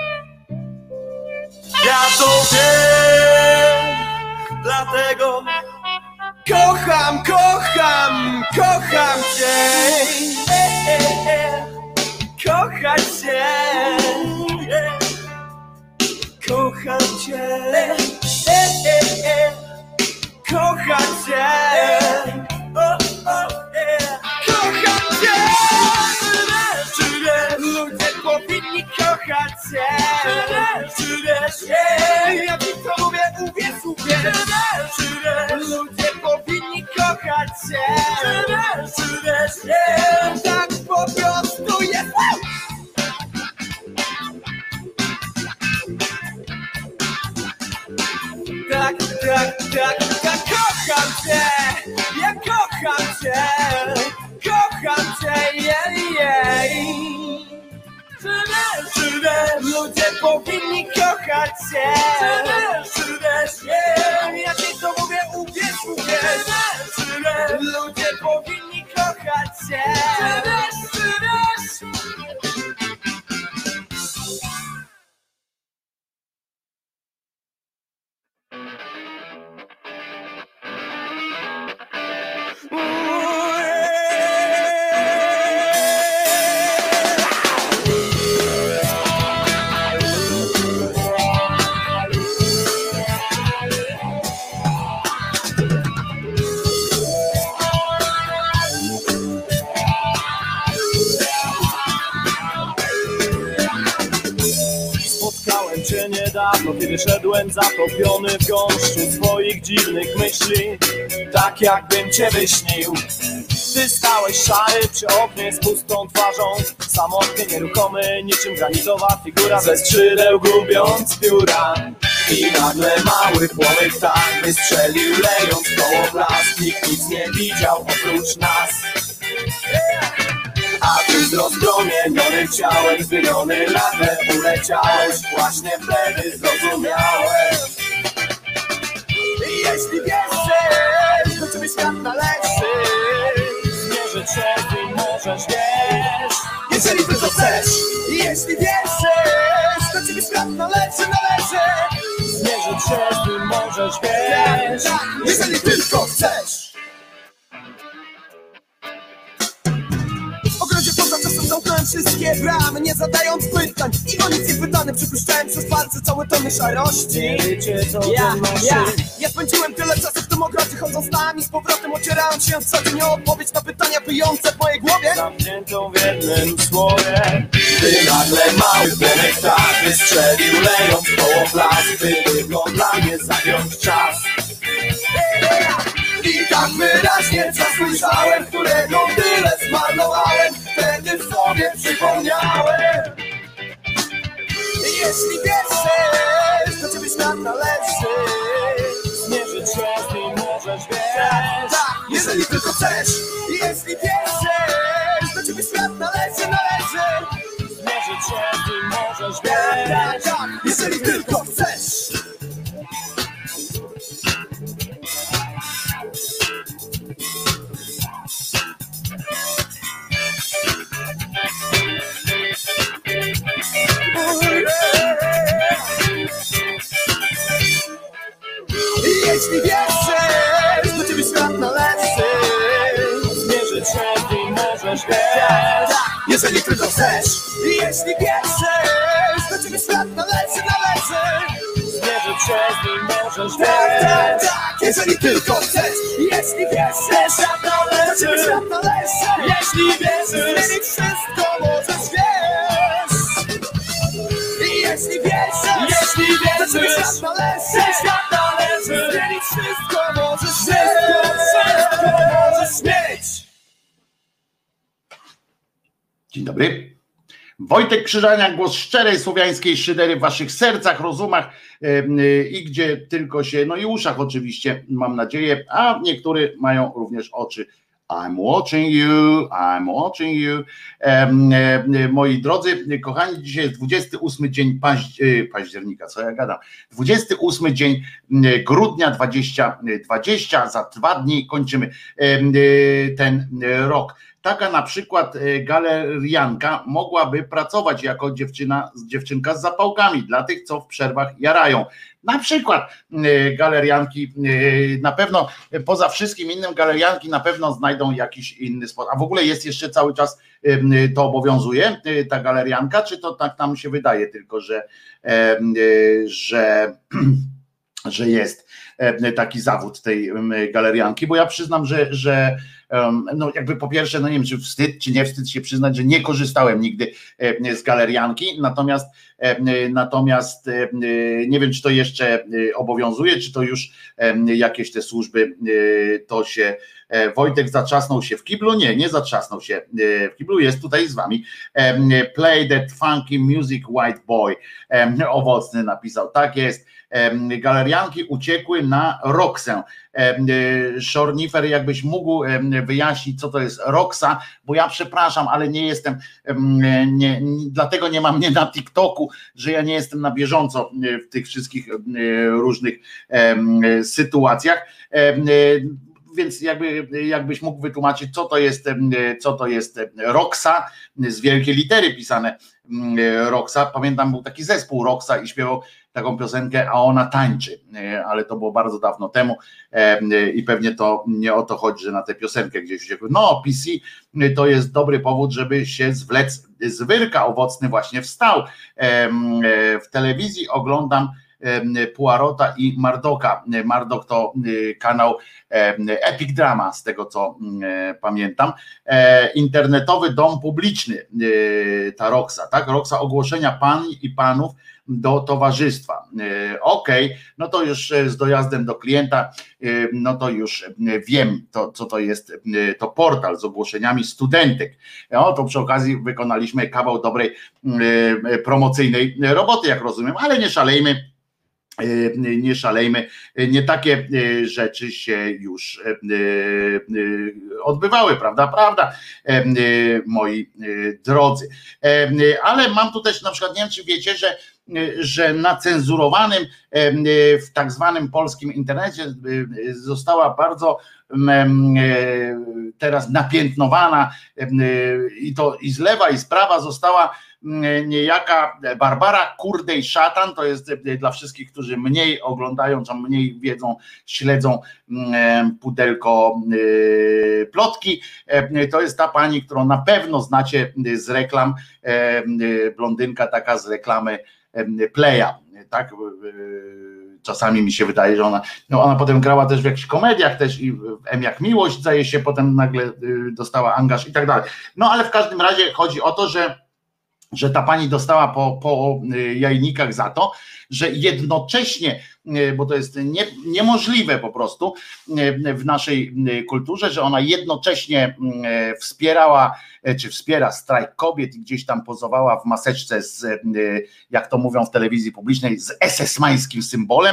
Ja to wiem, dlatego kocham, kocham, kocham cię. E, e, e. Kochać cię, e. Kocham cię, e, e, e. Kocham cię, o, o, e. Kocham cię. Czy wiesz, ludzie powinni kochać cię. Czy wiesz, yeah. Ja ci to mówię, uwierz, uwierz. Czy wiesz, ludzie powinni kochać cię. Czy wiesz, czy wiesz, yeah. Tak po prostu jest. Tak, tak, tak, tak, kocham cię. Ja kocham Czy wiesz, czy wiesz, ludzie powinni kochać się. Czy wiesz, czy wiesz, yeah. Ja ci to mówię, uwierz, uwierz. Czy wiesz, ludzie powinni kochać się. Czy wiesz, czy wiesz. Cię niedawno, kiedy szedłem zatopiony w gąszczu swoich dziwnych myśli, tak jakbym cię wyśnił. Ty stałeś szary przy oknie z pustą twarzą, samotny, nieruchomy, niczym granitowa figura ze skrzydeł gubiąc pióra. I nagle mały płomyk tak wystrzelił, lejąc koło blask. Nikt nic nie widział oprócz nas. A ty z rozpromienionym ciałem zdymiony nagle uleciałeś. Właśnie wtedy zrozumiałeś. Jeśli wierzysz, to ciebie świat należy. Zmierzyć się i możesz, wiesz. Jeżeli tylko chcesz. Jeśli wierzysz, to ciebie świat należy, należy. Zmierzyć się i możesz, wiesz. Jeżeli tylko chcesz. W ogrodzie poza czasem zamknąłem wszystkie bramy, nie zadając pytań i o nic nie pytany. Przypuszczałem przez palce całe tony szarości. Wiecie, co ja, ja, ja spędziłem tyle czasu w tym ogrodzie, chodząc z nami z powrotem, ocierając się co dzień o odpowiedź na pytania wyjące w mojej głowie, zamkniętą w jednym słowie. Ty nagle mały płomek tak wystrzelił, lejąc koło blask, by tylko dla mnie zagiąć czas. I tak wyraźnie czas ujrzałem, którego tyle zmarnowałem. Wtedy w sobie przypomniałem. Jeśli wierzysz, to ciebie świat należy. Zmierzyć się z nim możesz, wiesz. Tak, jeżeli tylko chcesz. Jeśli wierzysz, to ciebie świat należy, należy. Zmierzyć się z nim możesz, wiesz. Tak, tak, jeżeli tylko chcesz. Jeśli wierzysz, to ciebie świat należy. Zmierzyć się z nim możesz, wiesz. Jeżeli tylko chcesz. Jeśli wierzysz, to ciebie świat należy, należy. Zmierzyć się z nim możesz, wiesz. Jeżeli tylko chcesz. Jeśli wierzysz, to ciebie świat należy. Jeśli wierzysz, zmienić wszystko możesz, wiesz. Jeśli wierzysz, jeśli wierzysz, to ciebie świat należy, świat należy. Zmienić wszystko możesz, wszystko, wszystko możesz mieć. Dzień dobry. Wojtek Krzyżaniak, głos szczerej słowiańskiej szydery w waszych sercach, rozumach yy, i gdzie tylko się, no i uszach oczywiście, mam nadzieję, a niektórzy mają również oczy. I'm watching you, I'm watching you. Um, e, moi drodzy, kochani, dzisiaj jest dwudziesty ósmy dzień paź, e, października, co ja gadam, dwudziesty ósmy dzień grudnia dwa tysiące dwudziestego, za dwa dni kończymy e, ten rok. Taka na przykład galerianka mogłaby pracować jako dziewczyna, dziewczynka z zapałkami dla tych, co w przerwach jarają. Na przykład galerianki, na pewno poza wszystkim innym galerianki na pewno znajdą jakiś inny sposób. A w ogóle jest jeszcze cały czas, to obowiązuje ta galerianka, czy to tak nam się wydaje tylko, że, że, że jest taki zawód tej galerianki, bo ja przyznam, że, że no jakby po pierwsze, no nie wiem, czy wstyd, czy nie wstyd się przyznać, że nie korzystałem nigdy z galerianki, natomiast natomiast nie wiem, czy to jeszcze obowiązuje, czy to już jakieś te służby to się, Wojtek zatrzasnął się w kiblu, nie, nie zatrzasnął się w kiblu, jest tutaj z wami. Play that funky music, white boy, Owocny napisał, tak jest. Galerianki uciekły trafiłem na Roxę. Szornifer, jakbyś mógł wyjaśnić, co to jest Roxa, bo ja przepraszam, ale nie jestem, nie, nie, dlatego nie mam mnie na TikToku, że ja nie jestem na bieżąco w tych wszystkich różnych sytuacjach. Więc jakby, jakbyś mógł wytłumaczyć, co to jest, co to jest Roxa, z wielkiej litery pisane Roxa. Pamiętam, był taki zespół Roxa i śpiewał taką piosenkę, a ona tańczy, ale to było bardzo dawno temu i pewnie to nie o to chodzi, że na tę piosenkę gdzieś no P C to jest dobry powód, żeby się zwlec z wyrka owocny właśnie wstał. W telewizji oglądam Poirota i Mardoka. Mardok to kanał Epic Drama, z tego co pamiętam. Internetowy dom publiczny, ta Roxa, tak? Roxa, ogłoszenia pań i panów do towarzystwa. Okej, okay, no to już z dojazdem do klienta, no to już wiem, to, co to jest, to portal z ogłoszeniami studentek. No to przy okazji wykonaliśmy kawał dobrej promocyjnej roboty, jak rozumiem, ale nie szalejmy. Nie szalejmy, nie takie rzeczy się już odbywały, prawda, prawda, moi drodzy. Ale mam tu też na przykład, nie wiem czy wiecie, że, że na cenzurowanym w tak zwanym polskim internecie została bardzo teraz napiętnowana i to i z lewa i z prawa została niejaka Barbara Kurdej-Szatan, to jest dla wszystkich, którzy mniej oglądają, czy mniej wiedzą, śledzą pudelko plotki, to jest ta pani, którą na pewno znacie z reklam, blondynka taka z reklamy Playa, tak? Czasami mi się wydaje, że ona, no ona potem grała też w jakichś komediach też i w M jak Miłość, zdaje się, potem nagle dostała angaż i tak dalej. No ale w każdym razie chodzi o to, że że ta pani dostała po, po jajnikach za to, że jednocześnie, bo to jest nie, niemożliwe po prostu w naszej kulturze, że ona jednocześnie wspierała, czy wspiera strajk kobiet i gdzieś tam pozowała w maseczce z, jak to mówią w telewizji publicznej, z es es mańskim symbolem,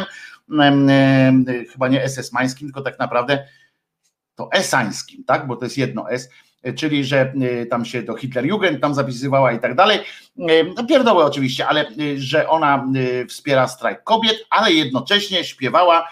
chyba nie es es mańskim, tylko tak naprawdę to esańskim, tak, bo to jest jedno S, czyli że tam się do Hitlerjugend tam zapisywała i tak dalej, no pierdoły oczywiście, ale że ona wspiera strajk kobiet, ale jednocześnie śpiewała,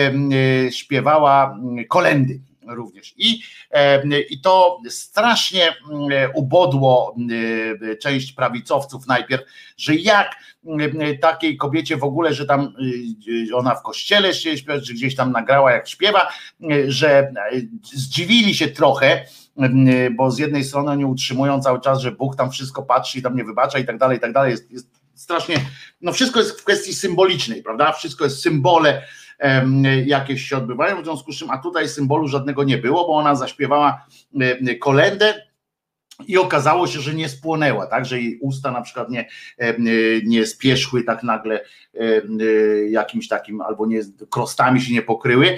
śpiewała kolędy również i, i to strasznie ubodło część prawicowców najpierw, że jak takiej kobiecie w ogóle, że tam ona w kościele się śpiewa, czy gdzieś tam nagrała jak śpiewa, że zdziwili się trochę, bo z jednej strony oni utrzymują cały czas, że Bóg tam wszystko patrzy i tam nie wybacza i tak dalej, i tak dalej, jest, jest strasznie, no wszystko jest w kwestii symbolicznej, prawda, wszystko jest symbole jakieś się odbywają, w związku z czym, a tutaj symbolu żadnego nie było, bo ona zaśpiewała kolędę i okazało się, że nie spłonęła, tak, że jej usta na przykład nie, nie spieszły tak nagle jakimś takim, albo nie, krostami się nie pokryły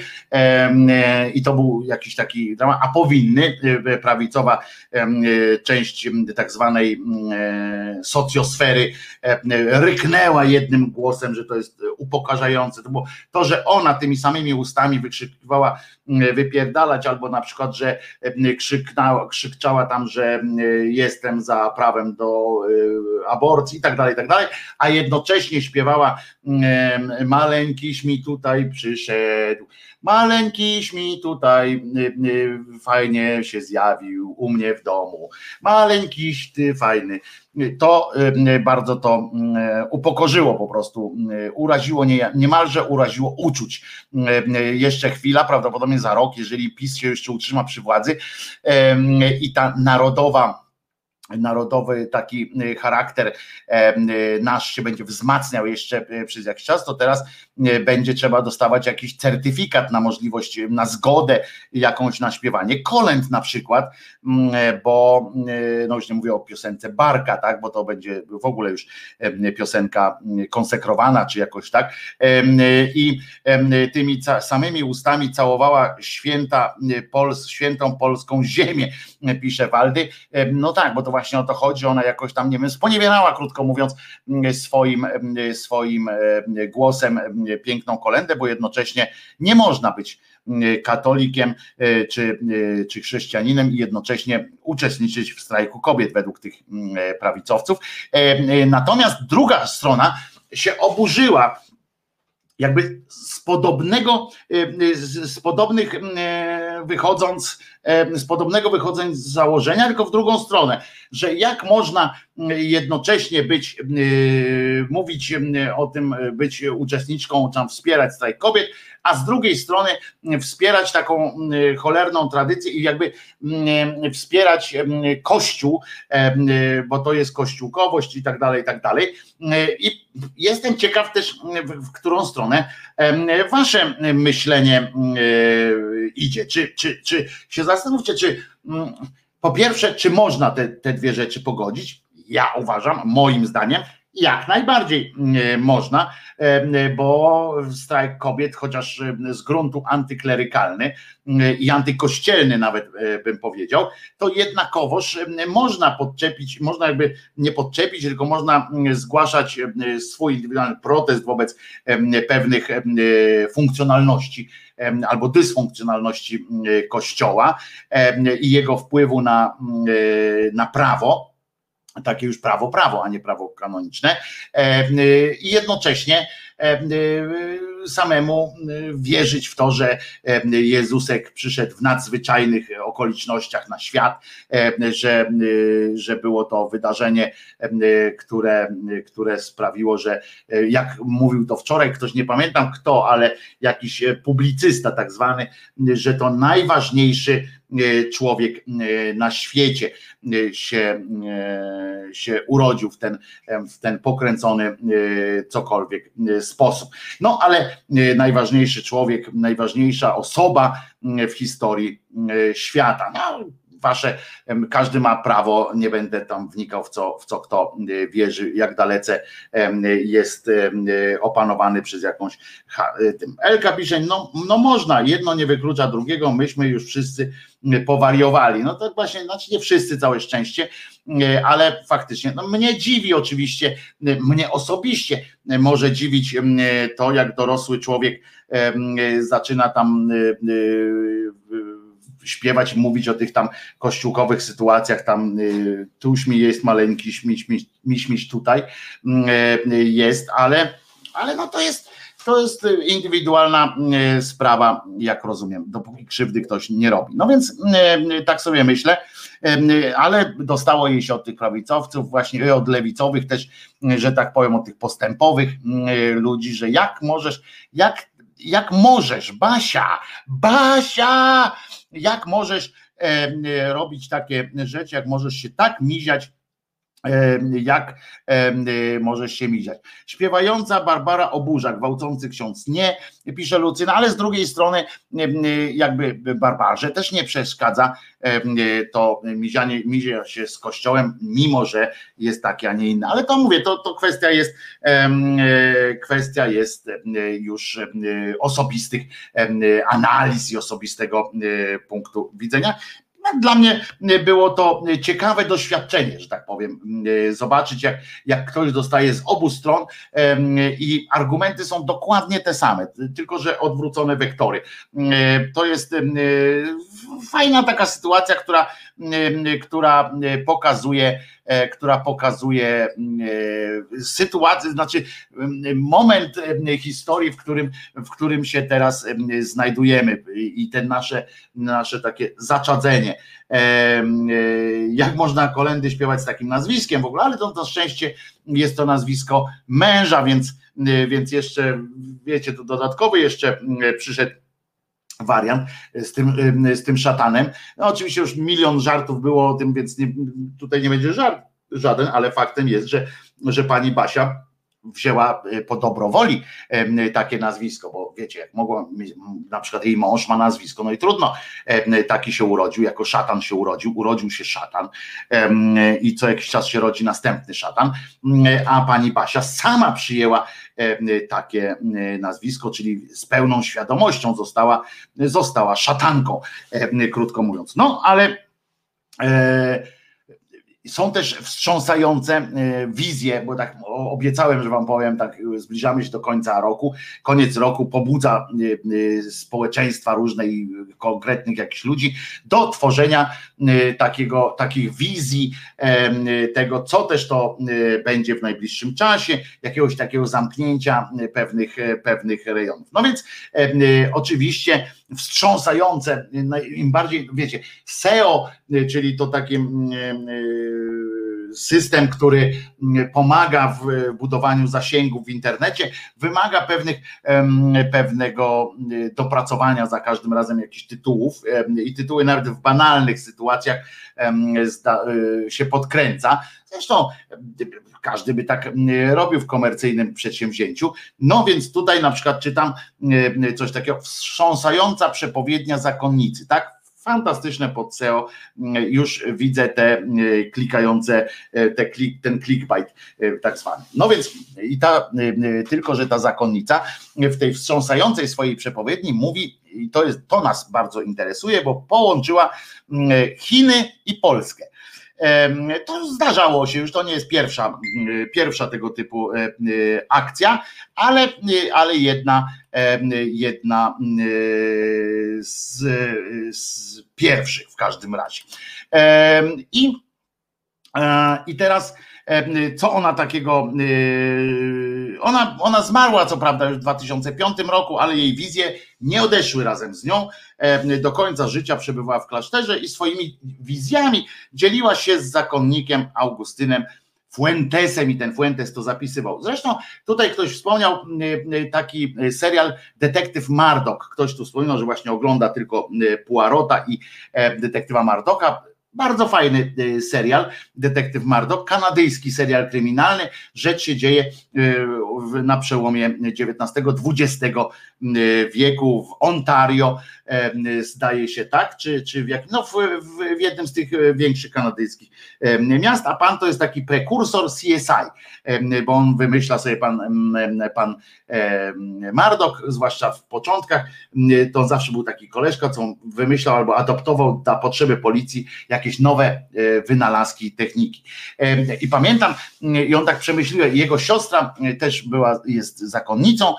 i to był jakiś taki dramat, a powinny, prawicowa część tak zwanej socjosfery ryknęła jednym głosem, że to jest upokarzające, to było to, że ona tymi samymi ustami wykrzykiwała wypierdalać, albo na przykład, że krzyknęła, krzyczała tam, że jestem za prawem do aborcji i tak dalej, i tak dalej, a jednocześnie śpiewała maleńkiś mi tutaj przyszedł, maleńkiś mi tutaj fajnie się zjawił u mnie w domu, maleńkiś ty fajny. To bardzo to upokorzyło po prostu, uraziło, nie, niemalże uraziło uczuć. Jeszcze chwila, prawdopodobnie za rok, jeżeli PiS się jeszcze utrzyma przy władzy i ta narodowa narodowy taki charakter nasz się będzie wzmacniał jeszcze przez jakiś czas, to teraz będzie trzeba dostawać jakiś certyfikat na możliwość, na zgodę jakąś na śpiewanie kolęd na przykład, bo no już nie mówię o piosence Barka, tak, bo to będzie w ogóle już piosenka konsekrowana czy jakoś tak, i tymi samymi ustami całowała święta, Pols, świętą polską ziemię, pisze Waldy, no tak, bo to właśnie o to chodzi, ona jakoś tam, nie wiem, sponiewierała, krótko mówiąc, swoim, swoim głosem piękną kolędę, bo jednocześnie nie można być katolikiem czy, czy chrześcijaninem i jednocześnie uczestniczyć w strajku kobiet według tych prawicowców. Natomiast druga strona się oburzyła, jakby z podobnego, z podobnych wychodząc, z podobnego wychodząc z założenia, tylko w drugą stronę, że jak można jednocześnie być, mówić o tym, być uczestniczką, tam wspierać strajk kobiet, a z drugiej strony wspierać taką cholerną tradycję i jakby wspierać Kościół, bo to jest kościółkowość i tak dalej, i tak dalej. I jestem ciekaw też, w którą stronę wasze myślenie idzie. Czy, czy, czy się zastanówcie, czy po pierwsze, czy można te, te dwie rzeczy pogodzić? Ja uważam, moim zdaniem, jak najbardziej można, bo strajk kobiet, chociaż z gruntu antyklerykalny i antykościelny nawet bym powiedział, to jednakowoż można podczepić, można jakby nie podczepić, tylko można zgłaszać swój indywidualny protest wobec pewnych funkcjonalności albo dysfunkcjonalności Kościoła i jego wpływu na, na prawo, takie już prawo, prawo, a nie prawo kanoniczne, i jednocześnie samemu wierzyć w to, że Jezusek przyszedł w nadzwyczajnych okolicznościach na świat, że, że było to wydarzenie, które, które sprawiło, że jak mówił to wczoraj ktoś, nie pamiętam kto, ale jakiś publicysta tak zwany, że to najważniejszy człowiek na świecie się, się urodził w ten, w ten pokręcony cokolwiek sposób. No ale najważniejszy człowiek, najważniejsza osoba w historii świata. No, wasze, każdy ma prawo, nie będę tam wnikał w co, w co kto wierzy, jak dalece jest opanowany przez jakąś. Elka pisze, no, no można, jedno nie wyklucza drugiego, myśmy już wszyscy powariowali. No to właśnie, znaczy nie wszyscy, całe szczęście, ale faktycznie, no mnie dziwi oczywiście, mnie osobiście może dziwić to, jak dorosły człowiek zaczyna tam śpiewać, mówić o tych tam kościółkowych sytuacjach, tam tuś mi jest maleńki, śmiś, miś, miś, miś tutaj jest, ale, ale no to jest, to jest indywidualna sprawa, jak rozumiem, dopóki krzywdy ktoś nie robi. No więc tak sobie myślę, ale dostało jej się od tych prawicowców, właśnie od lewicowych też, że tak powiem, od tych postępowych ludzi, że jak możesz, jak, jak możesz, Basia, Basia, jak możesz robić takie rzeczy, jak możesz się tak miziać, jak możesz się miziać. Śpiewająca Barbara oburza, gwałcący ksiądz nie, pisze Lucyna, ale z drugiej strony jakby Barbarze też nie przeszkadza to mizianie, mizia się z Kościołem, mimo że jest takie, a nie inne. Ale to mówię, to, to kwestia jest kwestia jest już osobistych analiz i osobistego punktu widzenia. Dla mnie było to ciekawe doświadczenie, że tak powiem, zobaczyć jak, jak ktoś dostaje z obu stron i argumenty są dokładnie te same, tylko że odwrócone wektory. To jest fajna taka sytuacja, która, która pokazuje, która pokazuje sytuację, znaczy moment historii, w którym, w którym się teraz znajdujemy i te nasze, nasze takie zaczadzenie. Jak można kolędy śpiewać z takim nazwiskiem w ogóle, ale to na szczęście jest to nazwisko męża, więc, więc jeszcze, wiecie, to dodatkowy jeszcze przyszedł wariant z tym, z tym szatanem. No oczywiście już milion żartów było o tym, więc nie, tutaj nie będzie żart żaden, ale faktem jest, że, że pani Basia wzięła po dobrowoli takie nazwisko, bo wiecie, jak mogło, na przykład jej mąż ma nazwisko, no i trudno, taki się urodził, jako szatan się urodził, urodził się szatan i co jakiś czas się rodzi następny szatan, a pani Basia sama przyjęła takie nazwisko, czyli z pełną świadomością została, została szatanką, krótko mówiąc. No, ale Są też wstrząsające wizje, bo tak obiecałem, że wam powiem, tak zbliżamy się do końca roku. Koniec roku pobudza społeczeństwa różne i konkretnych jakichś ludzi do tworzenia takiego, takich wizji tego, co też to będzie w najbliższym czasie, jakiegoś takiego zamknięcia pewnych, pewnych rejonów. No więc oczywiście wstrząsające, im bardziej, wiecie, S E O, czyli to takie system, który pomaga w budowaniu zasięgów w internecie, wymaga pewnych, pewnego dopracowania za każdym razem jakichś tytułów i tytuły nawet w banalnych sytuacjach się podkręca. Zresztą każdy by tak robił w komercyjnym przedsięwzięciu. No więc tutaj na przykład czytam coś takiego, wstrząsająca przepowiednia zakonnicy, tak? Fantastyczne pod S E O, już widzę te klikające, te klik, ten clickbait tak zwany. No więc i ta, tylko że ta zakonnica w tej wstrząsającej swojej przepowiedni mówi, i to jest, to nas bardzo interesuje, bo połączyła Chiny i Polskę. To zdarzało się, już to nie jest pierwsza, pierwsza tego typu akcja, ale, ale jedna, jedna z, z pierwszych w każdym razie. I, i teraz co ona takiego, ona, ona zmarła co prawda już w dwa tysiące piątym roku, ale jej wizje nie odeszły razem z nią, do końca życia przebywała w klasztorze i swoimi wizjami dzieliła się z zakonnikiem Augustynem Fuentesem i ten Fuentes to zapisywał. Zresztą tutaj ktoś wspomniał taki serial Detektyw Murdoch, ktoś tu wspominał, że właśnie ogląda tylko Poirota i detektywa Murdocha. Bardzo fajny serial, Detektyw Murdoch, kanadyjski serial kryminalny. Rzecz się dzieje na przełomie dziewiętnastego dwudziestego wieku w Ontario, zdaje się tak, czy, czy w, jak, no w, w jednym z tych większych kanadyjskich miast, a pan to jest taki prekursor C S I, bo on wymyśla sobie pan, pan Murdoch, zwłaszcza w początkach, to on zawsze był taki koleżka, co on wymyślał albo adoptował na potrzeby policji jakieś nowe wynalazki, techniki. I pamiętam, i on tak przemyślił, jego siostra też była, jest zakonnicą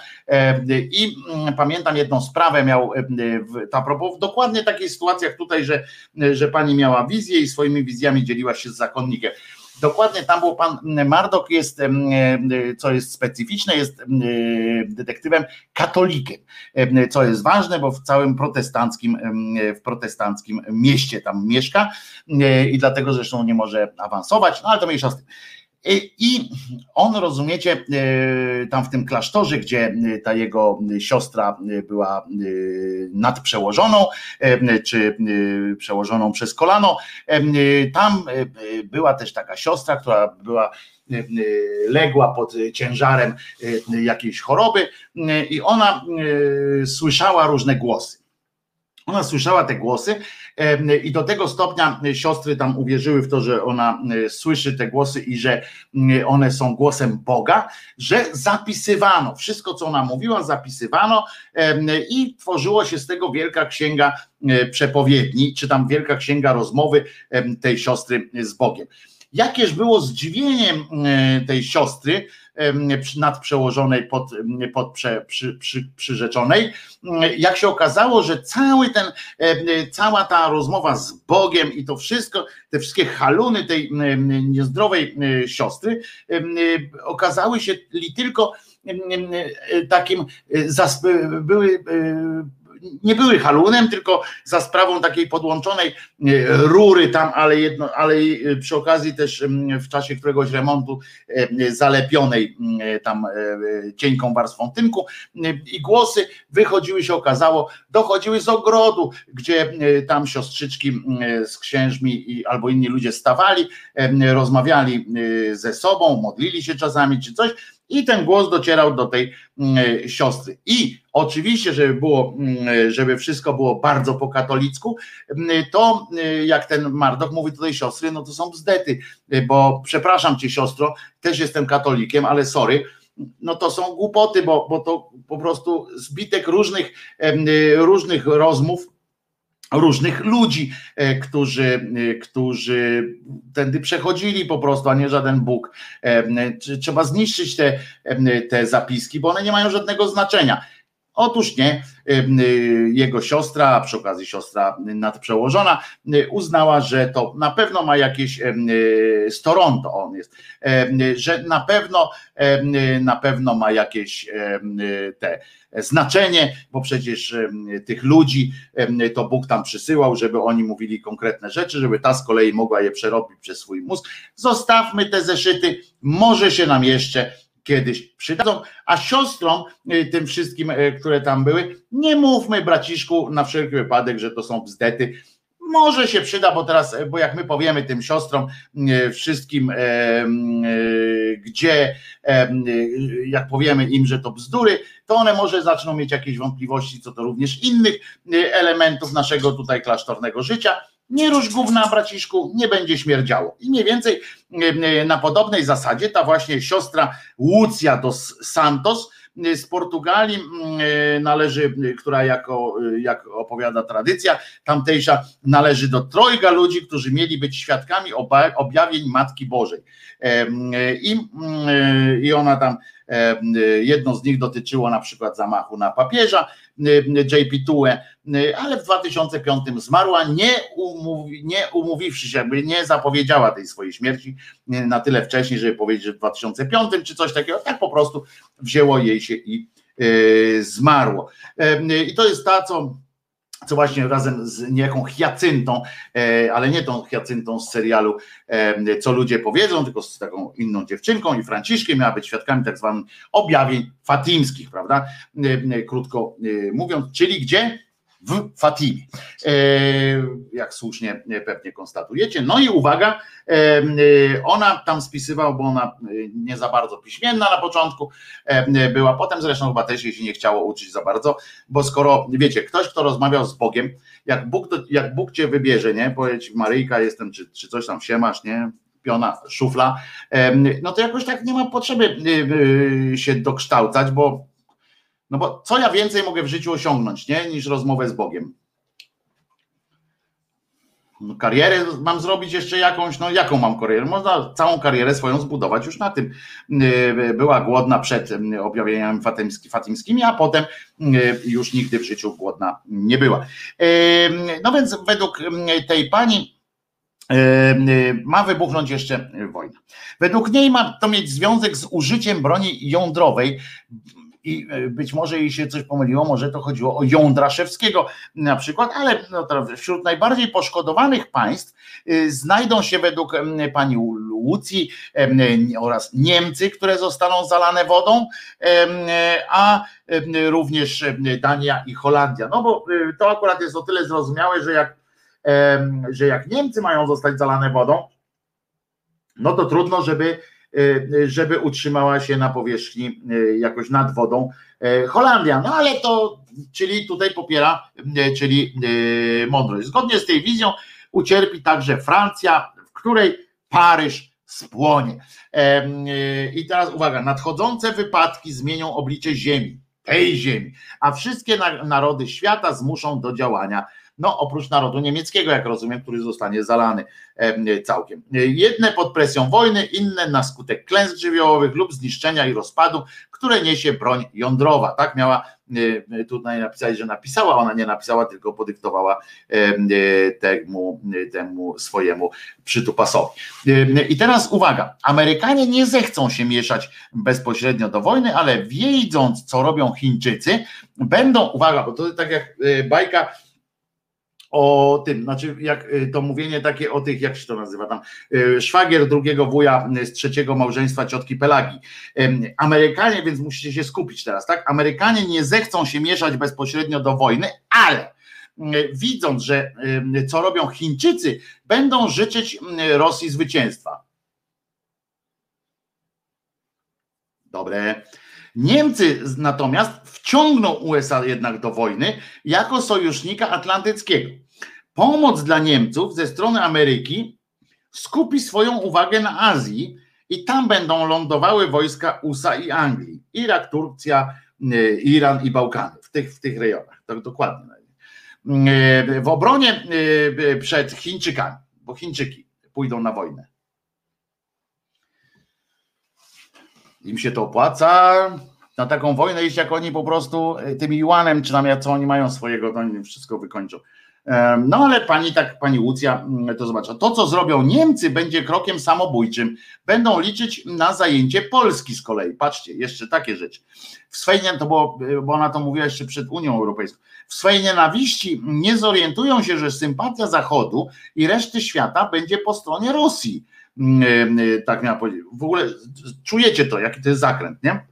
i pamiętam jedną sprawę miał, a propos dokładnie takiej sytuacji jak tutaj, że, że pani miała wizję i swoimi wizjami dzieliła się z zakonnikiem. Dokładnie tam był pan Murdoch, jest, co jest specyficzne, jest detektywem katolikiem, co jest ważne, bo w całym protestanckim, w protestanckim mieście tam mieszka i dlatego zresztą nie może awansować, no ale to mniejsza z tym. I on, rozumiecie, tam w tym klasztorze, gdzie ta jego siostra była nadprzełożoną, czy przełożoną przez kolano, tam była też taka siostra, która była legła pod ciężarem jakiejś choroby i ona słyszała różne głosy. Ona słyszała te głosy i do tego stopnia siostry tam uwierzyły w to, że ona słyszy te głosy i że one są głosem Boga, że zapisywano, wszystko co ona mówiła zapisywano i tworzyło się z tego wielka księga przepowiedni, czy tam wielka księga rozmowy tej siostry z Bogiem. Jakież było zdziwieniem tej siostry nadprzełożonej pod, pod prze, przy, przy, przyrzeczonej, jak się okazało, że cały ten, cała ta rozmowa z Bogiem i to wszystko, te wszystkie haluny tej niezdrowej siostry okazały się tylko takim, były nie były halunem, tylko za sprawą takiej podłączonej rury tam, ale, jedno, ale przy okazji też w czasie któregoś remontu zalepionej tam cienką warstwą tynku i głosy wychodziły, się okazało, dochodziły z ogrodu, gdzie tam siostrzyczki z księżmi albo inni ludzie stawali, rozmawiali ze sobą, modlili się czasami czy coś. I ten głos docierał do tej siostry. I oczywiście, żeby było, żeby wszystko było bardzo po katolicku, to jak ten Murdoch mówi do tej siostry, no to są bzdety, bo przepraszam cię siostro, też jestem katolikiem, ale sorry, no to są głupoty, bo, bo to po prostu zbitek różnych, różnych rozmów, różnych ludzi, którzy, którzy tędy przechodzili po prostu, a nie żaden Bóg. Trzeba zniszczyć te, te zapiski, bo one nie mają żadnego znaczenia. Otóż nie, jego siostra, a przy okazji siostra nadprzełożona, uznała, że to na pewno ma jakieś, z Toronto on jest, że na pewno, na pewno ma jakieś te znaczenie, bo przecież tych ludzi to Bóg tam przysyłał, żeby oni mówili konkretne rzeczy, żeby ta z kolei mogła je przerobić przez swój mózg. Zostawmy te zeszyty, może się nam jeszcze kiedyś przydadzą, a siostrom, tym wszystkim, które tam były, nie mówmy, braciszku, na wszelki wypadek, że to są bzdety. Może się przyda, bo teraz, bo jak my powiemy tym siostrom wszystkim, gdzie, jak powiemy im, że to bzdury, to one może zaczną mieć jakieś wątpliwości co do również innych elementów naszego tutaj klasztornego życia. Nie rusz gówna, braciszku, nie będzie śmierdziało. I mniej więcej na podobnej zasadzie ta właśnie siostra Lucia dos Santos z Portugalii należy, która jako, jak opowiada tradycja tamtejsza, należy do trojga ludzi, którzy mieli być świadkami objawień Matki Bożej. I, i ona tam, jedno z nich dotyczyło na przykład zamachu na papieża J P Tułę, ale w dwa tysiące piątym zmarła, nie, umówi, nie umówiwszy się, jakby nie zapowiedziała tej swojej śmierci na tyle wcześniej, żeby powiedzieć, że w dwa tysiące piątym czy coś takiego, tak po prostu wzięło jej się i yy, zmarło. Yy, I to jest ta, co co właśnie razem z niejaką Hyacyntą, ale nie tą Hyacyntą z serialu Co ludzie powiedzą, tylko z taką inną dziewczynką i Franciszkiem miała być świadkami tak zwanych objawień fatimskich, prawda? Krótko mówiąc, czyli gdzie? W Fatimie, jak słusznie pewnie konstatujecie. No i uwaga, ona tam spisywała, bo ona nie za bardzo piśmienna na początku była, potem zresztą chyba też jej się nie chciało uczyć za bardzo, bo skoro, wiecie, ktoś, kto rozmawiał z Bogiem, jak Bóg, jak Bóg cię wybierze, nie, powiedz Maryjka jestem, czy, czy coś tam się masz, nie, piona, szufla, no to jakoś tak nie ma potrzeby się dokształcać, bo No bo co ja więcej mogę w życiu osiągnąć, nie, niż rozmowę z Bogiem? No, karierę mam zrobić jeszcze jakąś, no jaką mam karierę? Można całą karierę swoją zbudować już na tym. Była głodna przed objawieniami fatimskimi, a potem już nigdy w życiu głodna nie była. No więc według tej pani ma wybuchnąć jeszcze wojna. Według niej ma to mieć związek z użyciem broni jądrowej. I być może jej się coś pomyliło, może to chodziło o Jądraszewskiego na przykład, ale no to wśród najbardziej poszkodowanych państw znajdą się według pani Lucji oraz Niemcy, które zostaną zalane wodą, a również Dania i Holandia. No bo to akurat jest o tyle zrozumiałe, że jak, że jak Niemcy mają zostać zalane wodą, no to trudno, żeby żeby utrzymała się na powierzchni jakoś nad wodą Holandia. No ale to, czyli tutaj popiera, czyli mądrość. Zgodnie z tej wizją ucierpi także Francja, w której Paryż spłonie. I teraz uwaga, nadchodzące wypadki zmienią oblicze ziemi, tej ziemi, a wszystkie narody świata zmuszą do działania. No oprócz narodu niemieckiego, jak rozumiem, który zostanie zalany całkiem. Jedne pod presją wojny, inne na skutek klęsk żywiołowych lub zniszczenia i rozpadu, które niesie broń jądrowa. Tak miała tutaj napisać, że napisała, ona nie napisała, tylko podyktowała temu, temu swojemu przytupasowi. I teraz uwaga, Amerykanie nie zechcą się mieszać bezpośrednio do wojny, ale wiedząc, co robią Chińczycy, będą, uwaga, bo to tak jak bajka o tym, znaczy jak to mówienie takie o tych, jak się to nazywa tam, szwagier drugiego wuja z trzeciego małżeństwa ciotki Pelagi. Amerykanie, więc musicie się skupić teraz, tak? Amerykanie nie zechcą się mieszać bezpośrednio do wojny, ale widząc, że co robią Chińczycy, będą życzyć Rosji zwycięstwa. Dobre. Niemcy natomiast wciągną U S A jednak do wojny jako sojusznika atlantyckiego. Pomoc dla Niemców ze strony Ameryki skupi swoją uwagę na Azji i tam będą lądowały wojska U S A i Anglii. Irak, Turcja, Iran i Bałkany, w tych, w tych rejonach, tak dokładnie. w obronie przed Chińczykami, bo Chińczyki pójdą na wojnę. Im się to opłaca na taką wojnę iść, jak oni po prostu tym juanem, czy tam jak co oni mają swojego, to oni wszystko wykończą. No ale pani tak, pani Łucja to zobaczy. To, co zrobią Niemcy, będzie krokiem samobójczym. Będą liczyć na zajęcie Polski z kolei. Patrzcie, jeszcze takie rzeczy. W swej, to było, bo ona to mówiła jeszcze przed Unią Europejską. W swej nienawiści nie zorientują się, że sympatia Zachodu i reszty świata będzie po stronie Rosji. Tak miała powiedzieć. W ogóle czujecie to, jaki to jest zakręt, nie?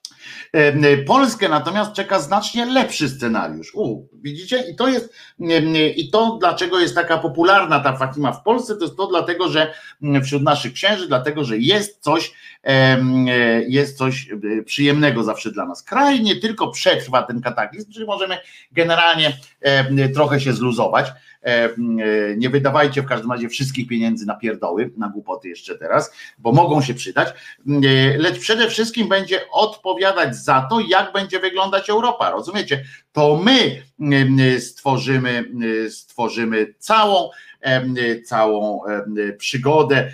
Polskę natomiast czeka znacznie lepszy scenariusz. U, widzicie? I to jest, i to dlaczego jest taka popularna ta Fatima w Polsce, to jest to dlatego, że wśród naszych księży, dlatego, że jest coś, jest coś przyjemnego zawsze dla nas. Kraj nie tylko przetrwa ten kataklizm, czyli możemy generalnie trochę się zluzować. Nie wydawajcie w każdym razie wszystkich pieniędzy na pierdoły, na głupoty jeszcze teraz, bo mogą się przydać, lecz przede wszystkim będzie odpowiadać za to, jak będzie wyglądać Europa, rozumiecie? To my stworzymy, stworzymy całą całą przygodę,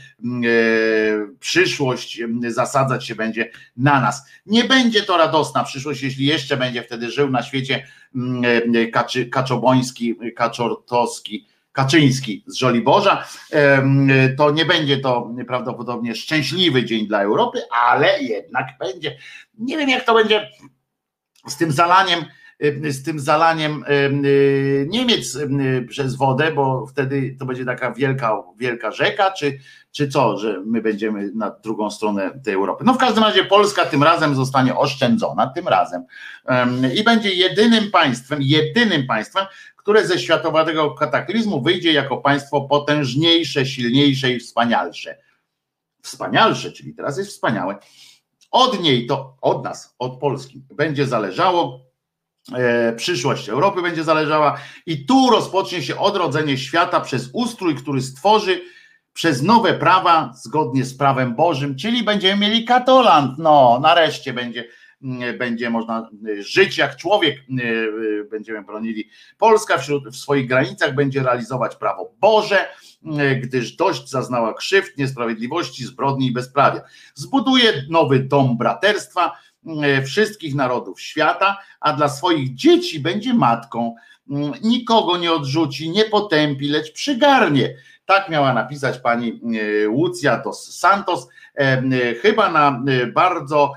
przyszłość zasadzać się będzie na nas. Nie będzie to radosna przyszłość, jeśli jeszcze będzie wtedy żył na świecie Kaczy, Kaczoboński, Kaczortowski, Kaczyński z Żoliborza, to nie będzie to prawdopodobnie szczęśliwy dzień dla Europy, ale jednak będzie. Nie wiem, jak to będzie z tym zalaniem z tym zalaniem Niemiec przez wodę, bo wtedy to będzie taka wielka, wielka rzeka, czy, czy co, że my będziemy na drugą stronę tej Europy. No w każdym razie Polska tym razem zostanie oszczędzona, tym razem i będzie jedynym państwem, jedynym państwem, które ze światowego kataklizmu wyjdzie jako państwo potężniejsze, silniejsze i wspanialsze. Wspanialsze, czyli teraz jest wspaniałe. Od niej to, od nas, od Polski będzie zależało, E, przyszłość Europy będzie zależała i tu rozpocznie się odrodzenie świata przez ustrój, który stworzy przez nowe prawa zgodnie z prawem Bożym, czyli będziemy mieli Katoland, no nareszcie będzie, będzie można żyć jak człowiek, będziemy bronili. Polska wśród, w swoich granicach będzie realizować prawo Boże, gdyż dość zaznała krzywd, niesprawiedliwości, zbrodni i bezprawia. Zbuduje nowy dom braterstwa wszystkich narodów świata, a dla swoich dzieci będzie matką. Nikogo nie odrzuci, nie potępi, lecz przygarnie. Tak miała napisać pani Łucja dos Santos, chyba na bardzo,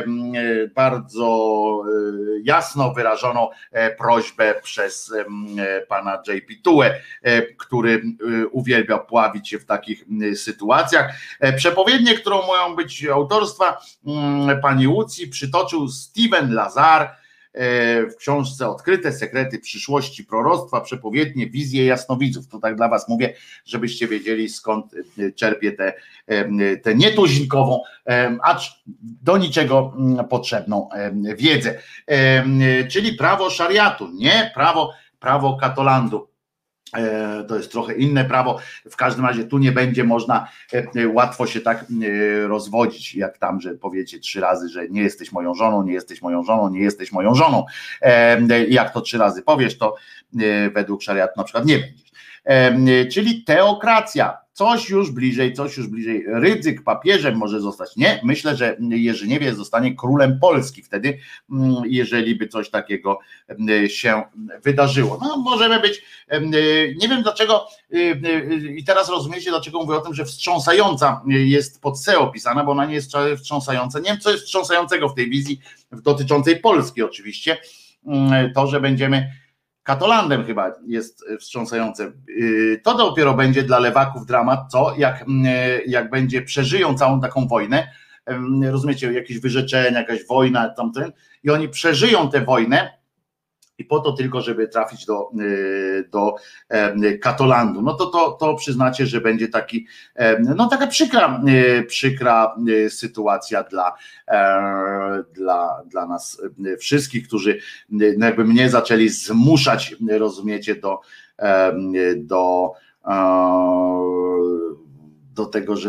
bardzo jasno wyrażoną prośbę przez pana J P Tułę, który uwielbia pławić się w takich sytuacjach. Przepowiednię, którą mają być autorstwa pani Łucji, przytoczył Steven Lazar w książce Odkryte sekrety przyszłości proroctwa, przepowiednie, wizje jasnowidzów. To tak dla was mówię, żebyście wiedzieli, skąd czerpię tę te, te nietuzinkową, acz do niczego potrzebną wiedzę. Czyli prawo szariatu, nie prawo, prawo Katolandu. To jest trochę inne prawo, w każdym razie tu nie będzie można łatwo się tak rozwodzić, jak tam, że powiecie trzy razy, że nie jesteś moją żoną, nie jesteś moją żoną, nie jesteś moją żoną. Jak to trzy razy powiesz, to według szariatu na przykład nie będziesz. Czyli teokracja, coś już bliżej, coś już bliżej. Rydzyk papieżem może zostać. Nie, myślę, że Jerzyniewie zostanie królem Polski wtedy, jeżeli by coś takiego się wydarzyło. No możemy być, nie wiem dlaczego, i teraz rozumiecie, dlaczego mówię o tym, że wstrząsająca jest pod S E O opisana, bo ona nie jest wstrząsająca. Nie wiem, co jest wstrząsającego w tej wizji dotyczącej Polski oczywiście. To, że będziemy Katolandem, chyba jest wstrząsające. To dopiero będzie dla lewaków dramat, co jak, jak będzie, przeżyją całą taką wojnę, rozumiecie, jakieś wyrzeczenia, jakaś wojna tamten, i oni przeżyją tę wojnę i po to tylko, żeby trafić do, do Katolandu. No to, to, to przyznacie, że będzie taki, no taka przykra, przykra sytuacja dla, dla, dla nas wszystkich, którzy jakby mnie zaczęli zmuszać, rozumiecie, do, do, do tego, żeby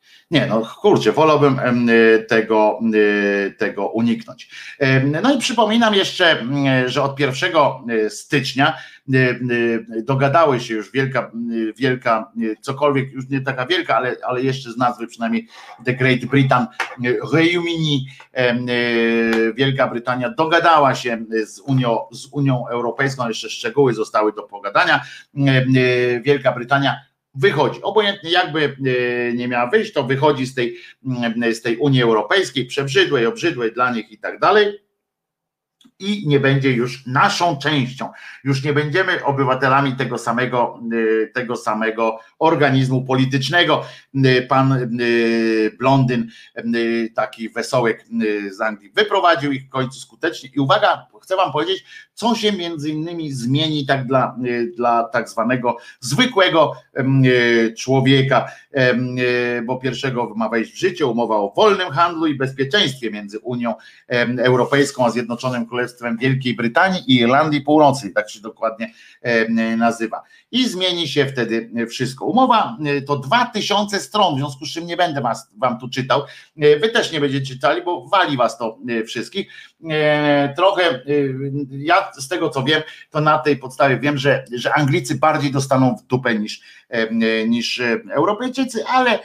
Nie, no kurczę, wolałbym tego, tego uniknąć. No i przypominam jeszcze, że od pierwszego stycznia dogadały się już wielka, wielka, cokolwiek, już nie taka wielka, ale, ale jeszcze z nazwy przynajmniej The Great Britain, Reunii, Wielka Brytania dogadała się z Unią, z Unią Europejską, jeszcze szczegóły zostały do pogadania. Wielka Brytania wychodzi, obojętnie jakby nie miała wyjść, to wychodzi z tej, z tej Unii Europejskiej, przebrzydłej, obrzydłej dla nich i tak dalej, i nie będzie już naszą częścią, już nie będziemy obywatelami tego samego, tego samego organizmu politycznego. Pan blondyn, taki wesołek z Anglii, wyprowadził ich w końcu skutecznie i uwaga, chcę wam powiedzieć, co się między innymi zmieni tak dla, dla tak zwanego zwykłego człowieka, bo pierwszego ma wejść w życie umowa o wolnym handlu i bezpieczeństwie między Unią Europejską a Zjednoczonym Królestwem Wielkiej Brytanii i Irlandii Północnej, tak się dokładnie nazywa. I zmieni się wtedy wszystko. Umowa to dwa tysiące stron, w związku z czym nie będę was, wam tu czytał. Wy też nie będziecie czytali, bo wali was to wszystkich. Trochę, ja z tego co wiem, to na tej podstawie wiem, że, że Anglicy bardziej dostaną w dupę niż, niż Europejczycy, ale,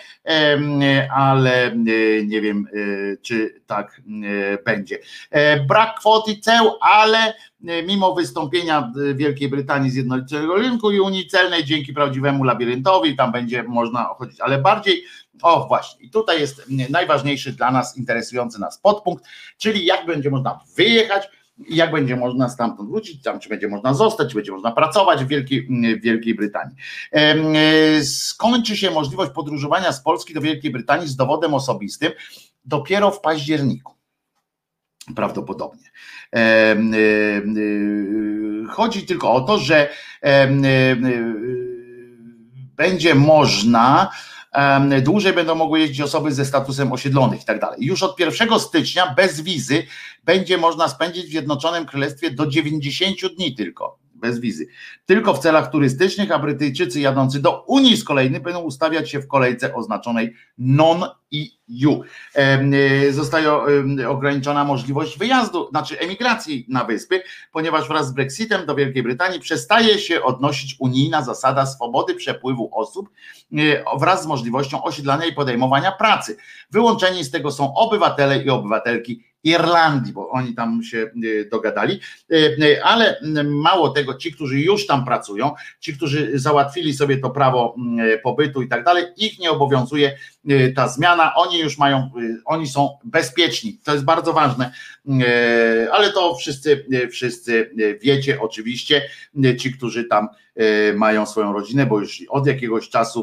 ale nie wiem, czy tak będzie. Brak kwoty ceł, ale mimo wystąpienia Wielkiej Brytanii z jednolitego rynku i Unii Celnej dzięki prawdziwemu labiryntowi, tam będzie można chodzić, ale bardziej, o właśnie, i tutaj jest najważniejszy dla nas, interesujący nas podpunkt, czyli jak będzie można wyjechać, jak będzie można stamtąd wrócić, tam czy będzie można zostać, czy będzie można pracować w Wielkiej, w Wielkiej Brytanii. Skończy się możliwość podróżowania z Polski do Wielkiej Brytanii z dowodem osobistym dopiero w październiku. Prawdopodobnie. Chodzi tylko o to, że będzie można, dłużej będą mogły jeździć osoby ze statusem osiedlonych i tak dalej. Już od pierwszego stycznia bez wizy będzie można spędzić w Zjednoczonym Królestwie do dziewięćdziesięciu dni tylko. Bez wizy. Tylko w celach turystycznych, a Brytyjczycy jadący do Unii z kolei będą ustawiać się w kolejce oznaczonej non-E U. Zostaje ograniczona możliwość wyjazdu, znaczy emigracji na wyspy, ponieważ wraz z Brexitem do Wielkiej Brytanii przestaje się odnosić unijna zasada swobody przepływu osób wraz z możliwością osiedlania i podejmowania pracy. Wyłączeni z tego są obywatele i obywatelki Irlandii, bo oni tam się dogadali, ale mało tego, ci, którzy już tam pracują, ci, którzy załatwili sobie to prawo pobytu i tak dalej, ich nie obowiązuje ta zmiana, oni już mają, oni są bezpieczni, to jest bardzo ważne, ale to wszyscy, wszyscy wiecie oczywiście, ci, którzy tam mają swoją rodzinę, bo już od jakiegoś czasu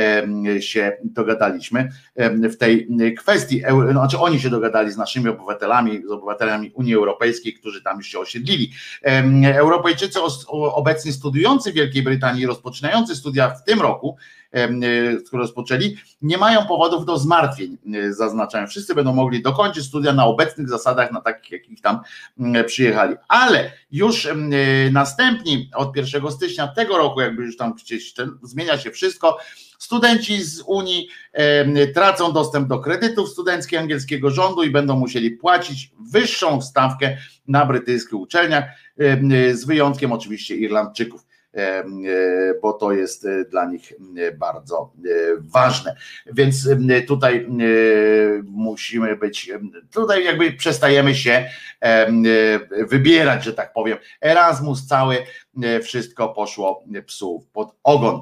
się dogadaliśmy w tej kwestii, znaczy oni się dogadali z naszymi obywatelami, z obywatelami Unii Europejskiej, którzy tam już się osiedlili. Europejczycy obecnie studiujący w Wielkiej Brytanii, rozpoczynający studia w tym roku, które rozpoczęli, nie mają powodów do zmartwień, zaznaczają. Wszyscy będą mogli dokończyć studia na obecnych zasadach, na takich, jakich tam przyjechali. Ale już następni, od pierwszego stycznia tego roku, jakby już tam gdzieś ten, zmienia się wszystko, studenci z Unii e, tracą dostęp do kredytów studenckich angielskiego rządu i będą musieli płacić wyższą stawkę na brytyjskich uczelniach, e, z wyjątkiem oczywiście Irlandczyków, bo to jest dla nich bardzo ważne. Więc tutaj musimy być, tutaj jakby przestajemy się wybierać, że tak powiem. Erasmus cały, wszystko poszło psu pod ogon.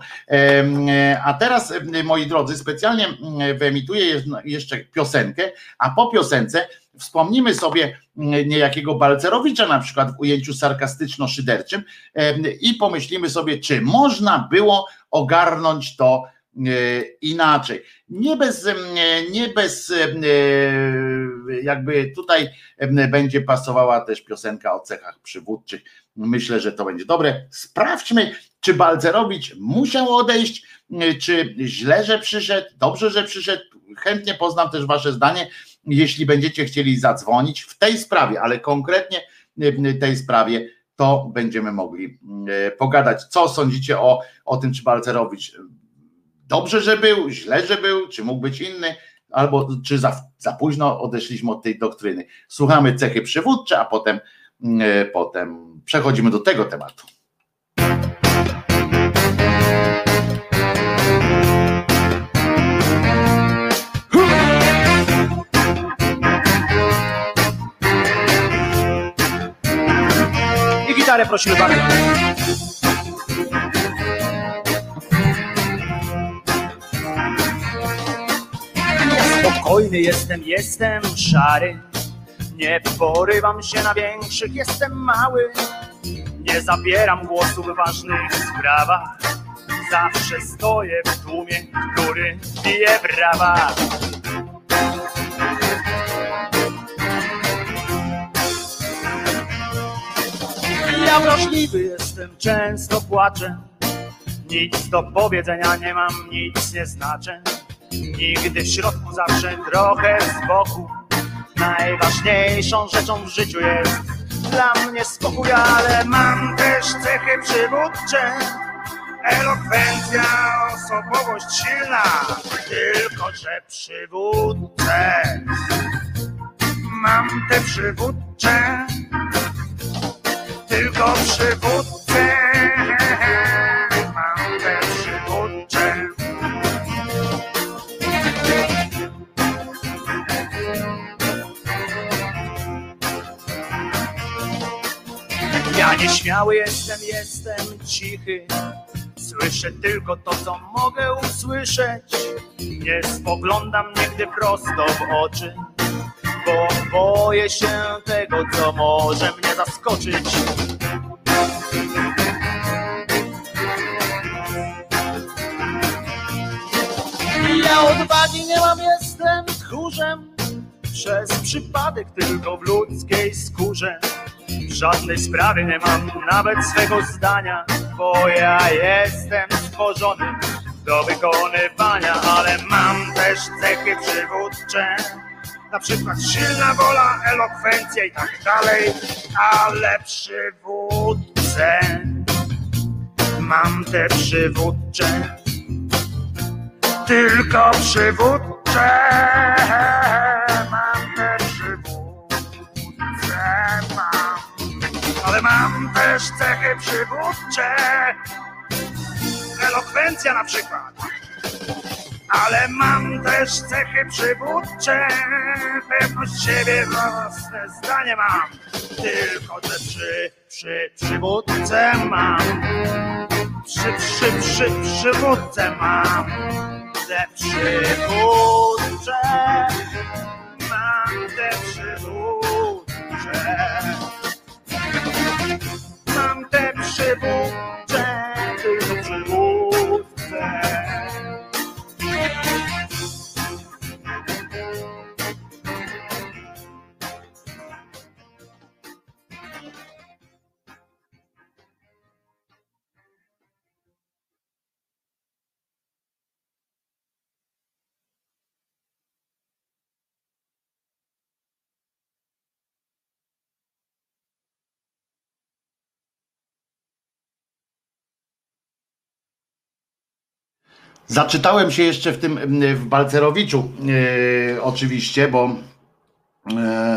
A teraz, moi drodzy, specjalnie wyemituję jeszcze piosenkę, a po piosence wspomnimy sobie niejakiego Balcerowicza na przykład w ujęciu sarkastyczno-szyderczym i pomyślimy sobie, czy można było ogarnąć to inaczej. Nie bez, nie bez jakby tutaj będzie pasowała też piosenka o cechach przywódczych. Myślę, że to będzie dobre. Sprawdźmy, czy Balcerowicz musiał odejść, czy źle, że przyszedł, dobrze, że przyszedł. Chętnie poznam też wasze zdanie, jeśli będziecie chcieli zadzwonić w tej sprawie, ale konkretnie w tej sprawie, to będziemy mogli pogadać. Co sądzicie o, o tym, czy Balcerowicz dobrze, że był, źle, że był, czy mógł być inny, albo czy za, za późno odeszliśmy od tej doktryny. Słuchamy cechy przywódcze, a potem, e, potem przechodzimy do tego tematu. I gitarę prosimy bardzo. Spokojny jestem, jestem szary. Nie porywam się na większych, jestem mały. Nie zabieram głosu w ważnych sprawach. Zawsze stoję w tłumie, który bije brawa. Ja wrażliwy jestem, często płaczę. Nic do powiedzenia nie mam, nic nie znaczę. Nigdy w środku, zawsze trochę z boku. Najważniejszą rzeczą w życiu jest dla mnie spokój, ale mam też cechy przywódcze. Elokwencja, osobowość silna, tylko że przywódcę. Mam te przywódcze, tylko przywódcę. Mam te przywódcze. Ja nieśmiały jestem, jestem cichy. Słyszę tylko to, co mogę usłyszeć. Nie spoglądam nigdy prosto w oczy, bo boję się tego, co może mnie zaskoczyć. Ja odwagi nie mam, jestem tchórzem. Przez przypadek tylko w ludzkiej skórze. W żadnej sprawie nie mam nawet swego zdania, bo ja jestem stworzony do wykonywania, ale mam też cechy przywódcze. Na przykład silna wola, elokwencja i tak dalej, ale przywódcę. Mam te przywódcze, tylko przywódcze. Mam te przywódcze, mam. Ale mam też cechy przywódcze. Elokwencja na przykład. Ale mam też cechy przywódcze. Pewność siebie, własne zdanie mam. Tylko te przy, przy, przywódce mam. Przy, przy, przy, przywódce mam. Te przywódcze. Mam te przywódcze. Mam te przywódcze, tylko przywódce. Zaczytałem się jeszcze w tym, w Balcerowiczu, yy, oczywiście, bo, yy,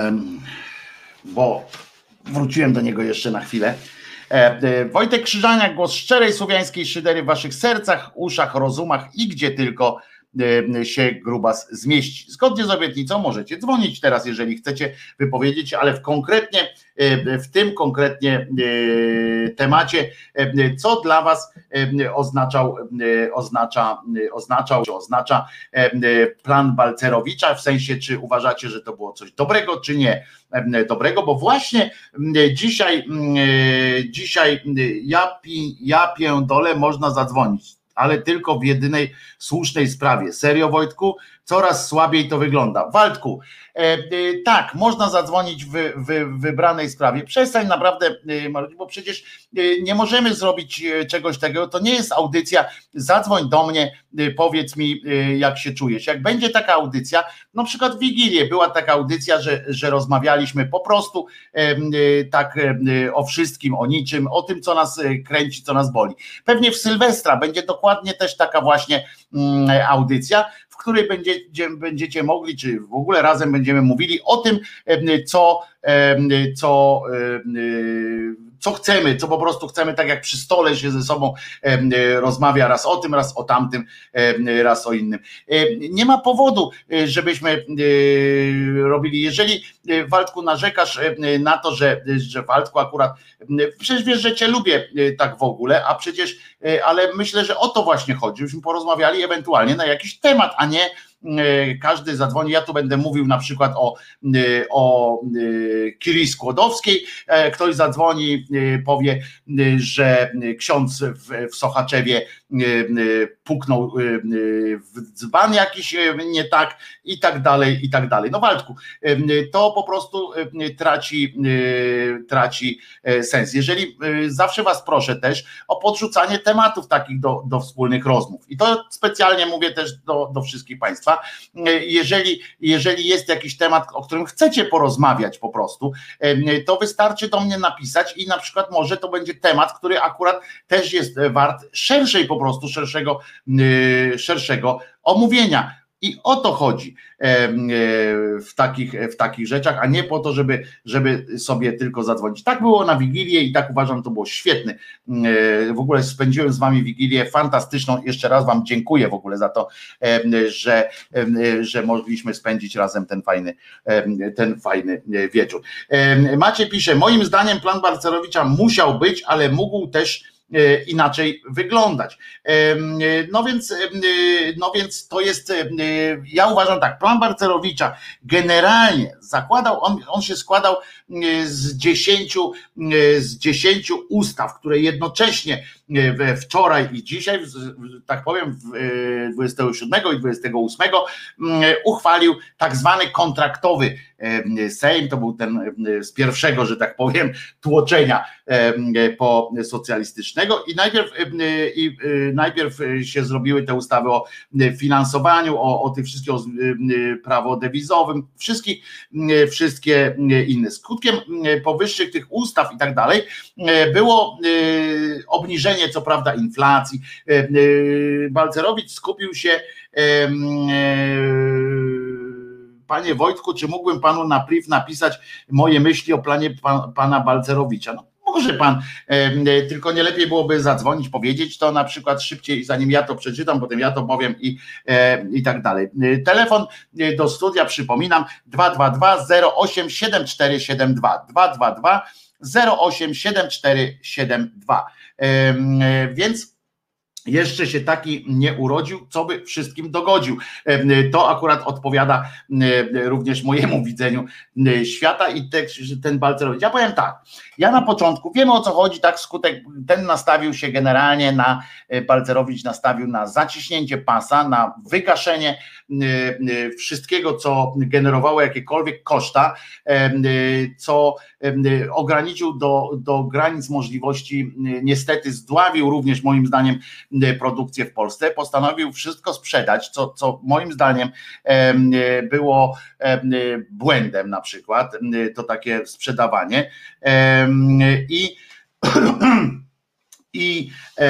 bo wróciłem do niego jeszcze na chwilę. E, e, Wojtek Krzyżaniak, głos szczerej słowiańskiej szydery w waszych sercach, uszach, rozumach i gdzie tylko e, się grubas zmieści. Zgodnie z obietnicą możecie dzwonić teraz, jeżeli chcecie wypowiedzieć, ale w konkretnie, e, w tym konkretnie e, temacie, e, co dla was e, oznaczał, e, oznacza, e, oznaczał, czy oznacza e, plan Balcerowicza, w sensie, czy uważacie, że to było coś dobrego, czy nie dobrego, bo właśnie dzisiaj, dzisiaj ja, pi, ja pierdolę, można zadzwonić, ale tylko w jedynej słusznej sprawie. Serio, Wojtku? Coraz słabiej to wygląda. Waldku, e, e, tak, można zadzwonić w, w, w wybranej sprawie. Przestań naprawdę, e, bo przecież e, nie możemy zrobić e, czegoś takiego. To nie jest audycja. Zadzwoń do mnie, e, powiedz mi, e, jak się czujesz. Jak będzie taka audycja, na przykład w Wigilię była taka audycja, że, że rozmawialiśmy po prostu tak o wszystkim, o niczym, o tym, co nas kręci, co nas boli. Pewnie w Sylwestra będzie dokładnie też taka właśnie audycja, w której będziecie, będziecie mogli, czy w ogóle razem będziemy mówili o tym, co, co, co chcemy, co po prostu chcemy, tak jak przy stole się ze sobą rozmawia raz o tym, raz o tamtym, raz o innym. Nie ma powodu, żebyśmy robili, jeżeli Waldku narzekasz na to, że, że Waldku akurat, przecież wiesz, że cię lubię tak w ogóle, a przecież, ale myślę, że o to właśnie chodzi, żebyśmy porozmawiali ewentualnie na jakiś temat, a nie każdy zadzwoni, ja tu będę mówił na przykład o, o Kirii Skłodowskiej, ktoś zadzwoni, powie, że ksiądz w, w Sochaczewie puknął w dzban jakiś nie tak i tak dalej, i tak dalej. No Waldku, to po prostu traci, traci sens. Jeżeli zawsze was proszę też o podrzucanie tematów takich do, do wspólnych rozmów i to specjalnie mówię też do, do wszystkich państwa, jeżeli, jeżeli jest jakiś temat, o którym chcecie porozmawiać po prostu, to wystarczy do mnie napisać i na przykład może to będzie temat, który akurat też jest wart szerszej po prostu, szerszego, szerszego omówienia. I o to chodzi w takich, w takich rzeczach, a nie po to, żeby, żeby sobie tylko zadzwonić. Tak było na Wigilię i tak uważam, to było świetne. W ogóle spędziłem z wami Wigilię fantastyczną. Jeszcze raz wam dziękuję w ogóle za to, że, że mogliśmy spędzić razem ten fajny, ten fajny wieczór. Maciej pisze, moim zdaniem plan Balcerowicza musiał być, ale mógł też inaczej wyglądać. No więc, no więc to jest, ja uważam tak, plan Balcerowicza generalnie zakładał, on, on się składał z dziesięciu, z dziesięciu ustaw, które jednocześnie wczoraj i dzisiaj, tak powiem, dwudziestego siódmego i dwudziestego ósmego uchwalił tak zwany kontraktowy Sejm, to był ten z pierwszego, że tak powiem, tłoczenia po socjalistycznego i najpierw, i najpierw się zrobiły te ustawy o finansowaniu, o, o tych wszystkich, o prawo dewizowym, wszystkich, wszystkie inne. Skutkiem powyższych tych ustaw i tak dalej było obniżenie, co prawda, inflacji. Balcerowicz skupił się, panie Wojtku, czy mógłbym panu na priv napisać moje myśli o planie pan, pana Balcerowicza? No, może pan, tylko nie lepiej byłoby zadzwonić, powiedzieć to na przykład szybciej, zanim ja to przeczytam, potem ja to powiem i, i tak dalej. Telefon do studia, przypominam, dwa dwa dwa zero osiem siedem cztery siedem dwa, dwa dwa dwa zero osiem siedem cztery siedem dwa. Więc jeszcze się taki nie urodził, co by wszystkim dogodził. To akurat odpowiada również mojemu widzeniu świata i ten Balcerowicz. Ja powiem tak, ja na początku, wiemy o co chodzi, tak skutek, ten nastawił się generalnie na, Balcerowicz nastawił na zaciśnięcie pasa, na wygaszenie wszystkiego, co generowało jakiekolwiek koszta, co ograniczył do, do granic możliwości, niestety zdławił również moim zdaniem produkcję w Polsce, postanowił wszystko sprzedać, co, co moim zdaniem było błędem na przykład, to takie sprzedawanie i i,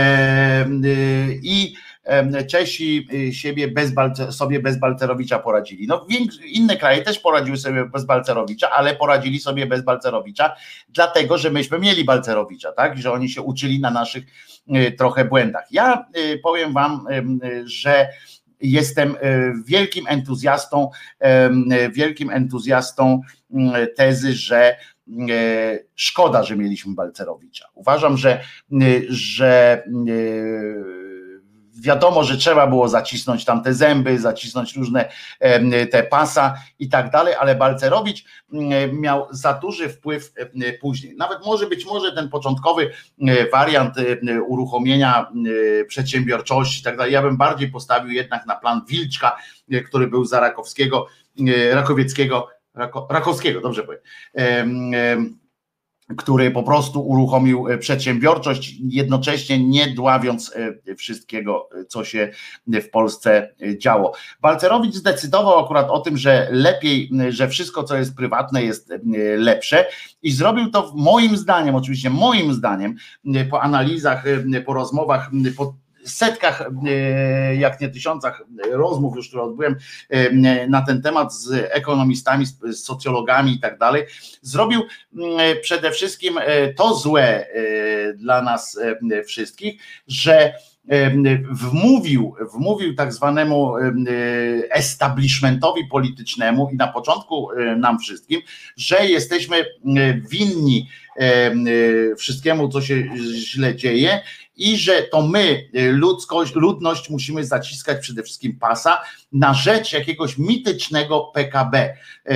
i Czesi siebie bez Balce, sobie bez Balcerowicza poradzili. No, inne kraje też poradziły sobie bez Balcerowicza, ale poradzili sobie bez Balcerowicza, dlatego że myśmy mieli Balcerowicza, tak? Że oni się uczyli na naszych trochę błędach. Ja powiem wam, że jestem wielkim entuzjastą, wielkim entuzjastą tezy, że szkoda, że mieliśmy Balcerowicza. Uważam, że, że wiadomo, że trzeba było zacisnąć tam te zęby, zacisnąć różne te pasa i tak dalej, ale Balcerowicz miał za duży wpływ później. Nawet może być może ten początkowy wariant uruchomienia przedsiębiorczości i tak dalej, ja bym bardziej postawił jednak na plan Wilczka, który był za Rakowskiego, Rakowieckiego, Rako, Rakowskiego, dobrze powiem. który po prostu uruchomił przedsiębiorczość, jednocześnie nie dławiąc wszystkiego, co się w Polsce działo. Balcerowicz zdecydował akurat o tym, że lepiej, że wszystko, co jest prywatne, jest lepsze i zrobił to moim zdaniem, oczywiście moim zdaniem, po analizach, po rozmowach, po setkach, jak nie tysiącach rozmów już, które odbyłem na ten temat z ekonomistami, z socjologami i tak dalej, zrobił przede wszystkim to złe dla nas wszystkich, że wmówił, wmówił tak zwanemu establishmentowi politycznemu i na początku nam wszystkim, że jesteśmy winni wszystkiemu, co się źle dzieje i że to my, ludzkość, ludność, musimy zaciskać przede wszystkim pasa na rzecz jakiegoś mitycznego P K B.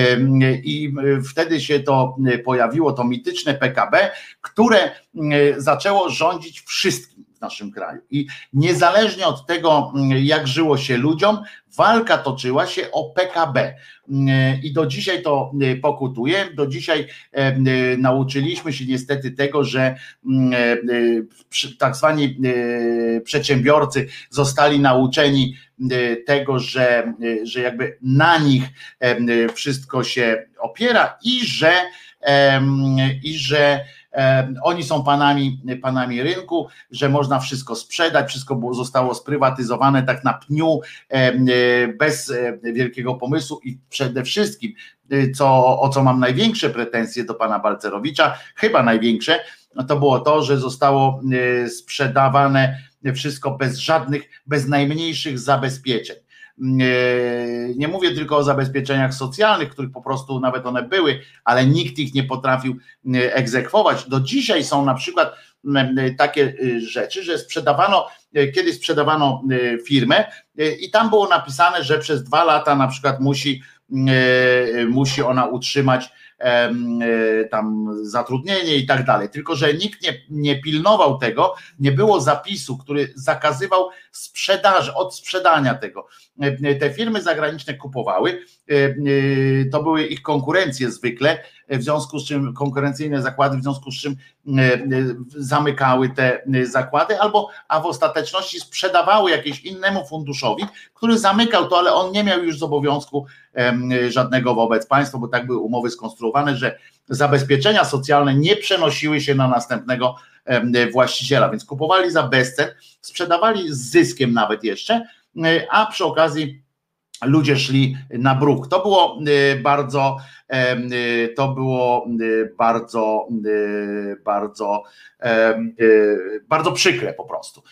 I wtedy się to pojawiło, to mityczne P K B, które zaczęło rządzić wszystkim w naszym kraju. I niezależnie od tego, jak żyło się ludziom, walka toczyła się o P K B. I do dzisiaj to pokutuje. Do dzisiaj nauczyliśmy się niestety tego, że tak zwani przedsiębiorcy zostali nauczeni tego, że, że jakby na nich wszystko się opiera i że, i że oni są panami, panami rynku, że można wszystko sprzedać, wszystko było, zostało sprywatyzowane tak na pniu, bez wielkiego pomysłu i przede wszystkim, co, o co mam największe pretensje do pana Balcerowicza, chyba największe, to było to, że zostało sprzedawane wszystko bez żadnych, bez najmniejszych zabezpieczeń. Nie mówię tylko o zabezpieczeniach socjalnych, których po prostu nawet one były, ale nikt ich nie potrafił egzekwować. Do dzisiaj są na przykład takie rzeczy, że sprzedawano, kiedyś sprzedawano firmę i tam było napisane, że przez dwa lata na przykład musi, musi ona utrzymać tam zatrudnienie i tak dalej, tylko że nikt nie, nie pilnował tego, nie było zapisu, który zakazywał sprzedaży, odsprzedania tego. Te firmy zagraniczne kupowały, to były ich konkurencje zwykle, w związku z czym konkurencyjne zakłady, w związku z czym zamykały te zakłady, albo a w ostateczności sprzedawały jakieś innemu funduszowi, który zamykał to, ale on nie miał już z obowiązku żadnego wobec państwa, bo tak były umowy skonstruowane, że zabezpieczenia socjalne nie przenosiły się na następnego właściciela, więc kupowali za bezcen, sprzedawali z zyskiem nawet jeszcze, a przy okazji ludzie szli na bruk. To było bardzo, to było bardzo, bardzo, bardzo przykre po prostu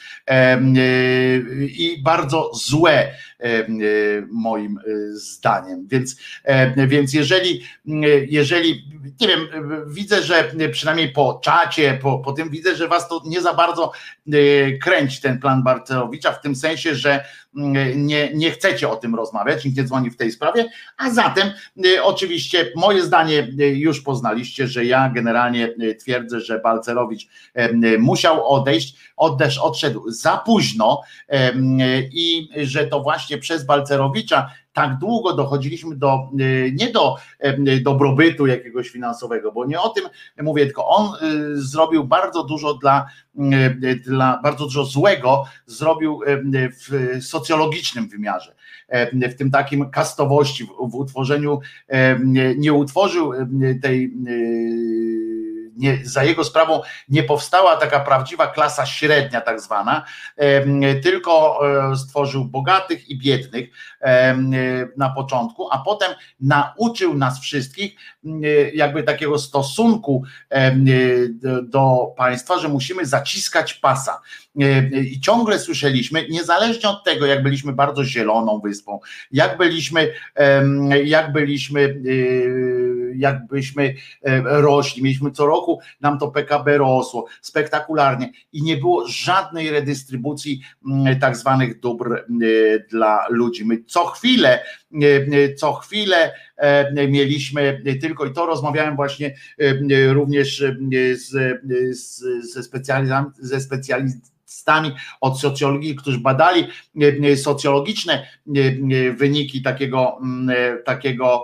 i bardzo złe moim zdaniem. Więc, więc jeżeli, jeżeli, nie wiem, widzę, że przynajmniej po czacie, po, po tym widzę, że was to nie za bardzo kręci ten plan Balcerowicza, w tym sensie, że nie, nie chcecie o tym rozmawiać, nikt nie dzwoni w tej sprawie, a zatem oczywiście moje zdanie już poznaliście, że ja generalnie twierdzę, że Balcerowicz musiał odejść, odesz, odszedł za późno i że to właśnie przez Balcerowicza tak długo dochodziliśmy do, nie do dobrobytu jakiegoś finansowego, bo nie o tym mówię, tylko on zrobił bardzo dużo dla, dla bardzo dużo złego zrobił w socjologicznym wymiarze, w tym takim kastowości, w utworzeniu, nie utworzył tej, nie, za jego sprawą nie powstała taka prawdziwa klasa średnia tak zwana, tylko stworzył bogatych i biednych na początku, a potem nauczył nas wszystkich jakby takiego stosunku do państwa, że musimy zaciskać pasa. I ciągle słyszeliśmy, niezależnie od tego, jak byliśmy bardzo zieloną wyspą, jak byliśmy, jak byliśmy, jakbyśmy rośli, mieliśmy co roku, nam to P K B rosło spektakularnie i nie było żadnej redystrybucji tak zwanych dóbr dla ludzi. My co chwilę, co chwilę mieliśmy tylko, i to rozmawiałem właśnie również z, z, ze specjalistami, ze specjalistami specjalistami od socjologii, którzy badali socjologiczne wyniki takiego, takiego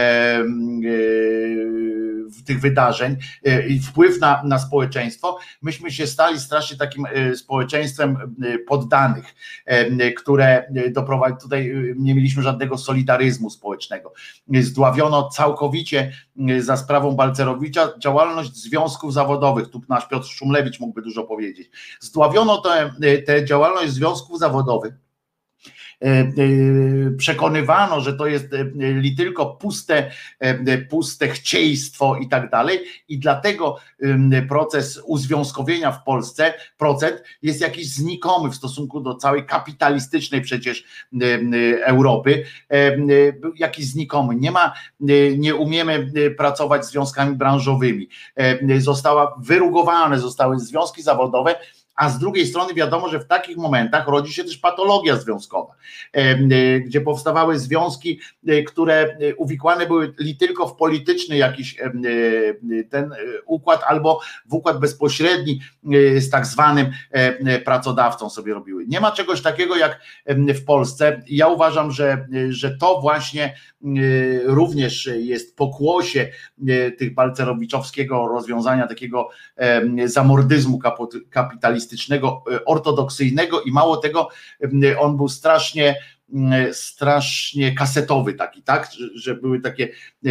tych wydarzeń i wpływ na, na społeczeństwo, myśmy się stali strasznie takim społeczeństwem poddanych, które doprowadziło, tutaj nie mieliśmy żadnego solidaryzmu społecznego. Zdławiono całkowicie za sprawą Balcerowicza działalność związków zawodowych, tu nasz Piotr Szumlewicz mógłby dużo powiedzieć. Zdławiono tę, tę działalność związków zawodowych. Przekonywano, że to jest li tylko puste, puste chcieństwo i tak dalej, i dlatego proces uzwiązkowienia w Polsce, procent jest jakiś znikomy w stosunku do całej kapitalistycznej przecież Europy, jakiś znikomy. Nie ma, nie umiemy pracować związkami branżowymi. Została wyrugowane, zostały związki zawodowe, a z drugiej strony wiadomo, że w takich momentach rodzi się też patologia związkowa, gdzie powstawały związki, które uwikłane były li tylko w polityczny jakiś ten układ, albo w układ bezpośredni z tak zwanym pracodawcą sobie robiły. Nie ma czegoś takiego jak w Polsce. Ja uważam, że, że to właśnie również jest pokłosie tych balcerowiczowskiego rozwiązania, takiego zamordyzmu kapitalistycznego, ortodoksyjnego, i mało tego, on był strasznie strasznie kasetowy taki, tak, że były takie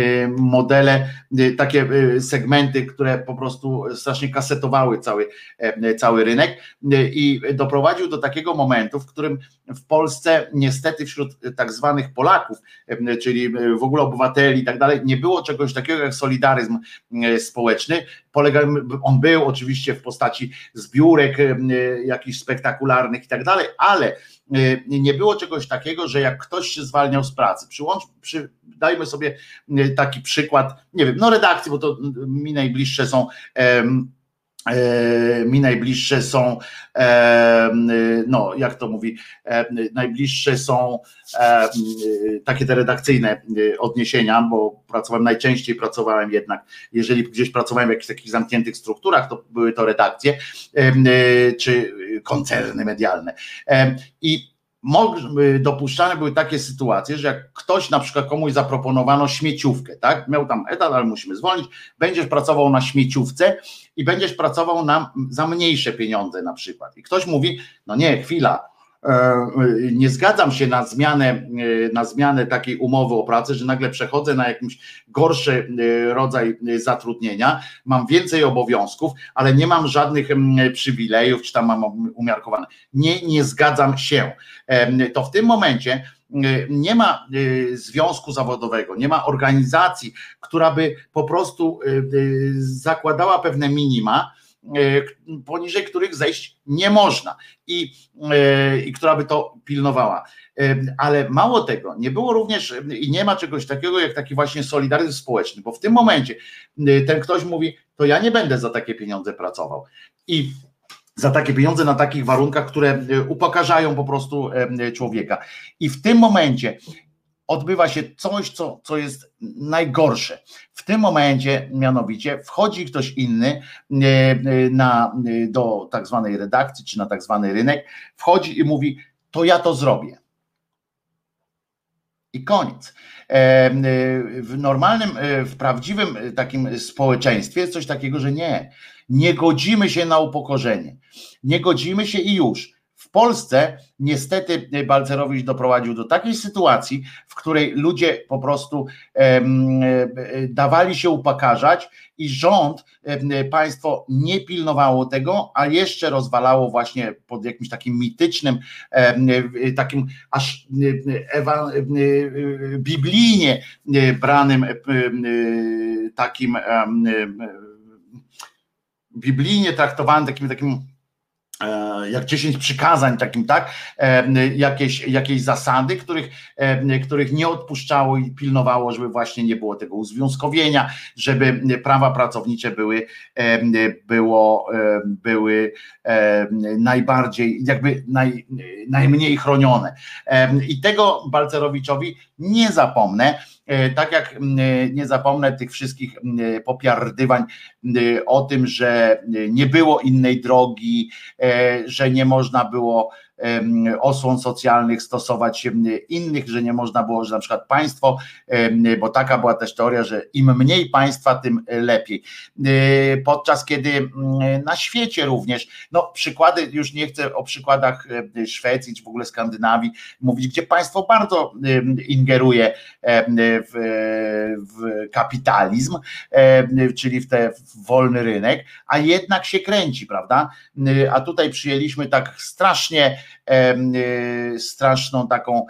modele, takie segmenty, które po prostu strasznie kasetowały cały, cały rynek, i doprowadził do takiego momentu, w którym w Polsce niestety wśród tak zwanych Polaków, czyli w ogóle obywateli i tak dalej, nie było czegoś takiego jak solidaryzm społeczny. Polega, on był oczywiście w postaci zbiórek jakichś spektakularnych i tak dalej, ale nie było czegoś takiego, że jak ktoś się zwalniał z pracy, przyłącz, przy, dajmy sobie taki przykład, nie wiem, no redakcji, bo to mi najbliższe są em, e, mi najbliższe są e, no jak to mówi, e, najbliższe są e, takie te redakcyjne odniesienia, bo pracowałem najczęściej, pracowałem jednak, jeżeli gdzieś pracowałem w jakichś takich zamkniętych strukturach, to były to redakcje e, czy koncerny medialne. E, I dopuszczane były takie sytuacje, że jak ktoś, na przykład komuś zaproponowano śmieciówkę, tak, miał tam etat, ale musimy zwolnić, będziesz pracował na śmieciówce i będziesz pracował na, za mniejsze pieniądze na przykład. I ktoś mówi, no nie, chwila, nie zgadzam się na zmianę, na zmianę takiej umowy o pracę, że nagle przechodzę na jakiś gorszy rodzaj zatrudnienia, mam więcej obowiązków, ale nie mam żadnych przywilejów, czy tam mam umiarkowane. Nie, nie zgadzam się. To w tym momencie nie ma związku zawodowego, nie ma organizacji, która by po prostu zakładała pewne minima, poniżej których zejść nie można, i, i która by to pilnowała. Ale mało tego, nie było również i nie ma czegoś takiego jak taki właśnie solidaryzm społeczny, bo w tym momencie ten ktoś mówi, to ja nie będę za takie pieniądze pracował, i za takie pieniądze na takich warunkach, które upokarzają po prostu człowieka. I w tym momencie odbywa się coś, co, co jest najgorsze. W tym momencie mianowicie wchodzi ktoś inny na, do tak zwanej redakcji, czy na tak zwany rynek, wchodzi i mówi, to ja to zrobię. I koniec. W normalnym, w prawdziwym takim społeczeństwie jest coś takiego, że nie, nie godzimy się na upokorzenie. Nie godzimy się i już. W Polsce niestety Balcerowicz doprowadził do takiej sytuacji, w której ludzie po prostu em, dawali się upokarzać i rząd, em, państwo nie pilnowało tego, a jeszcze rozwalało właśnie pod jakimś takim mitycznym, em, takim aż ewa, biblijnie branym takim biblijnie traktowanym takim takim jak dziesięć przykazań takim, tak, jakieś, jakieś zasady, których, których nie odpuszczało i pilnowało, żeby właśnie nie było tego uzwiązkowienia, żeby prawa pracownicze były, było, były najbardziej, jakby naj, najmniej chronione. I tego Balcerowiczowi nie zapomnę. tak jak nie zapomnę tych wszystkich popiardywań o tym, że nie było innej drogi, że nie można było osłon socjalnych stosować innych, że nie można było, że na przykład państwo, bo taka była też teoria, że im mniej państwa, tym lepiej. Podczas kiedy na świecie również, no przykłady, już nie chcę o przykładach Szwecji czy w ogóle Skandynawii mówić, gdzie państwo bardzo ingeruje w, w kapitalizm, czyli w ten wolny rynek, a jednak się kręci, prawda? A tutaj przyjęliśmy tak strasznie straszną taką,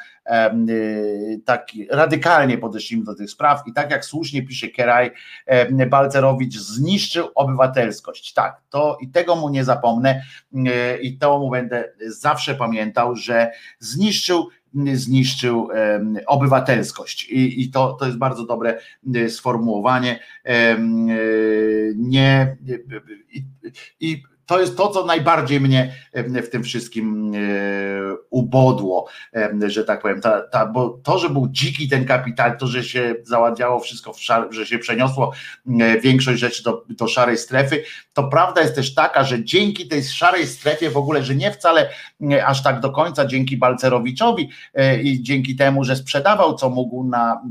taki radykalnie podeszliśmy do tych spraw i tak jak słusznie pisze Keraj, Balcerowicz zniszczył obywatelskość. Tak, to i tego mu nie zapomnę i to mu będę zawsze pamiętał, że zniszczył zniszczył um, obywatelskość i, i to, to jest bardzo dobre sformułowanie. Um, nie i, i to jest to, co najbardziej mnie w tym wszystkim ubodło, że tak powiem. Ta, ta, bo to, że był dziki ten kapital, to, że się załadziało wszystko, w szar, że się przeniosło większość rzeczy do, do szarej strefy, to prawda jest też taka, że dzięki tej szarej strefie w ogóle, że nie wcale aż tak do końca dzięki Balcerowiczowi i dzięki temu, że sprzedawał co mógł na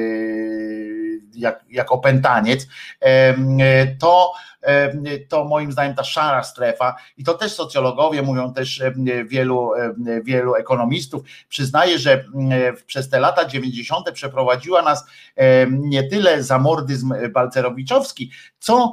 jak, jak opętaniec, to to moim zdaniem ta szara strefa i to też socjologowie mówią, też wielu, wielu ekonomistów przyznaje, że przez te lata dziewięćdziesiąte przeprowadziła nas nie tyle zamordyzm balcerowiczowski, co,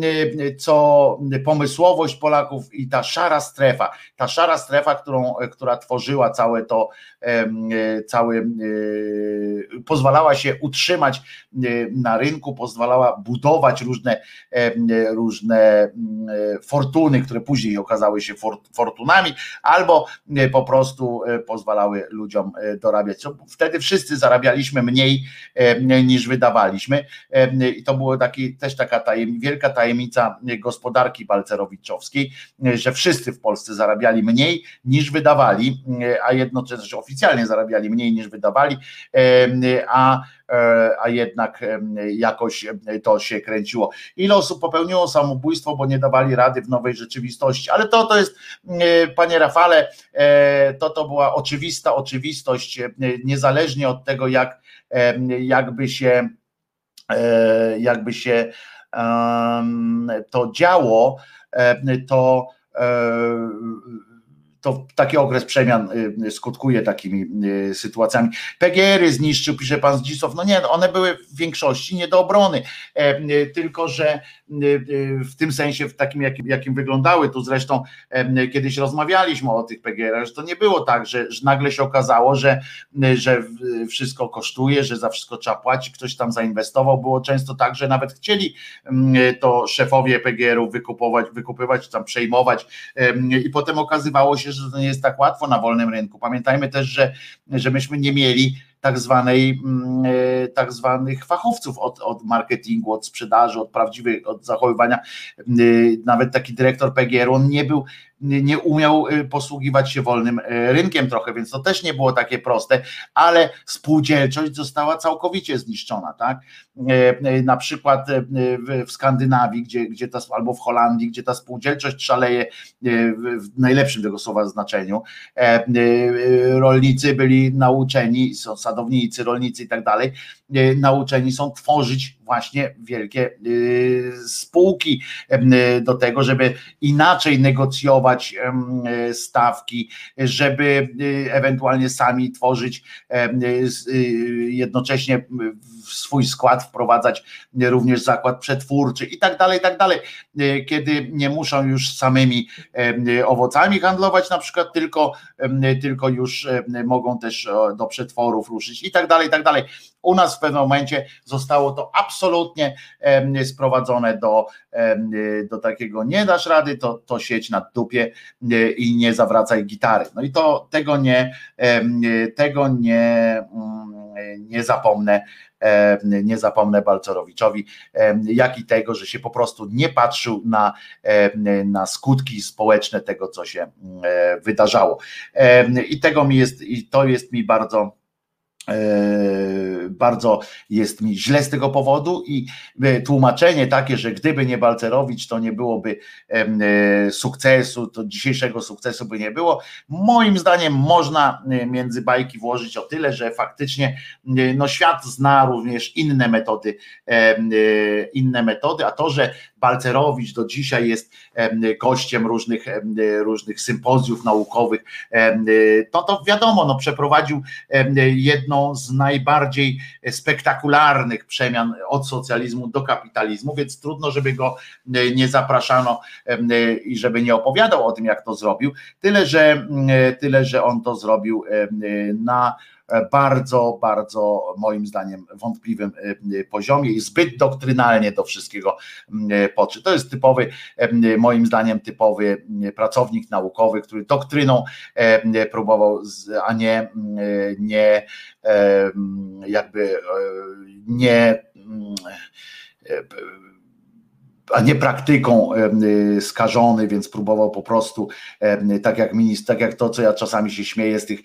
co pomysłowość Polaków i ta szara strefa, ta szara strefa, którą, która tworzyła całe to, cały, pozwalała się utrzymać na rynku, pozwalała budować różne różne fortuny, które później okazały się fortunami, albo po prostu pozwalały ludziom dorabiać. Wtedy wszyscy zarabialiśmy mniej niż wydawaliśmy i to była taki, też taka tajem, wielka tajemnica gospodarki balcerowiczowskiej, że wszyscy w Polsce zarabiali mniej niż wydawali, a jednocześnie oficjalnie zarabiali mniej niż wydawali, a a jednak jakoś to się kręciło. Ile osób popełniło samobójstwo, bo nie dawali rady w nowej rzeczywistości, ale to to jest, panie Rafale, to to była oczywista oczywistość, niezależnie od tego, jak jakby się jakby się to działo, to to taki okres przemian skutkuje takimi sytuacjami. P G R-y zniszczył, pisze pan Zdzisław, no nie, one były w większości nie do obrony, tylko że w tym sensie, w takim jakim, jakim wyglądały, tu zresztą kiedyś rozmawialiśmy o tych P G R-ach, że to nie było tak, że, że nagle się okazało, że, że wszystko kosztuje, że za wszystko trzeba płacić, ktoś tam zainwestował, było często tak, że nawet chcieli to szefowie P G R-ów wykupować, wykupywać, tam przejmować i potem okazywało się, że to nie jest tak łatwo na wolnym rynku. Pamiętajmy też, że, że myśmy nie mieli tak zwanej, tak zwanych fachowców od, od marketingu, od sprzedaży, od prawdziwych, od zachowywania. Nawet taki dyrektor P G R-u, on nie był, nie umiał posługiwać się wolnym rynkiem trochę, więc to też nie było takie proste, ale spółdzielczość została całkowicie zniszczona, tak? Na przykład w Skandynawii, gdzie, gdzie ta, albo w Holandii, gdzie ta spółdzielczość szaleje w najlepszym tego słowa znaczeniu. Rolnicy byli nauczeni, są sadownicy, rolnicy i tak dalej, nauczeni są tworzyć właśnie wielkie spółki do tego, żeby inaczej negocjować stawki, żeby ewentualnie sami tworzyć, jednocześnie w swój skład wprowadzać również zakład przetwórczy i tak dalej, i tak dalej, kiedy nie muszą już samymi owocami handlować na przykład, tylko, tylko już mogą też do przetworów ruszyć i tak dalej, i tak dalej. U nas w pewnym momencie zostało to absolutnie sprowadzone do, do takiego nie dasz rady, to, to siedź na dupie i nie zawracaj gitary. No i to tego nie, tego nie, nie zapomnę, nie zapomnę Balcerowiczowi, jak i tego, że się po prostu nie patrzył na, na skutki społeczne tego, co się wydarzało. I tego mi jest, i to jest mi bardzo Bardzo jest mi źle z tego powodu i tłumaczenie takie, że gdyby nie Balcerowicz, to nie byłoby sukcesu, to dzisiejszego sukcesu by nie było. Moim zdaniem można między bajki włożyć o tyle, że faktycznie no, świat zna również inne metody, inne metody, a to, że Balcerowicz do dzisiaj jest gościem różnych, różnych sympozjów naukowych, no to wiadomo, no, przeprowadził jedną z najbardziej spektakularnych przemian od socjalizmu do kapitalizmu, więc trudno, żeby go nie zapraszano i żeby nie opowiadał o tym, jak to zrobił, tyle, że, tyle, że on to zrobił na bardzo, bardzo moim zdaniem wątpliwym poziomie i zbyt doktrynalnie do wszystkiego podszedł. To jest typowy, moim zdaniem typowy pracownik naukowy, który doktryną próbował, a nie, nie jakby nie a nie praktyką skażony, więc próbował po prostu, tak jak minister, tak jak to, co ja czasami się śmieję z tych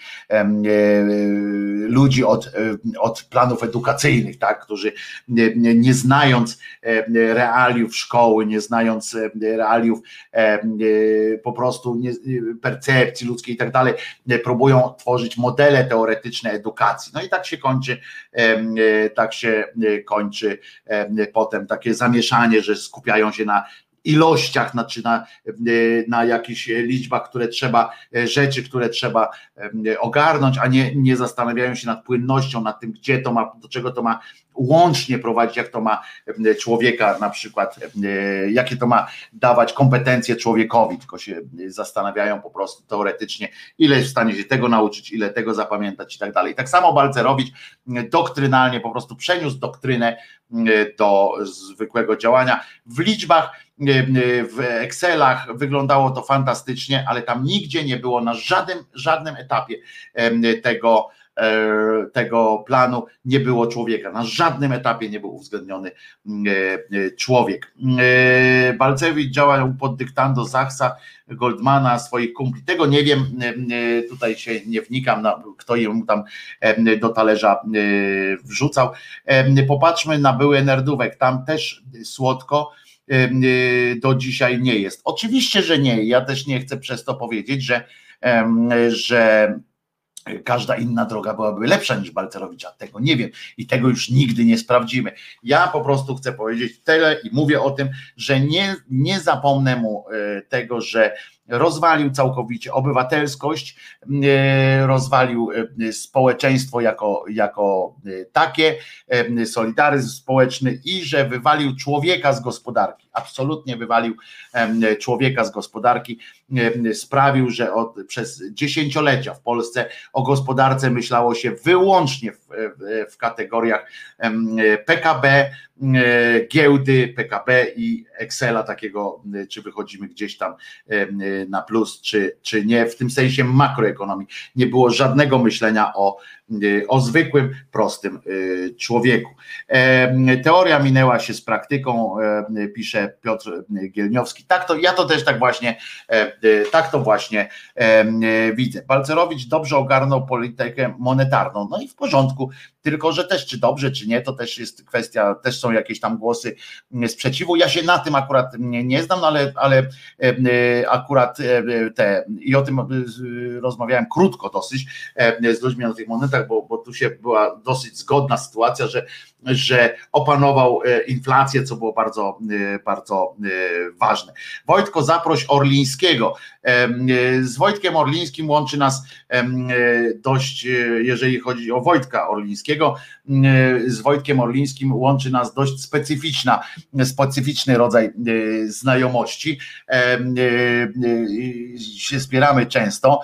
ludzi od, od planów edukacyjnych, tak, którzy nie, nie znając realiów szkoły, nie znając realiów po prostu nie, percepcji ludzkiej i tak dalej, próbują tworzyć modele teoretyczne edukacji. No i tak się kończy, tak się kończy potem takie zamieszanie, że skupia się na ilościach, znaczy na, na jakichś liczbach, które trzeba, rzeczy, które trzeba ogarnąć, a nie, nie zastanawiają się nad płynnością, nad tym, gdzie to ma, do czego to ma łącznie prowadzić, jak to ma człowieka na przykład, jakie to ma dawać kompetencje człowiekowi, tylko się zastanawiają po prostu teoretycznie, ile jest w stanie się tego nauczyć, ile tego zapamiętać i tak dalej. Tak samo Balcerowicz doktrynalnie po prostu przeniósł doktrynę do zwykłego działania. W liczbach, w Excelach wyglądało to fantastycznie, ale tam nigdzie nie było na żadnym, żadnym etapie tego tego planu nie było człowieka. Na żadnym etapie nie był uwzględniony człowiek. Balcerowicz działał pod dyktando Zachsa, Goldmana, swoich kumpli. Tego nie wiem, tutaj się nie wnikam, na, kto jemu tam do talerza wrzucał. Popatrzmy na były nerdówek, tam też słodko do dzisiaj nie jest. Oczywiście, że nie. Ja też nie chcę przez to powiedzieć, że że każda inna droga byłaby lepsza niż Balcerowicza, tego nie wiem i tego już nigdy nie sprawdzimy. Ja po prostu chcę powiedzieć tyle i mówię o tym, że nie, nie zapomnę mu tego, że rozwalił całkowicie obywatelskość, rozwalił społeczeństwo jako, jako takie, solidaryzm społeczny i że wywalił człowieka z gospodarki. Absolutnie wywalił człowieka z gospodarki, sprawił, że od, przez dziesięciolecia w Polsce o gospodarce myślało się wyłącznie w, w, w kategoriach P K B, giełdy, P K B i Excela takiego, czy wychodzimy gdzieś tam na plus, czy, czy nie, w tym sensie makroekonomii. Nie było żadnego myślenia o, o zwykłym, prostym człowieku. Teoria minęła się z praktyką, pisze Piotr Gielniowski. Tak to, ja to też tak właśnie, tak to właśnie widzę. Balcerowicz dobrze ogarnął politykę monetarną, no i w porządku, tylko że też czy dobrze, czy nie, to też jest kwestia, też są jakieś tam głosy sprzeciwu. Ja się na tym akurat nie, nie znam, ale, ale akurat te, i o tym rozmawiałem krótko dosyć z ludźmi na tych monetach, bo, bo tu się była dosyć zgodna sytuacja, że, że opanował inflację, co było bardzo, bardzo ważne. Wojtko, zaproś Orlińskiego. Z Wojtkiem Orlińskim łączy nas dość, jeżeli chodzi o Wojtka Orlińskiego, z Wojtkiem Orlińskim łączy nas dość specyficzna, specyficzny rodzaj znajomości. Się spieramy często.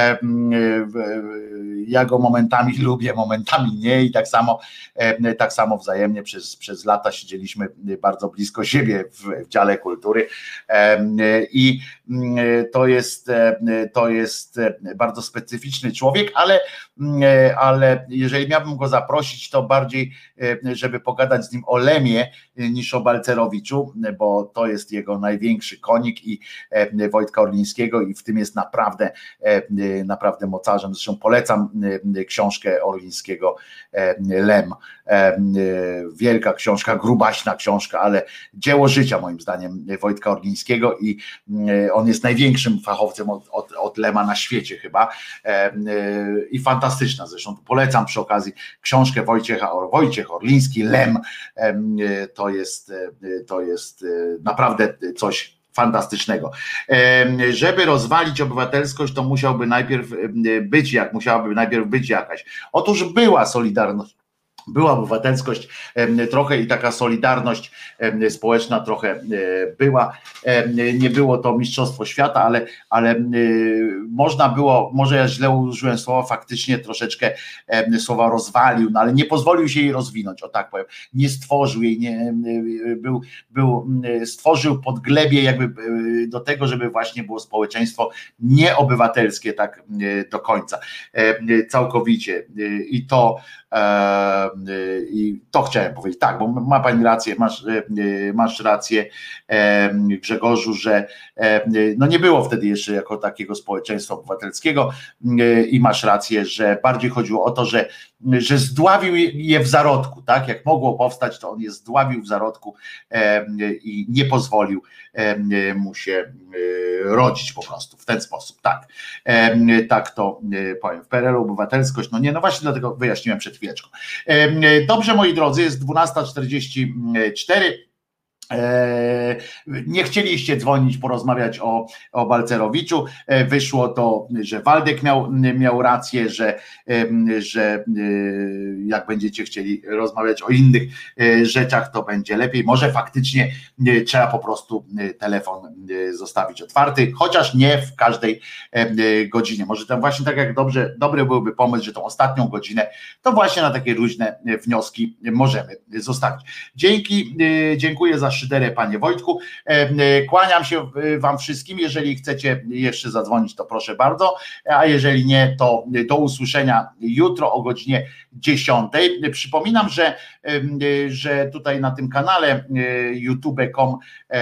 Ja go momentami lubię, momentami nie i tak samo, tak samo wzajemnie przez, przez lata siedzieliśmy bardzo blisko siebie w, w dziale kultury i to jest, to jest bardzo specyficzny człowiek, ale, ale jeżeli miałbym go zaprosić, to bardziej, żeby pogadać z nim o Lemie niż o Balcerowiczu, bo to jest jego największy konik i Wojtka Orlińskiego i w tym jest naprawdę, naprawdę mocarzem. Zresztą polecam książkę Orlińskiego Lem. Wielka książka, grubaśna książka, ale dzieło życia moim zdaniem Wojtka Orlińskiego i on jest największym fachowcem od, od, od Lema na świecie chyba i fantastyczna zresztą. Polecam przy okazji książkę Wojciecha, Wojciech Orliński, Lem. To jest, to jest naprawdę coś fantastycznego. Żeby rozwalić obywatelskość, to musiałby najpierw być, jak musiałaby najpierw być jakaś. Otóż była Solidarność, była obywatelskość trochę i taka solidarność społeczna trochę była. Nie było to mistrzostwo świata, ale, ale można było, może ja źle użyłem słowa, faktycznie troszeczkę słowa rozwalił, no ale nie pozwolił się jej rozwinąć, o tak powiem. Nie stworzył jej, nie, był, był, stworzył podglebie jakby do tego, żeby właśnie było społeczeństwo nieobywatelskie tak do końca. Całkowicie. I to I to chciałem powiedzieć, tak, bo ma pani rację, masz, masz rację, Grzegorzu, że no nie było wtedy jeszcze jako takiego społeczeństwa obywatelskiego i masz rację, że bardziej chodziło o to, że, że zdławił je w zarodku, tak, jak mogło powstać, to on je zdławił w zarodku i nie pozwolił mu się rodzić po prostu w ten sposób, tak, tak to powiem. W P R L-u obywatelskość, no nie, no właśnie dlatego wyjaśniłem przed chwileczką. Dobrze, moi drodzy, jest dwunasta czterdzieści cztery. Nie chcieliście dzwonić, porozmawiać o, o Balcerowiczu. Wyszło to, że Waldek miał, miał rację, że, że jak będziecie chcieli rozmawiać o innych rzeczach, to będzie lepiej. Może faktycznie trzeba po prostu telefon zostawić otwarty, chociaż nie w każdej godzinie. Może tam właśnie tak jak dobrze, dobry byłby pomysł, że tą ostatnią godzinę to właśnie na takie różne wnioski możemy zostawić. Dzięki, dziękuję za szyderę, panie Wojtku. Kłaniam się wam wszystkim. Jeżeli chcecie jeszcze zadzwonić, to proszę bardzo, a jeżeli nie, to do usłyszenia jutro o godzinie dziesiątej. Przypominam, że, że tutaj na tym kanale youtube kropka com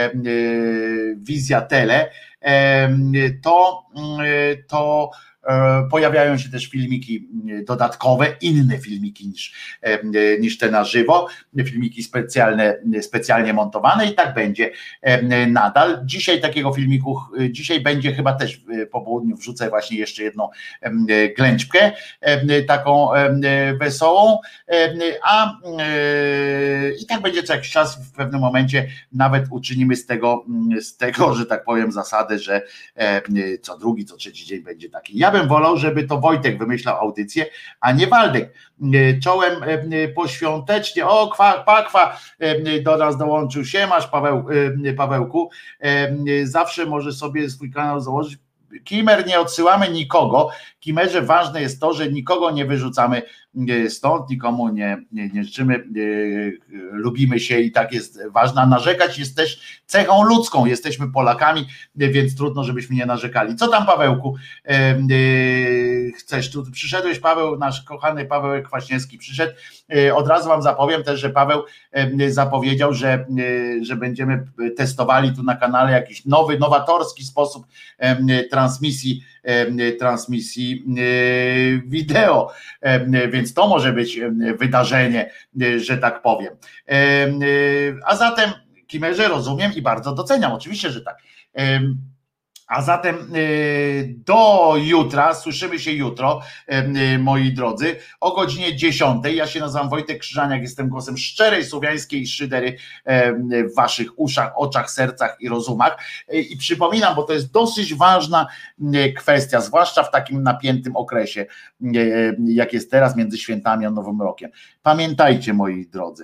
Wizja Tele to, to pojawiają się też filmiki dodatkowe, inne filmiki niż, niż te na żywo, filmiki specjalne, specjalnie montowane i tak będzie nadal. Dzisiaj takiego filmiku, dzisiaj będzie chyba też po południu wrzucę właśnie jeszcze jedną glęczkę, taką wesołą, a i tak będzie co jakiś czas w pewnym momencie nawet uczynimy z tego, z tego, że tak powiem, zasadę, że co drugi, co trzeci dzień będzie taki. Ja bym wolał, żeby to Wojtek wymyślał audycję, a nie Waldek. Czołem poświątecznie, o kwa, pakwa do nas dołączył, siemasz Paweł, Pawełku, zawsze może sobie swój kanał założyć. Kimer, nie odsyłamy nikogo. Kimerze, ważne jest to, że nikogo nie wyrzucamy stąd, nikomu nie, nie, nie życzymy, lubimy się i tak jest ważne. Narzekać jest też cechą ludzką, jesteśmy Polakami, więc trudno, żebyśmy nie narzekali. Co tam, Pawełku, chcesz? Tu przyszedłeś, Paweł, nasz kochany Paweł Kwaśniewski przyszedł. Od razu wam zapowiem też, że Paweł zapowiedział, że, że będziemy testowali tu na kanale jakiś nowy, nowatorski sposób transmisji transmisji wideo, więc to może być wydarzenie, że tak powiem. A zatem, Kimerze, rozumiem i bardzo doceniam, oczywiście, że tak. A zatem do jutra, słyszymy się jutro, moi drodzy, o godzinie dziesiątej. Ja się nazywam Wojtek Krzyżaniak, jestem głosem szczerej słowiańskiej szydery w waszych uszach, oczach, sercach i rozumach. I przypominam, bo to jest dosyć ważna kwestia, zwłaszcza w takim napiętym okresie, jak jest teraz między świętami a Nowym Rokiem. Pamiętajcie, moi drodzy,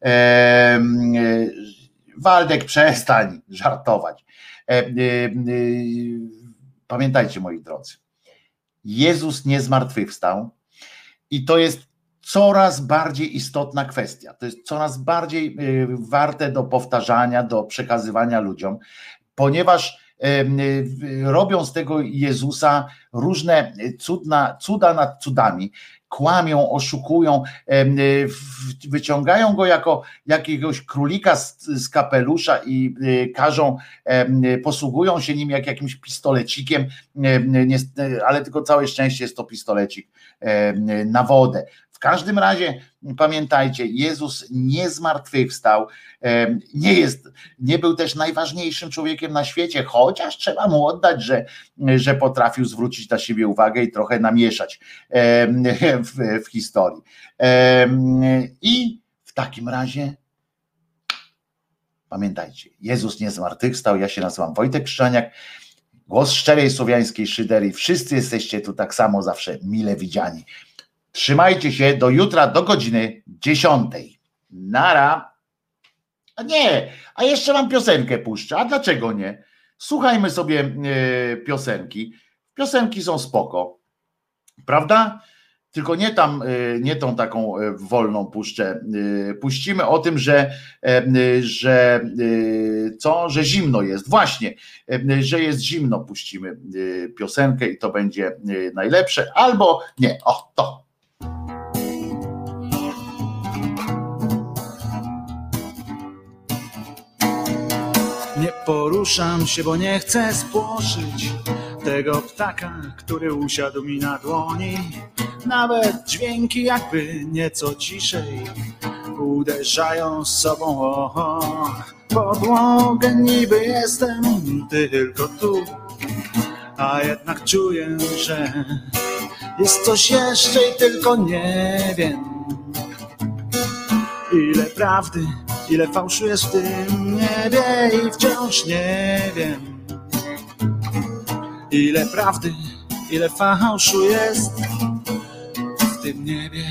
Waldek, przestań żartować. Pamiętajcie, moi drodzy, Jezus nie zmartwychwstał i to jest coraz bardziej istotna kwestia, to jest coraz bardziej warte do powtarzania, do przekazywania ludziom, ponieważ robią z tego Jezusa różne cudna, cuda nad cudami, kłamią, oszukują, wyciągają go jako jakiegoś królika z, z kapelusza i każą, posługują się nim jak jakimś pistolecikiem, ale tylko całe szczęście jest to pistolecik na wodę. W każdym razie pamiętajcie, Jezus nie zmartwychwstał, nie jest, nie był też najważniejszym człowiekiem na świecie, chociaż trzeba mu oddać, że, że potrafił zwrócić na siebie uwagę i trochę namieszać w, w historii. I w takim razie pamiętajcie, Jezus nie zmartwychwstał, ja się nazywam Wojtek Krzyżaniak, głos szczerej słowiańskiej szydery, wszyscy jesteście tu tak samo zawsze mile widziani. Trzymajcie się do jutra, do godziny dziesiątej. Nara. A nie, a jeszcze mam piosenkę puszczę. A dlaczego nie? Słuchajmy sobie e, piosenki. Piosenki są spoko. Prawda? Tylko nie tam, e, nie tą taką e, wolną puszczę. E, puścimy o tym, że, e, że e, co? Że zimno jest. Właśnie, e, że jest zimno. Puścimy e, piosenkę i to będzie e, najlepsze. Albo nie, o to. Nie poruszam się, bo nie chcę spłoszyć tego ptaka, który usiadł mi na dłoni. Nawet dźwięki jakby nieco ciszej uderzają z sobą o podłogę. Niby jestem tylko tu, a jednak czuję, że jest coś jeszcze i tylko nie wiem. Ile prawdy, ile fałszu jest w tym niebie i wciąż nie wiem. Ile prawdy, ile fałszu jest w tym niebie.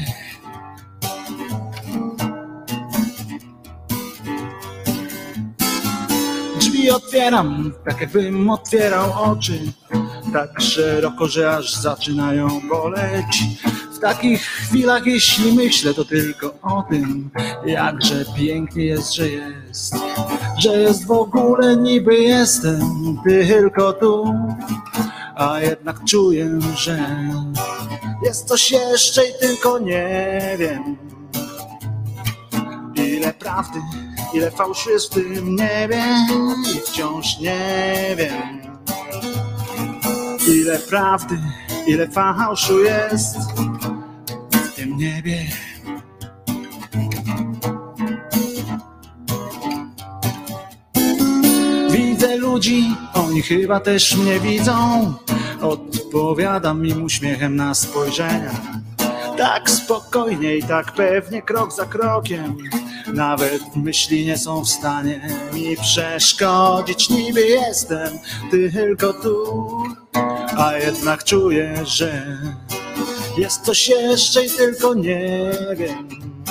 Drzwi otwieram, tak jakbym otwierał oczy, tak szeroko, że aż zaczynają boleć. W takich chwilach, jeśli myślę, to tylko o tym, jakże pięknie jest, że jest, że jest w ogóle, niby jestem tylko tu, a jednak czuję, że jest coś jeszcze i tylko nie wiem. Ile prawdy, ile fałszu jest w tym niebie i wciąż nie wiem. Ile prawdy, ile fałszu jest w tym niebie. Widzę ludzi, oni chyba też mnie widzą. Odpowiadam im uśmiechem na spojrzenia. Tak spokojnie i tak pewnie, krok za krokiem. Nawet myśli nie są w stanie mi przeszkodzić. Niby jestem tylko tu, a jednak czuję, że jest coś jeszcze i tylko nie wiem.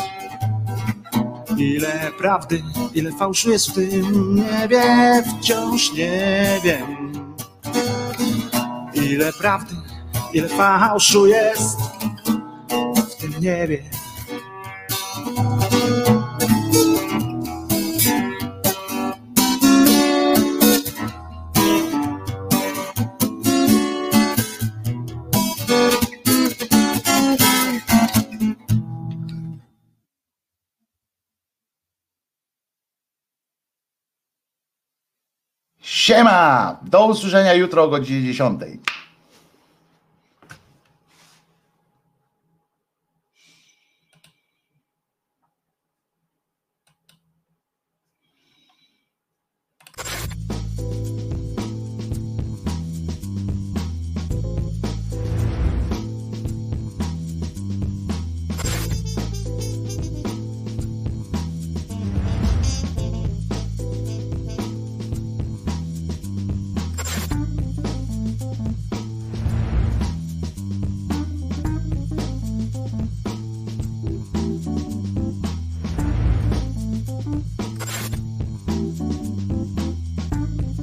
Ile prawdy, ile fałszu jest w tym niebie, wciąż nie wiem. Ile prawdy, ile fałszu jest w tym niebie. Siema! Do usłyszenia jutro o godzinie dziesiątej.